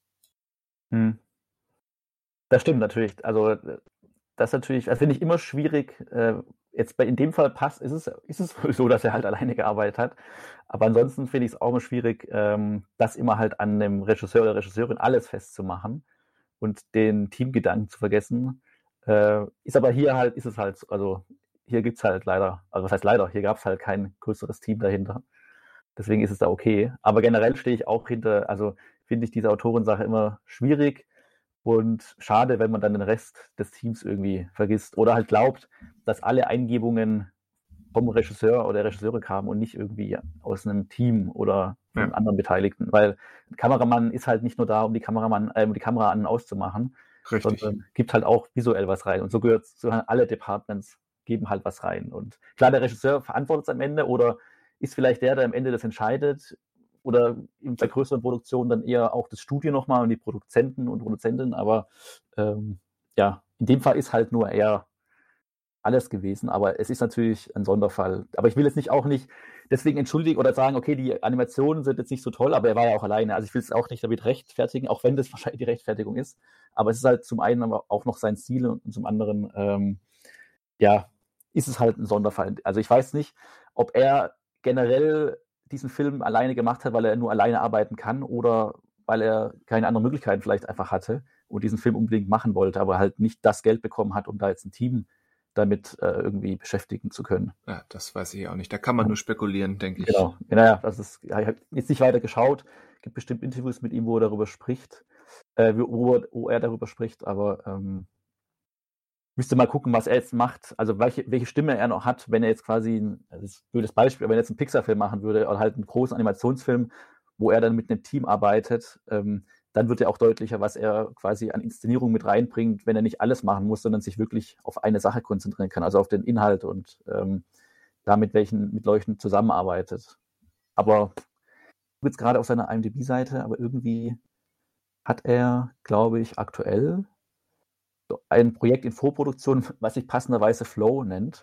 Das stimmt natürlich. Also das finde ich immer schwierig. Jetzt in dem Fall ist es wohl so, dass er halt alleine gearbeitet hat. Aber ansonsten finde ich es auch immer schwierig, das immer halt an dem Regisseur oder Regisseurin alles festzumachen und den Teamgedanken zu vergessen. Ist es halt, also hier gibt es halt leider, also was heißt leider, hier gab es halt kein größeres Team dahinter. Deswegen ist es da okay. Aber generell stehe ich auch hinter, also finde ich diese Autorensache immer schwierig und schade, wenn man dann den Rest des Teams irgendwie vergisst oder halt glaubt, dass alle Eingebungen vom Regisseur oder Regisseure kamen und nicht irgendwie aus einem Team oder von anderen Beteiligten. Weil ein Kameramann ist halt nicht nur da, um die Kamera an- und auszumachen, Richtig. sondern gibt halt auch visuell was rein. Und so gehört es zu alle Departments, geben halt was rein. Und klar, der Regisseur verantwortet es am Ende oder ist vielleicht der am Ende das entscheidet, oder bei größeren Produktionen dann eher auch das Studio nochmal und die Produzenten und Produzentinnen, aber in dem Fall ist halt nur er alles gewesen, aber es ist natürlich ein Sonderfall. Aber ich will jetzt auch nicht deswegen entschuldigen oder sagen, okay, die Animationen sind jetzt nicht so toll, aber er war ja auch alleine. Also ich will es auch nicht damit rechtfertigen, auch wenn das wahrscheinlich die Rechtfertigung ist. Aber es ist halt zum einen aber auch noch sein Stil und zum anderen, ist es halt ein Sonderfall. Also ich weiß nicht, ob er generell diesen Film alleine gemacht hat, weil er nur alleine arbeiten kann oder weil er keine anderen Möglichkeiten vielleicht einfach hatte und diesen Film unbedingt machen wollte, aber halt nicht das Geld bekommen hat, um da jetzt ein Team damit irgendwie beschäftigen zu können. Ja, das weiß ich auch nicht. Da kann man nur spekulieren, denke ich. Genau. Naja, ich habe jetzt nicht weiter geschaut. Es gibt bestimmt Interviews mit ihm, wo er darüber spricht, wo er darüber spricht, aber müsste mal gucken, was er jetzt macht, also welche Stimme er noch hat, wenn er jetzt quasi, das ist ein blödes Beispiel, wenn er jetzt einen Pixar-Film machen würde oder halt einen großen Animationsfilm, wo er dann mit einem Team arbeitet, dann wird ja auch deutlicher, was er quasi an Inszenierung mit reinbringt, wenn er nicht alles machen muss, sondern sich wirklich auf eine Sache konzentrieren kann, also auf den Inhalt und da mit Leuten zusammenarbeitet. Aber ich gucke jetzt gerade auf seiner IMDb-Seite, aber irgendwie hat er, glaube ich, aktuell ein Projekt in Vorproduktion, was sich passenderweise Flow nennt.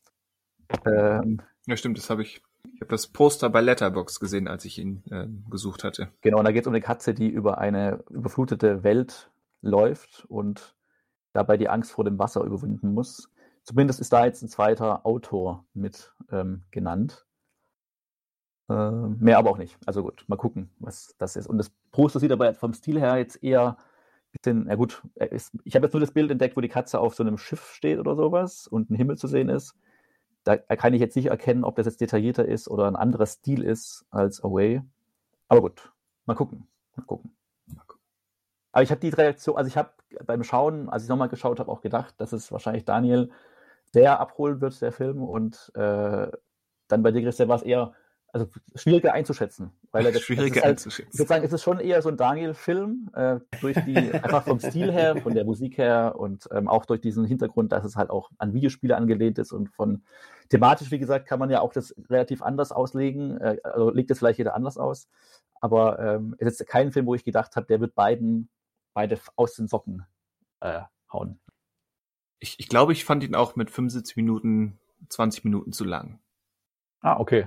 Ja, stimmt, das habe ich. Ich habe das Poster bei Letterboxd gesehen, als ich ihn gesucht hatte. Genau, und da geht es um eine Katze, die über eine überflutete Welt läuft und dabei die Angst vor dem Wasser überwinden muss. Zumindest ist da jetzt ein zweiter Autor mit genannt. Mehr aber auch nicht. Also gut, mal gucken, was das ist. Und das Poster sieht aber vom Stil her jetzt eher bisschen, ja gut, ich habe jetzt nur das Bild entdeckt, wo die Katze auf so einem Schiff steht oder sowas und ein Himmel zu sehen ist. Da kann ich jetzt nicht erkennen, ob das jetzt detaillierter ist oder ein anderer Stil ist als Away. Aber gut, mal gucken. Aber ich habe die Reaktion, also ich habe beim Schauen, als ich nochmal geschaut habe, auch gedacht, dass es wahrscheinlich Daniel sehr abholen wird, der Film. Und dann bei dir, Christian, war es eher schwieriger einzuschätzen. Weil schwieriger einzuschätzen. Ich würde sagen, es ist schon eher so ein Daniel-Film, einfach vom Stil her, von der Musik her und auch durch diesen Hintergrund, dass es halt auch an Videospiele angelehnt ist und von thematisch, wie gesagt, kann man ja auch das relativ anders auslegen, also legt es vielleicht jeder anders aus, aber es ist kein Film, wo ich gedacht habe, der wird beide aus den Socken hauen. Ich glaube, ich fand ihn auch mit 75 Minuten, 20 Minuten zu lang. Ah, okay.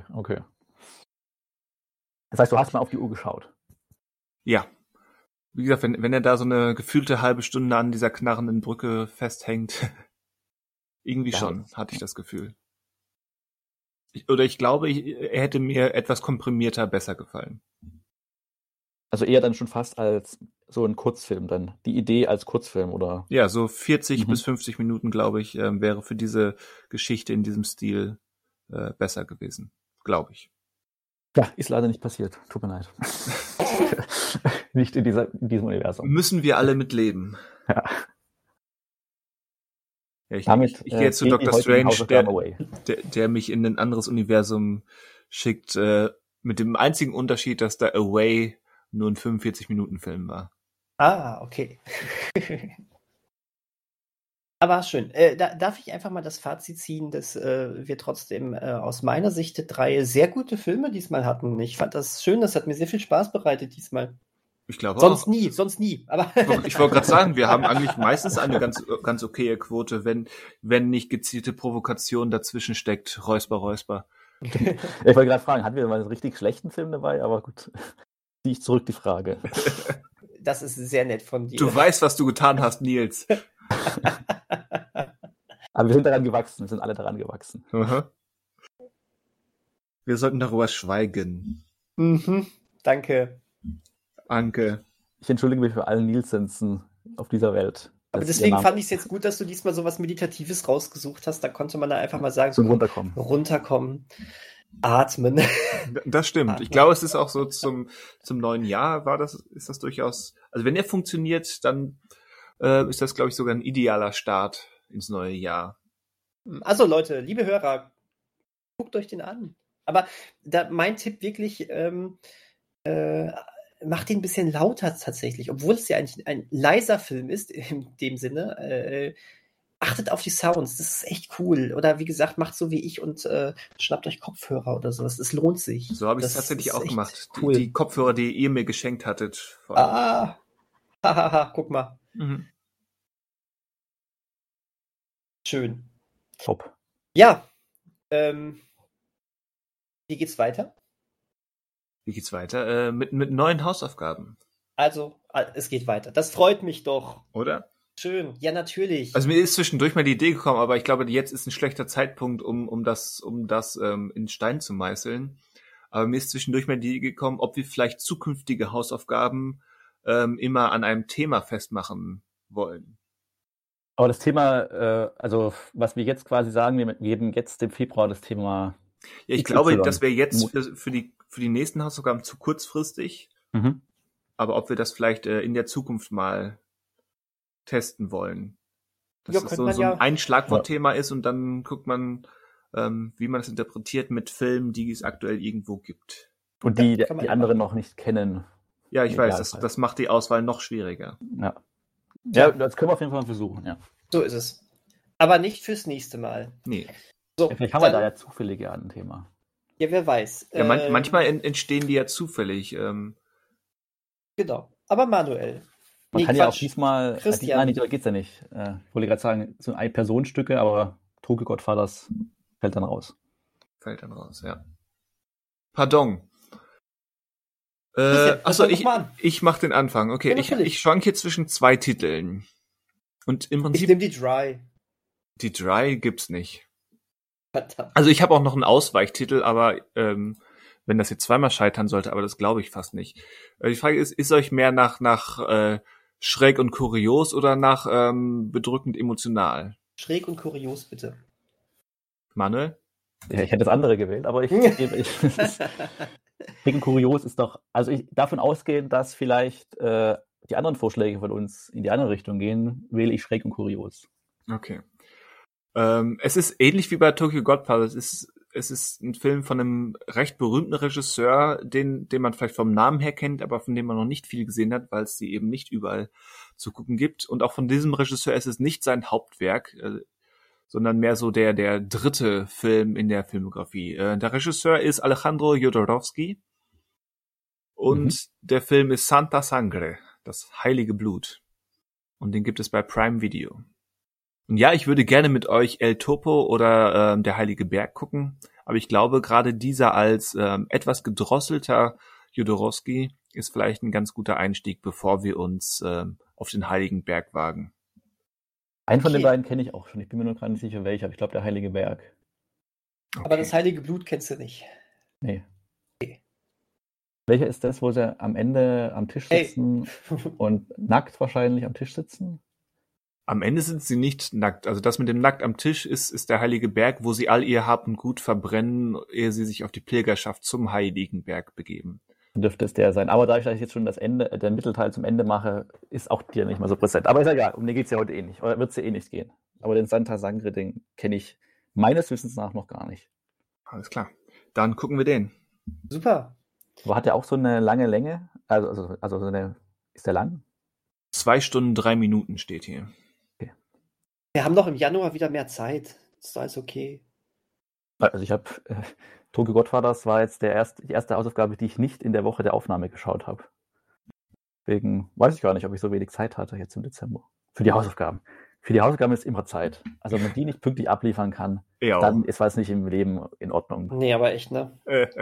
Das heißt, du hast mal auf die Uhr geschaut. Ja. Wie gesagt, wenn er da so eine gefühlte halbe Stunde an dieser knarrenden Brücke festhängt, irgendwie ja. Schon, hatte ich das Gefühl. Ich glaube, er hätte mir etwas komprimierter besser gefallen. Also eher dann schon fast als so ein Kurzfilm dann. Die Idee als Kurzfilm, oder? Ja, so 40 bis 50 Minuten, glaube ich, wäre für diese Geschichte in diesem Stil besser gewesen. Glaube ich. Ja, ist leider nicht passiert. Tut mir leid. Nicht in diesem Universum. Müssen wir alle mitleben. Ja. Ja, ich gehe jetzt zu Dr. Strange, der mich in ein anderes Universum schickt, mit dem einzigen Unterschied, dass da Away nur ein 45-Minuten-Film war. Ah, okay. Aber schön. Darf ich einfach mal das Fazit ziehen, dass wir trotzdem aus meiner Sicht 3 sehr gute Filme diesmal hatten. Ich fand das schön, das hat mir sehr viel Spaß bereitet diesmal. Ich glaube sonst auch. Sonst nie. Aber ich wollte gerade sagen, wir haben eigentlich meistens eine ganz okaye Quote, wenn nicht gezielte Provokation dazwischen steckt. Räusper. Ich wollte gerade fragen, hatten wir mal einen richtig schlechten Film dabei? Aber gut, ziehe ich zurück die Frage. Das ist sehr nett von dir. Du weißt, was du getan hast, Nils. Aber wir sind daran gewachsen, wir sind alle daran gewachsen. Aha. Wir sollten darüber schweigen. Danke. Anke. Ich entschuldige mich für alle Nielsensen auf dieser Welt. Aber deswegen fand ich es jetzt gut, dass du diesmal so was Meditatives rausgesucht hast. Da konnte man da einfach mal sagen, zum Runterkommen. Atmen. Das stimmt. Ich glaube, es ist auch so zum neuen Jahr ist das durchaus, also wenn er funktioniert, dann ist das, glaube ich, sogar ein idealer Start ins neue Jahr. Also Leute, liebe Hörer, guckt euch den an. Aber mein Tipp wirklich, macht ihn ein bisschen lauter tatsächlich, obwohl es ja eigentlich ein leiser Film ist, in dem Sinne. Achtet auf die Sounds, das ist echt cool. Oder wie gesagt, macht so wie ich und schnappt euch Kopfhörer oder sowas. Es lohnt sich. So habe ich es tatsächlich auch gemacht. Cool. Die Kopfhörer, die ihr mir geschenkt hattet. Hahaha, guck mal. Mhm. Schön. Top. Ja, wie geht's weiter? Wie geht's weiter? Mit neuen Hausaufgaben, Also, es geht weiter. Das freut mich doch. oder? Schön. Ja, natürlich. Also mir ist zwischendurch mal die Idee gekommen, aber ich glaube, jetzt ist ein schlechter Zeitpunkt, um das in Stein zu meißeln. Aber mir ist zwischendurch mal die Idee gekommen, ob wir vielleicht zukünftige Hausaufgaben immer an einem Thema festmachen wollen. Aber das Thema, also was wir jetzt quasi sagen, wir geben jetzt im Februar das Thema. Ja, ich XY. glaube, das wäre jetzt für die nächsten Hausaufgaben zu kurzfristig. Mhm. Aber ob wir das vielleicht in der Zukunft mal testen wollen. Dass Ja, das könnte man so ja. ein Schlagwortthema ist und dann guckt man, wie man das interpretiert mit Filmen, die es aktuell irgendwo gibt. Und Ja, die kann man die ja anderen noch nicht kennen. Ja, ich Im weiß, Idealfall. das macht die Auswahl noch schwieriger. Ja. Ja, das können wir auf jeden Fall mal versuchen, ja. So ist es. Aber nicht fürs nächste Mal. Nee. So, Vielleicht haben wir da dann- ja zufällige ein Thema. Ja, wer weiß. Ja, manchmal entstehen die ja zufällig. Genau. Aber manuell. Man Nee, kann ja auch Quatsch. diesmal. Christian. Nein, da geht's ja nicht. Ich wollte gerade sagen, so Ein-Personen-Stücke, aber Tokyo Godfathers fällt dann raus. Fällt dann raus, ja. Pardon. Christian, Achso, fang doch mal an. ich mach den Anfang. Okay, Ja, natürlich. ich schwank hier zwischen zwei Titeln. Und im Ich Prinzip, nehme die Dry. die Dry gibt's nicht. Verdammt. Also ich habe auch noch einen Ausweichtitel, aber wenn das jetzt zweimal scheitern sollte, aber das glaube ich fast nicht. Die Frage ist euch mehr nach schräg und kurios oder nach bedrückend emotional? Schräg und kurios, bitte. Manuel? Ja, ich hätte das andere gewählt, aber Schräg und kurios ist doch, also ich davon ausgehend, dass vielleicht die anderen Vorschläge von uns in die andere Richtung gehen, wähle ich schräg und kurios. Okay. Es ist ähnlich wie bei Tokyo Godfathers. Es ist ein Film von einem recht berühmten Regisseur, den man vielleicht vom Namen her kennt, aber von dem man noch nicht viel gesehen hat, weil es die eben nicht überall zu gucken gibt. Und auch von diesem Regisseur ist es nicht sein Hauptwerk, sondern mehr so der dritte Film in der Filmografie. Der Regisseur ist Alejandro Jodorowsky und der Film ist Santa Sangre, das heilige Blut. Und den gibt es bei Prime Video. Und ja, ich würde gerne mit euch El Topo oder der Heilige Berg gucken, aber ich glaube, gerade dieser als etwas gedrosselter Jodorowsky ist vielleicht ein ganz guter Einstieg, bevor wir uns auf den Heiligen Berg wagen. Einen von den Okay. beiden kenne ich auch schon. Ich bin mir nur gar nicht sicher, welcher. Aber ich glaube, der Heilige Berg. Aber das heilige Blut kennst du nicht. Nee. Welcher ist das, wo sie am Ende am Tisch Hey. sitzen und nackt wahrscheinlich am Tisch sitzen? Am Ende sind sie nicht nackt. Also das mit dem Nackt am Tisch ist der Heilige Berg, wo sie all ihr Hab und Gut verbrennen, ehe sie sich auf die Pilgerschaft zum Heiligen Berg begeben. Dürfte es der sein. Aber dadurch, dass ich jetzt schon das Ende, den Mittelteil zum Ende mache, ist auch dir nicht mal so präsent. Aber ist ja egal, um den geht es ja heute eh nicht. Oder wird es ja eh nicht gehen. Aber den Santa Sangre, den kenne ich meines Wissens nach noch gar nicht. Alles klar. Dann gucken wir den. Super. Aber hat der auch so eine lange Länge? Also so eine, ist der lang? 2 Stunden 3 Minuten steht hier. Wir haben doch im Januar wieder mehr Zeit. Ist alles okay. Also ich habe Tokyo Godfathers war jetzt die erste Hausaufgabe, die ich nicht in der Woche der Aufnahme geschaut habe. Deswegen weiß ich gar nicht, ob ich so wenig Zeit hatte jetzt im Dezember. Für die Hausaufgaben. Für die Hausaufgaben ist immer Zeit. Also wenn man die nicht pünktlich abliefern kann, Ja. dann ist was nicht im Leben in Ordnung. Nee, aber echt, ne?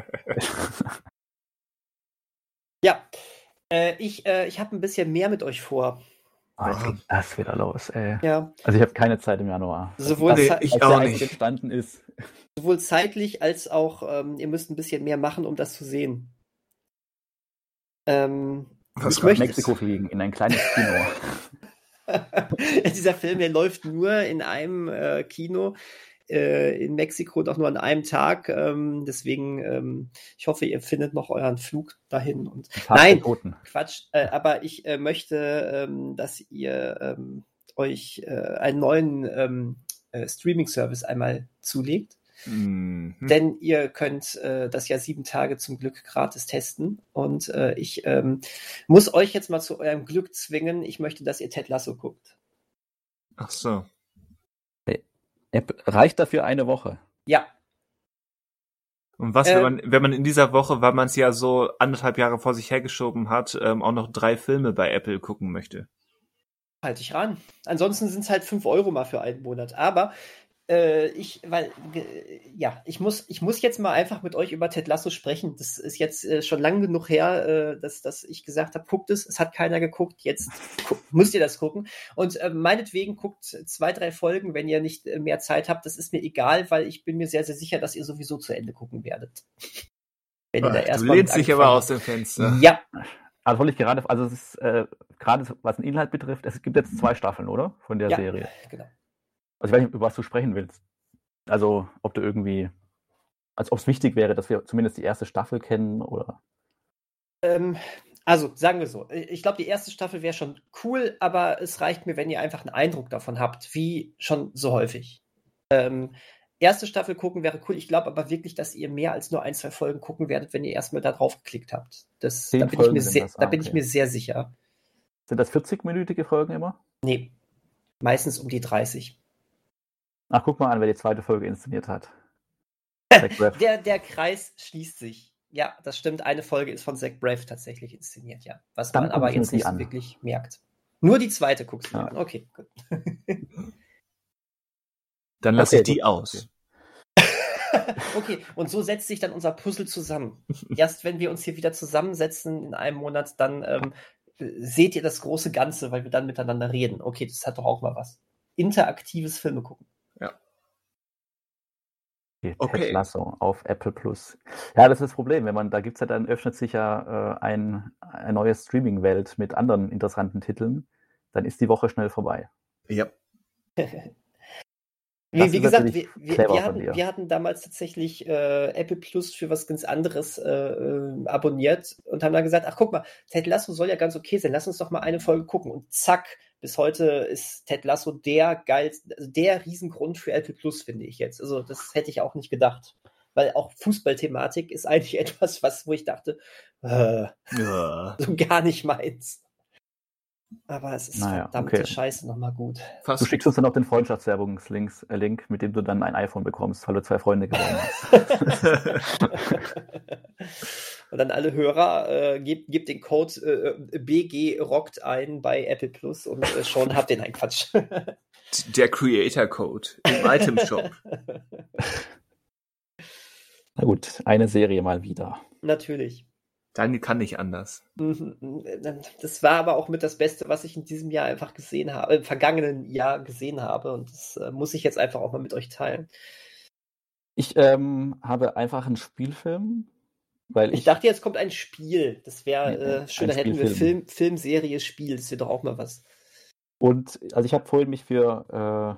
Ja. Ich habe ein bisschen mehr mit euch vor. Oh, jetzt geht das wieder los, ey. Ja. Also ich habe keine Zeit im Januar. Sowohl, Nee, zei- ich Als auch der Eis nicht. entstanden ist. sowohl zeitlich als auch, ihr müsst ein bisschen mehr machen, um das zu sehen. Was ich Nach möchte, Mexiko fliegen, in ein kleines Kino. Dieser Film, der läuft nur in einem Kino in Mexiko, doch nur an einem Tag. Deswegen, ich hoffe, ihr findet noch euren Flug dahin. Und Tag nein, der Toten. Quatsch. Aber ich möchte, dass ihr euch einen neuen Streaming-Service einmal zulegt. Mhm. Denn ihr könnt das ja 7 Tage zum Glück gratis testen. Und ich muss euch jetzt mal zu eurem Glück zwingen. Ich möchte, dass ihr Ted Lasso guckt. Ach so. Reicht dafür eine Woche. Ja, Und was, wenn man in dieser Woche, weil man es ja so 1,5 Jahre vor sich hergeschoben hat, auch noch 3 Filme bei Apple gucken möchte? halte ich ran. Ansonsten sind es halt 5 € mal für einen Monat. Aber Ich muss jetzt mal einfach mit euch über Ted Lasso sprechen. Das ist jetzt schon lang genug her, dass ich gesagt habe, guckt es. Es hat keiner geguckt. Jetzt müsst ihr das gucken. Und meinetwegen guckt 2, 3 Folgen, wenn ihr nicht mehr Zeit habt. Das ist mir egal, weil ich bin mir sehr, sehr sicher, dass ihr sowieso zu Ende gucken werdet. Wenn ihr da erst du lehnst dich aber aus dem Fenster. Ja. Also wollte ich gerade, also es ist gerade was den Inhalt betrifft, es gibt jetzt 2 Staffeln, oder? Von der Serie. Genau. Also ich weiß nicht, über was du sprechen willst. Also ob du irgendwie, als ob es wichtig wäre, dass wir zumindest die erste Staffel kennen, oder? Also, sagen wir so. Ich glaube, die erste Staffel wäre schon cool, aber es reicht mir, wenn ihr einfach einen Eindruck davon habt, wie schon so häufig. Erste Staffel gucken wäre cool. Ich glaube aber wirklich, dass ihr mehr als nur 1, 2 Folgen gucken werdet, wenn ihr erstmal da drauf geklickt habt. Da bin ich mir sehr sicher. Sind das 40-minütige Folgen immer? Nee, meistens um die 30. Ach, guck mal an, wer die zweite Folge inszeniert hat. Der Kreis schließt sich. Ja, das stimmt. Eine Folge ist von Zach Braff tatsächlich inszeniert, ja. Was Dann man aber jetzt nicht so wirklich merkt. Nur die zweite guckst du an. Okay, gut. Dann lasse ich die aus. Okay, und so setzt sich dann unser Puzzle zusammen. Erst wenn wir uns hier wieder zusammensetzen in einem Monat, dann seht ihr das große Ganze, weil wir dann miteinander reden. Okay, das hat doch auch mal was. Interaktives Filme gucken. Ja. Okay. Ted Lasso auf Apple Plus. Ja, das ist das Problem. Da gibt es ja dann, öffnet sich ja eine neue Streaming-Welt mit anderen interessanten Titeln. Dann ist die Woche schnell vorbei. Ja. Wie gesagt, wir hatten damals tatsächlich Apple Plus für was ganz anderes abonniert und haben dann gesagt, ach guck mal, Ted Lasso soll ja ganz okay sein, lass uns doch mal eine Folge gucken. Und zack, bis heute ist Ted Lasso der Riesengrund für Apple Plus, finde ich jetzt. Also das hätte ich auch nicht gedacht. Weil auch Fußballthematik ist eigentlich etwas, wo ich dachte, so gar nicht meins. Aber es ist verdammte Scheiße nochmal gut. Du schickst uns dann auch den Freundschaftswerbungs-Link, mit dem du dann ein iPhone bekommst, weil du 2 Freunde gewonnen hast. Und dann alle Hörer, gebt den Code BG rockt ein bei Apple Plus und schon habt ihr einen Quatsch. Der Creator-Code im Item-Shop. Na gut, eine Serie mal wieder. Natürlich. Dann kann nicht anders. Das war aber auch mit das Beste, was ich in diesem Jahr einfach gesehen habe, im vergangenen Jahr gesehen habe. Und das muss ich jetzt einfach auch mal mit euch teilen. Ich habe einfach einen Spielfilm, weil ich dachte, jetzt kommt ein Spiel. Das wäre schön, da hätten wir Film, Serie, Spiel. Das wäre doch auch mal was. Und also ich habe vorhin mich für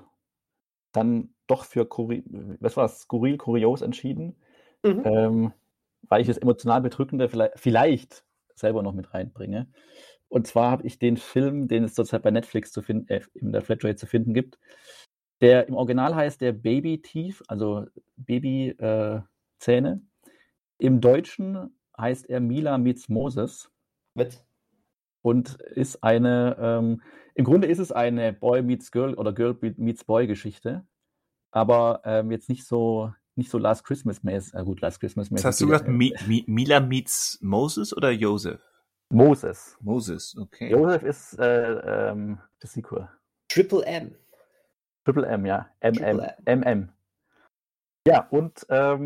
skurril, kurios entschieden. Weil ich das emotional Bedrückende vielleicht selber noch mit reinbringe. Und zwar habe ich den Film, den es zurzeit bei Netflix in der Flatrate zu finden gibt, der im Original heißt der Baby Teeth, also Baby-Zähne. Im Deutschen heißt er Mila Meets Moses. Mit? Und ist im Grunde ist es eine Boy Meets Girl oder Girl Meets Boy Geschichte, aber jetzt nicht so Last Christmas-mäßig. Gut, Last Christmas-mäßig. Was hast du gesagt? Mila meets Moses oder Joseph? Moses. Moses, okay. Joseph ist das Sequel. Triple M, ja. MM. Ja, und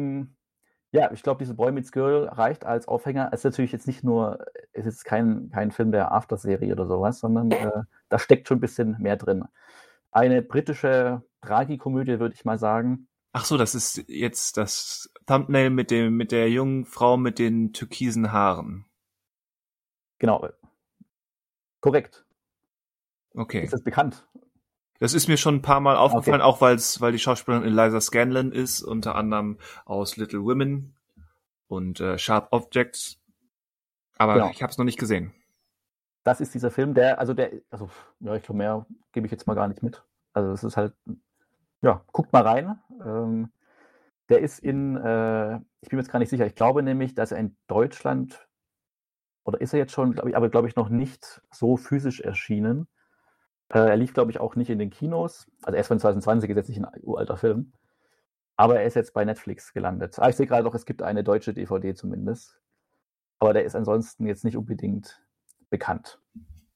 ich glaube, diese Boy Meets Girl reicht als Aufhänger. Es ist natürlich jetzt nicht nur, es ist kein Film der After-Serie oder sowas, sondern da steckt schon ein bisschen mehr drin. Eine britische Tragikomödie, würde ich mal sagen. Ach so, das ist jetzt das Thumbnail mit der jungen Frau mit den türkisen Haaren. Genau. Korrekt. Okay. Ist das bekannt? Das ist mir schon ein paar Mal aufgefallen, auch weil die Schauspielerin Eliza Scanlon ist, unter anderem aus Little Women und Sharp Objects. Aber ich habe es noch nicht gesehen. Das ist dieser Film, ich glaube, mehr gebe ich jetzt mal gar nicht mit. Also es ist halt, guckt mal rein. Der ist ich bin mir jetzt gar nicht sicher, ich glaube nämlich, dass er in Deutschland, oder ist er jetzt schon, glaube ich, noch nicht so physisch erschienen. Er lief, glaube ich, auch nicht in den Kinos. Also erst von 2020, ist jetzt nicht ein uralter Film. Aber er ist jetzt bei Netflix gelandet. Ich sehe gerade noch, es gibt eine deutsche DVD zumindest. Aber der ist ansonsten jetzt nicht unbedingt bekannt.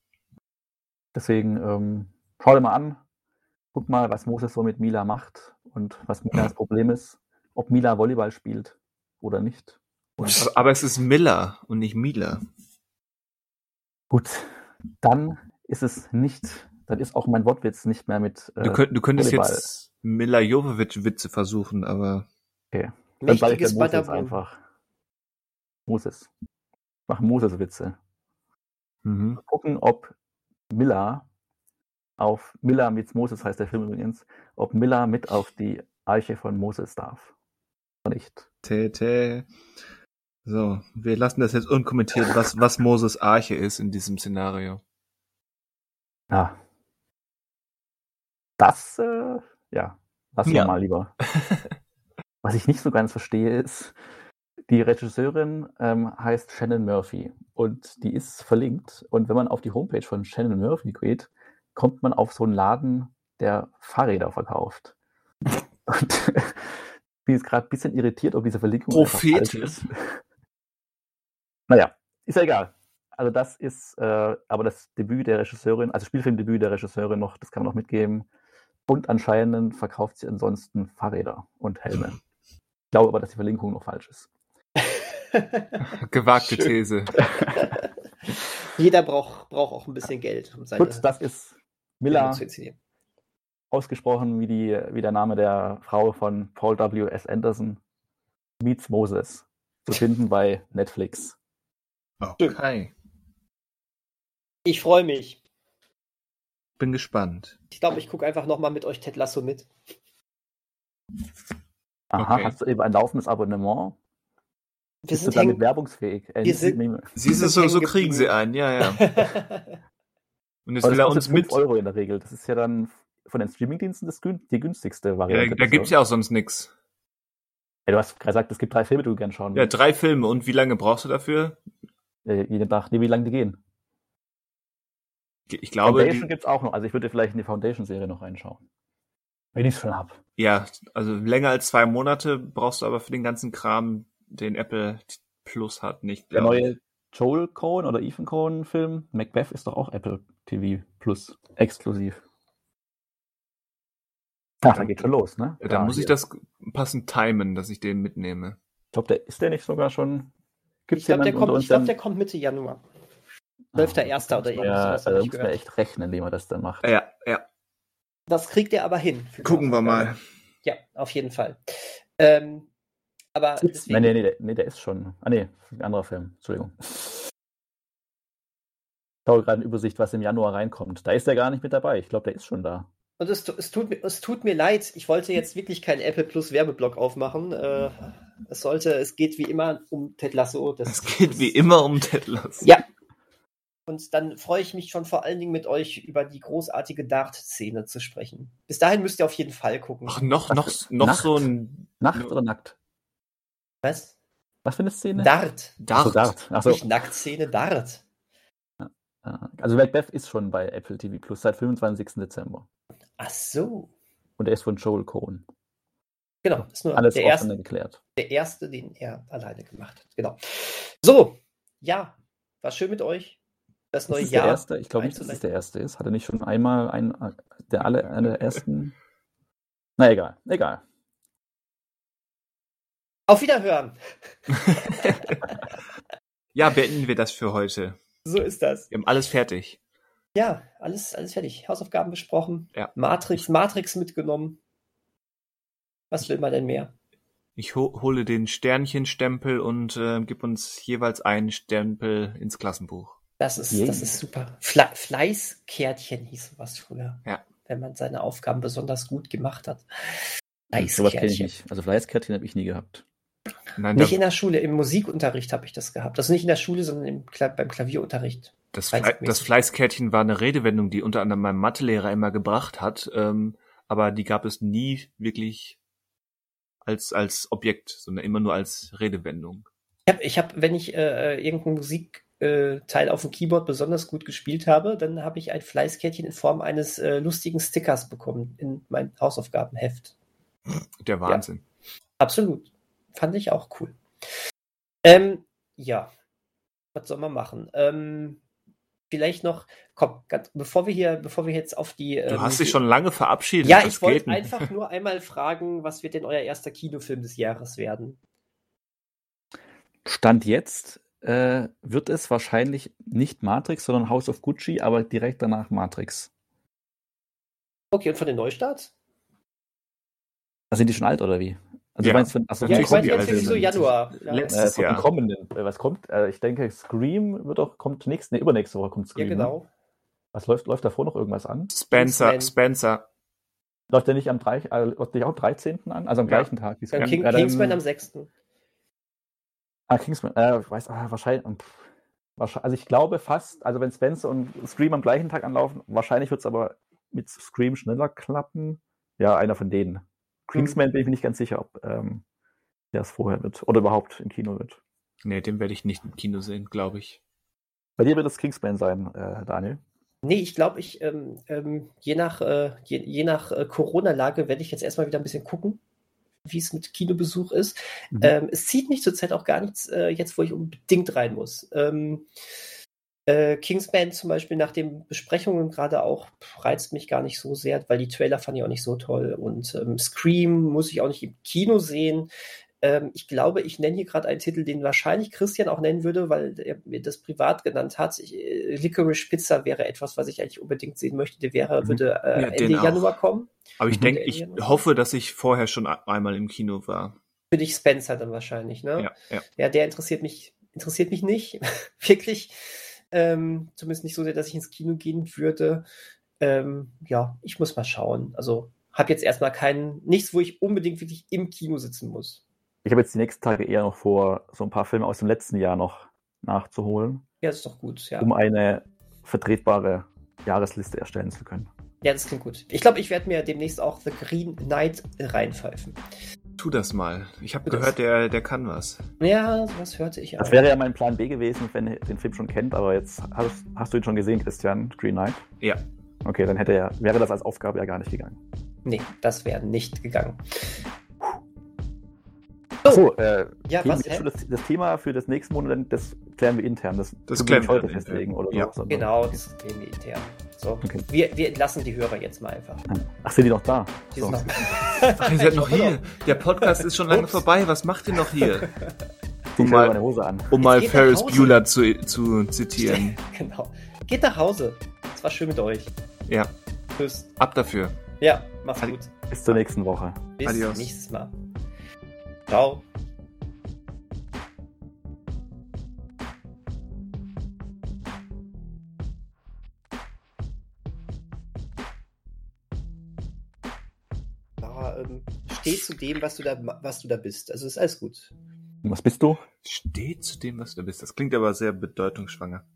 Deswegen schau dir mal an. Guck mal, was Moses so mit Mila macht. und was Milas Problem ist, ob Mila Volleyball spielt oder nicht. Und Aber es ist Miller und nicht Mila. gut, dann ist auch mein Wortwitz nicht mehr mit Du könntest Volleyball. jetzt Mila Jovovich-Witze versuchen, aber Okay, dann bleibe ich bei Mächtiges Moses Badabum. einfach. Moses. Ich mache Moses-Witze. Gucken, ob Miller mit Moses heißt der Film übrigens, ob Miller mit auf die Arche von Moses darf. Oder nicht. So, wir lassen das jetzt unkommentiert, was Moses Arche ist in diesem Szenario. Ja. Das, lassen wir Ja. mal lieber. Was ich nicht so ganz verstehe ist, die Regisseurin heißt Shannon Murphy und die ist verlinkt. Und wenn man auf die Homepage von Shannon Murphy geht, kommt man auf so einen Laden, der Fahrräder verkauft. Und ich bin jetzt gerade ein bisschen irritiert, ob diese Verlinkung einfach falsch Prophete. ist. Naja, ist ja egal. Also das ist aber das Debüt der Regisseurin, also Spielfilmdebüt der Regisseurin noch, das kann man noch mitgeben. Und anscheinend verkauft sie ansonsten Fahrräder und Helme. Ich glaube aber, dass die Verlinkung noch falsch ist. Gewagte Schön. These. Jeder braucht auch ein bisschen Geld, um seine Gut, das ist Filme Milla, zu inszenieren. ausgesprochen wie der Name der Frau von Paul W.S. Anderson, meets Moses, zu finden bei Netflix. Okay. Ich freue mich. Bin gespannt. Ich glaube, ich gucke einfach nochmal mit euch Ted Lasso mit. Aha, Okay. hast du eben ein laufendes Abonnement? Wir Bist du sind damit hängen. werbungsfähig? Wir sind- Siehst du, sind so hängen kriegen sie geblieben. einen, ja. Und jetzt Aber will das er kostet uns 5 mit. Euro in der Regel. Das ist ja dann von den Streamingdiensten die günstigste Ja, Variante. da gibt's ja auch sonst nix. Ja, du hast gerade gesagt, es gibt 3 Filme, die du gerne schauen Ja, willst. 3 Filme. Und wie lange brauchst du dafür? Je nachdem, wie lange die gehen. Ich glaube, Foundation gibt's auch noch. Also ich würde vielleicht in die Foundation-Serie noch reinschauen. Wenn ich es schon habe. ja, also länger als 2 Monate brauchst du aber für den ganzen Kram, den Apple Plus hat, nicht. Der glaub ich. neue Joel Cohen oder Ethan Cohen Film, Macbeth, ist doch auch Apple TV Plus exklusiv. Ach, da geht schon los, ne? Ja, dann muss ich hier. das passend timen, dass ich den mitnehme. Ich glaube, ist der nicht sogar schon. Gibt's Ich glaube, jemanden unter uns, der kommt Mitte Januar. 12.01. oder irgendwas habe Da ich muss man gehört. echt rechnen, wie man das dann macht. Ja. Das kriegt er aber hin. Gucken wir mal. Ja, auf jeden Fall. Aber Sitz- deswegen, Nee, der ist schon. Ein anderer Film. Entschuldigung. Ich schaue gerade eine Übersicht, was im Januar reinkommt. Da ist er gar nicht mit dabei. Ich glaube, der ist schon da. und es tut mir leid, ich wollte jetzt wirklich keinen Apple Plus Werbeblock aufmachen. Es geht wie immer um Ted Lasso. Es geht wie immer um Ted Lasso. Ja. Und dann freue ich mich schon vor allen Dingen mit euch über die großartige Dart-Szene zu sprechen. Bis dahin müsst ihr auf jeden Fall gucken. Ach, noch Nacht? so ein Nacht oder nackt? Was? Was für eine Szene? Dart. Achso, Dart. Achso. Nicht Nacktszene, Dart. Also Macbeth ist schon bei Apple TV Plus seit 25. Dezember. Ach so. Und er ist von Joel Cohen. Genau, das ist nur Alles der offen geklärt. erste, den er alleine gemacht hat. Genau. So, ja, war schön mit euch. Das neue Ist das der Jahr. erste? Ich glaube nicht, dass es der erste ist. Hat er nicht schon einmal einer der ersten? Na egal. Auf Wiederhören. Ja, beenden wir das für heute. So ist das. Wir haben alles fertig. Ja, alles fertig. Hausaufgaben besprochen. Ja. Matrix mitgenommen. Was will man denn mehr? Ich hole den Sternchenstempel und gib uns jeweils einen Stempel ins Klassenbuch. Das ist Yay. super. Fleißkärtchen hieß sowas früher. Ja. Wenn man seine Aufgaben besonders gut gemacht hat. Sowas kenne ich Fleißkärtchen. nicht. Also Fleißkärtchen habe ich nie gehabt. Nein, Nicht in der Schule, im Musikunterricht habe ich das gehabt. Also nicht in der Schule, sondern beim Klavierunterricht. das Fleißmäßig. Fleißkärtchen war eine Redewendung, die unter anderem mein Mathelehrer immer gebracht hat, aber die gab es nie wirklich als Objekt, sondern immer nur als Redewendung. Ich hab, wenn ich irgendeinen Musikteil auf dem Keyboard besonders gut gespielt habe, dann habe ich ein Fleißkärtchen in Form eines lustigen Stickers bekommen in mein Hausaufgabenheft. Der Wahnsinn. Absolut. Fand ich auch cool. Ja, was soll man machen? vielleicht noch, komm, bevor wir jetzt auf die... Du hast dich schon lange verabschiedet. Ja, das ich wollte geht nicht. einfach nur einmal fragen, was wird denn euer erster Kinofilm des Jahres werden? Stand jetzt wird es wahrscheinlich nicht Matrix, sondern House of Gucci, aber direkt danach Matrix. Okay, und von den Neustarts? Sind die schon alt oder wie? Also Ja. du meinst, also Ja, die ich meine Kombi- jetzt wirklich so Januar. Ja, Letztes von den Jahr. kommenden, was kommt? Ich denke, Scream kommt übernächste Woche kommt ja Scream. Ne? genau. Was läuft davor noch irgendwas an? Spencer. Läuft der nicht läuft der auch am 13. an? Also am Ja. gleichen Tag wie Dann Scream? Kingsman am 6. Kingsman, ich weiß, wahrscheinlich. Also ich glaube fast, also wenn Spencer und Scream am gleichen Tag anlaufen, wahrscheinlich wird es aber mit Scream schneller klappen. Ja, einer von denen. Kingsman bin ich mir nicht ganz sicher, ob der es vorher wird oder überhaupt im Kino wird. Nee, den werde ich nicht im Kino sehen, glaube ich. Bei dir wird es Kingsman sein, Daniel. Nee, ich glaube, je nach Corona-Lage werde ich jetzt erstmal wieder ein bisschen gucken, wie es mit Kinobesuch ist. Es zieht mich zurzeit auch gar nichts, jetzt wo ich unbedingt rein muss. Kingsman zum Beispiel nach den Besprechungen gerade auch reizt mich gar nicht so sehr, weil die Trailer fand ich auch nicht so toll. Und Scream muss ich auch nicht im Kino sehen. Ich glaube, ich nenne hier gerade einen Titel, den wahrscheinlich Christian auch nennen würde, weil er mir das privat genannt hat. Licorice Pizza wäre etwas, was ich eigentlich unbedingt sehen möchte. Der würde Ende Januar kommen. Aber ich denke, ich hoffe, dass ich vorher schon einmal im Kino war. Für dich Spencer dann wahrscheinlich, ne? Ja. Ja, der interessiert mich nicht, wirklich. Zumindest nicht so sehr, dass ich ins Kino gehen würde. Ja, ich muss mal schauen. Also habe jetzt erstmal nichts, wo ich unbedingt wirklich im Kino sitzen muss. Ich habe jetzt die nächsten Tage eher noch vor, so ein paar Filme aus dem letzten Jahr noch nachzuholen. Ja, das ist doch gut, ja. Um eine vertretbare Jahresliste erstellen zu können. Ja, das klingt gut. Ich glaube, ich werde mir demnächst auch The Green Knight reinpfeifen. Tu das mal. Ich habe gehört, der kann was. Ja, sowas hörte ich auch. Das wäre ja mein Plan B gewesen, wenn ihr den Film schon kennt, aber jetzt hast du ihn schon gesehen, Christian, Green Knight? Ja. Okay, dann wäre das als Aufgabe ja gar nicht gegangen. Nee, das wäre nicht gegangen. Achso, ja, was? Das Thema für das nächste Monat, das klären wir intern. Das klären wir wir heute festlegen oder ja. so. Genau, das klären wir intern. So, okay. Wir entlassen die Hörer jetzt mal einfach. Ach, sind die noch da? Die sind noch Ach, ihr seid noch hier. Der Podcast ist schon lange vorbei. Was macht ihr noch hier? Um mal meine Hose an. Um mal Ferris Bueller zu zitieren. Genau. Geht nach Hause. Es war schön mit euch. Ja. Tschüss. Ab dafür. Ja, mach's gut. Bis zur nächsten Woche. Bis Adios. nächstes Mal. Ciao. Steh zu dem, was du da bist. Also ist alles gut. Was bist du? Steh zu dem, was du bist. Das klingt aber sehr bedeutungsschwanger.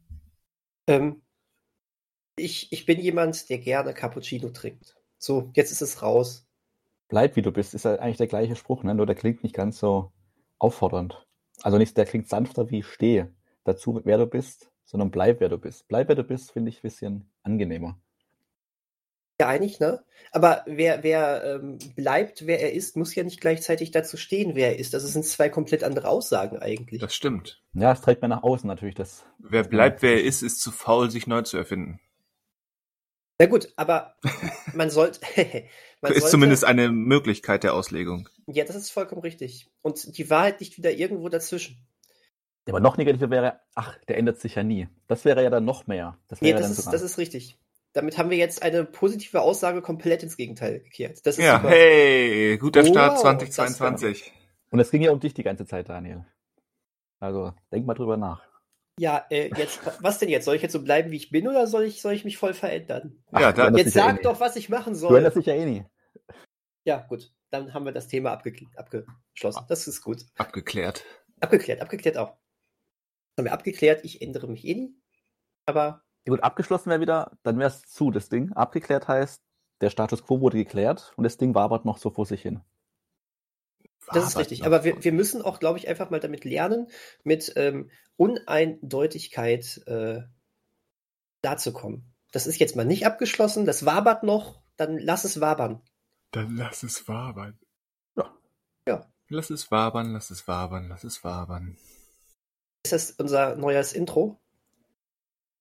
Ich bin jemand, der gerne Cappuccino trinkt. So, jetzt ist es raus. Bleib wie du bist, ist ja eigentlich der gleiche Spruch, ne? Nur der klingt nicht ganz so auffordernd. Also nicht, der klingt sanfter wie stehe dazu, wer du bist, sondern bleib, wer du bist. Bleib, wer du bist, finde ich ein bisschen angenehmer. Ja, einig, ne? Aber wer bleibt, wer er ist, muss ja nicht gleichzeitig dazu stehen, wer er ist. Das sind zwei komplett andere Aussagen eigentlich. Das stimmt. Ja, es trägt mir nach außen natürlich das. Wer bleibt, wer er ist zu faul, sich neu zu erfinden. Na gut, aber man sollte... ist zumindest eine Möglichkeit der Auslegung. Ja, das ist vollkommen richtig. Und die Wahrheit liegt wieder irgendwo dazwischen. Aber noch negativer wäre, der ändert sich ja nie. Das wäre ja dann noch mehr. Das ist richtig. Damit haben wir jetzt eine positive Aussage komplett ins Gegenteil gekehrt. Das ist ja, super. Hey, guter Start 2022. Und es ging ja um dich die ganze Zeit, Daniel. Also, denk mal drüber nach. Ja, jetzt, was denn jetzt? Soll ich jetzt so bleiben, wie ich bin, oder soll ich mich voll verändern? Ja, jetzt sag doch, was ich machen soll. Du änderst dich ja eh nie. Ja, gut. Dann haben wir das Thema abgeschlossen. Das ist gut. Abgeklärt auch. Haben wir abgeklärt, ich ändere mich eh nie. Aber... Ja, gut, abgeschlossen wäre wieder, dann wäre es zu, das Ding. Abgeklärt heißt, der Status quo wurde geklärt und das Ding wabert noch so vor sich hin. Das ist richtig. Aber wir müssen auch, glaube ich, einfach mal damit lernen, mit Uneindeutigkeit klarzukommen. Das ist jetzt mal nicht abgeschlossen, das wabert noch, dann lass es wabern. Dann lass es wabern. Ja. Lass es wabern, lass es wabern, lass es wabern. Ist das unser neues Intro?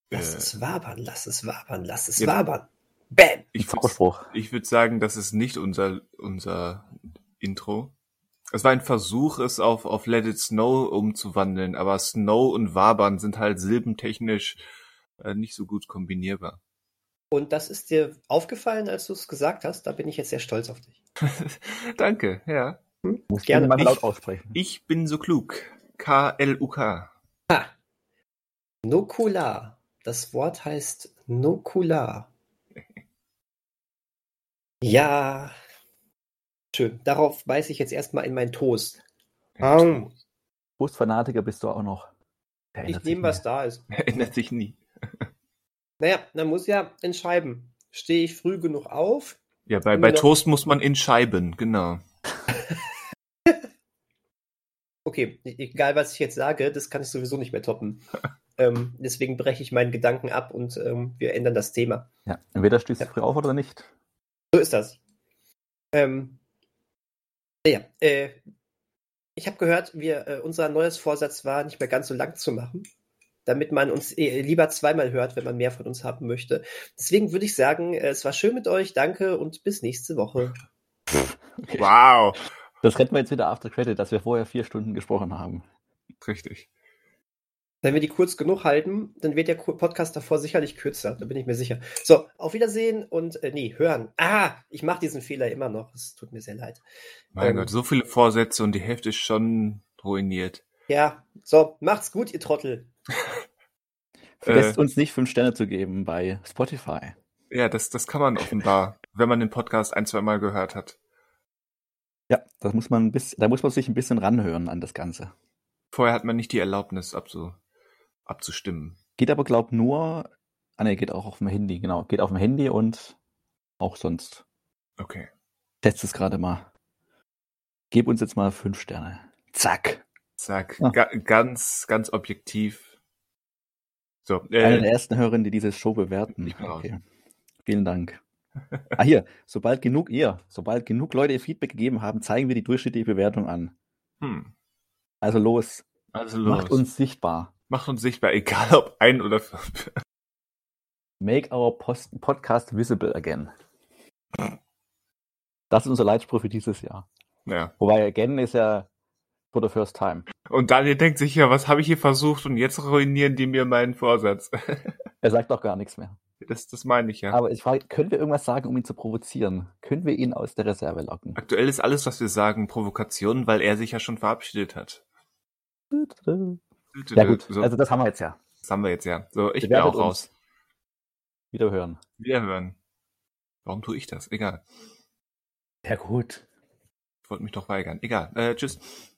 Lass es wabern, lass es wabern, lass es Ja. wabern. Bam! Ich Zauberspruch. würd sagen, das ist nicht unser Intro. Es war ein Versuch, es auf Let It Snow umzuwandeln, aber Snow und Wabern sind halt silbentechnisch nicht so gut kombinierbar. Und das ist dir aufgefallen, als du es gesagt hast? Da bin ich jetzt sehr stolz auf dich. Danke, ja. Muss Gerne. mal laut aussprechen. Ich bin so klug. KLUK. Ha! Nokular. Das Wort heißt Nokular. Ja, schön. Darauf beiße ich jetzt erstmal in meinen Toast. Brustfanatiker bist du auch noch. Der Ich ändert sich nehme, was nie. da ist. Ändert sich nie. Naja, man muss ja entscheiden. Stehe ich früh genug auf? Ja, bei Immer noch- Toast muss man in Scheiben, genau. Okay, egal was ich jetzt sage, das kann ich sowieso nicht mehr toppen. Deswegen breche ich meinen Gedanken ab und wir ändern das Thema. Ja, entweder stehst du früh auf oder nicht. So ist das. Ich habe gehört, unser neues Vorsatz war, nicht mehr ganz so lang zu machen, damit man uns lieber zweimal hört, wenn man mehr von uns haben möchte. Deswegen würde ich sagen, es war schön mit euch, danke und bis nächste Woche. Okay. Wow. Das retten wir jetzt wieder after credit, dass wir vorher 4 Stunden gesprochen haben. Richtig. Wenn wir die kurz genug halten, dann wird der Podcast davor sicherlich kürzer, da bin ich mir sicher. So, auf Wiedersehen und hören. Ich mache diesen Fehler immer noch, es tut mir sehr leid. Mein Gott, so viele Vorsätze und die Hälfte ist schon ruiniert. Ja, so, macht's gut, ihr Trottel. Vergesst uns nicht 5 Sterne zu geben bei Spotify. Ja, das kann man offenbar, wenn man den Podcast 1-2 Mal gehört hat. Ja, da muss man sich ein bisschen ranhören an das Ganze. Vorher hat man nicht die Erlaubnis abzustimmen. Geht aber, glaub nur, geht auch auf dem Handy, genau. Geht auf dem Handy und auch sonst. Okay. Test es gerade mal. Gib uns jetzt mal 5 Sterne. Zack. Zack. Ah. Ganz objektiv. So. Eine der ersten Hörerinnen, die diese Show bewerten. Ich bin raus. Okay. Vielen Dank. Hier, sobald genug Leute ihr Feedback gegeben haben, zeigen wir die durchschnittliche Bewertung an. Also los. Macht uns sichtbar. Macht uns sichtbar, egal ob 1 oder 5. Make our podcast visible again. Das ist unser Leitspruch für dieses Jahr. Ja. Wobei again ist ja for the first time. Und Daniel denkt sich ja, was habe ich hier versucht und jetzt ruinieren die mir meinen Vorsatz. Er sagt auch gar nichts mehr. Das meine ich ja. Aber ich frage, können wir irgendwas sagen, um ihn zu provozieren? Können wir ihn aus der Reserve locken? Aktuell ist alles, was wir sagen, Provokation, weil er sich ja schon verabschiedet hat. Ja gut, So, also das haben wir jetzt ja. das haben wir jetzt ja. So, ich bin Bewertet auch raus. Wiederhören. Wiederhören. Warum tue ich das? Egal. Ja gut. Ich wollte mich doch weigern. Egal. Tschüss.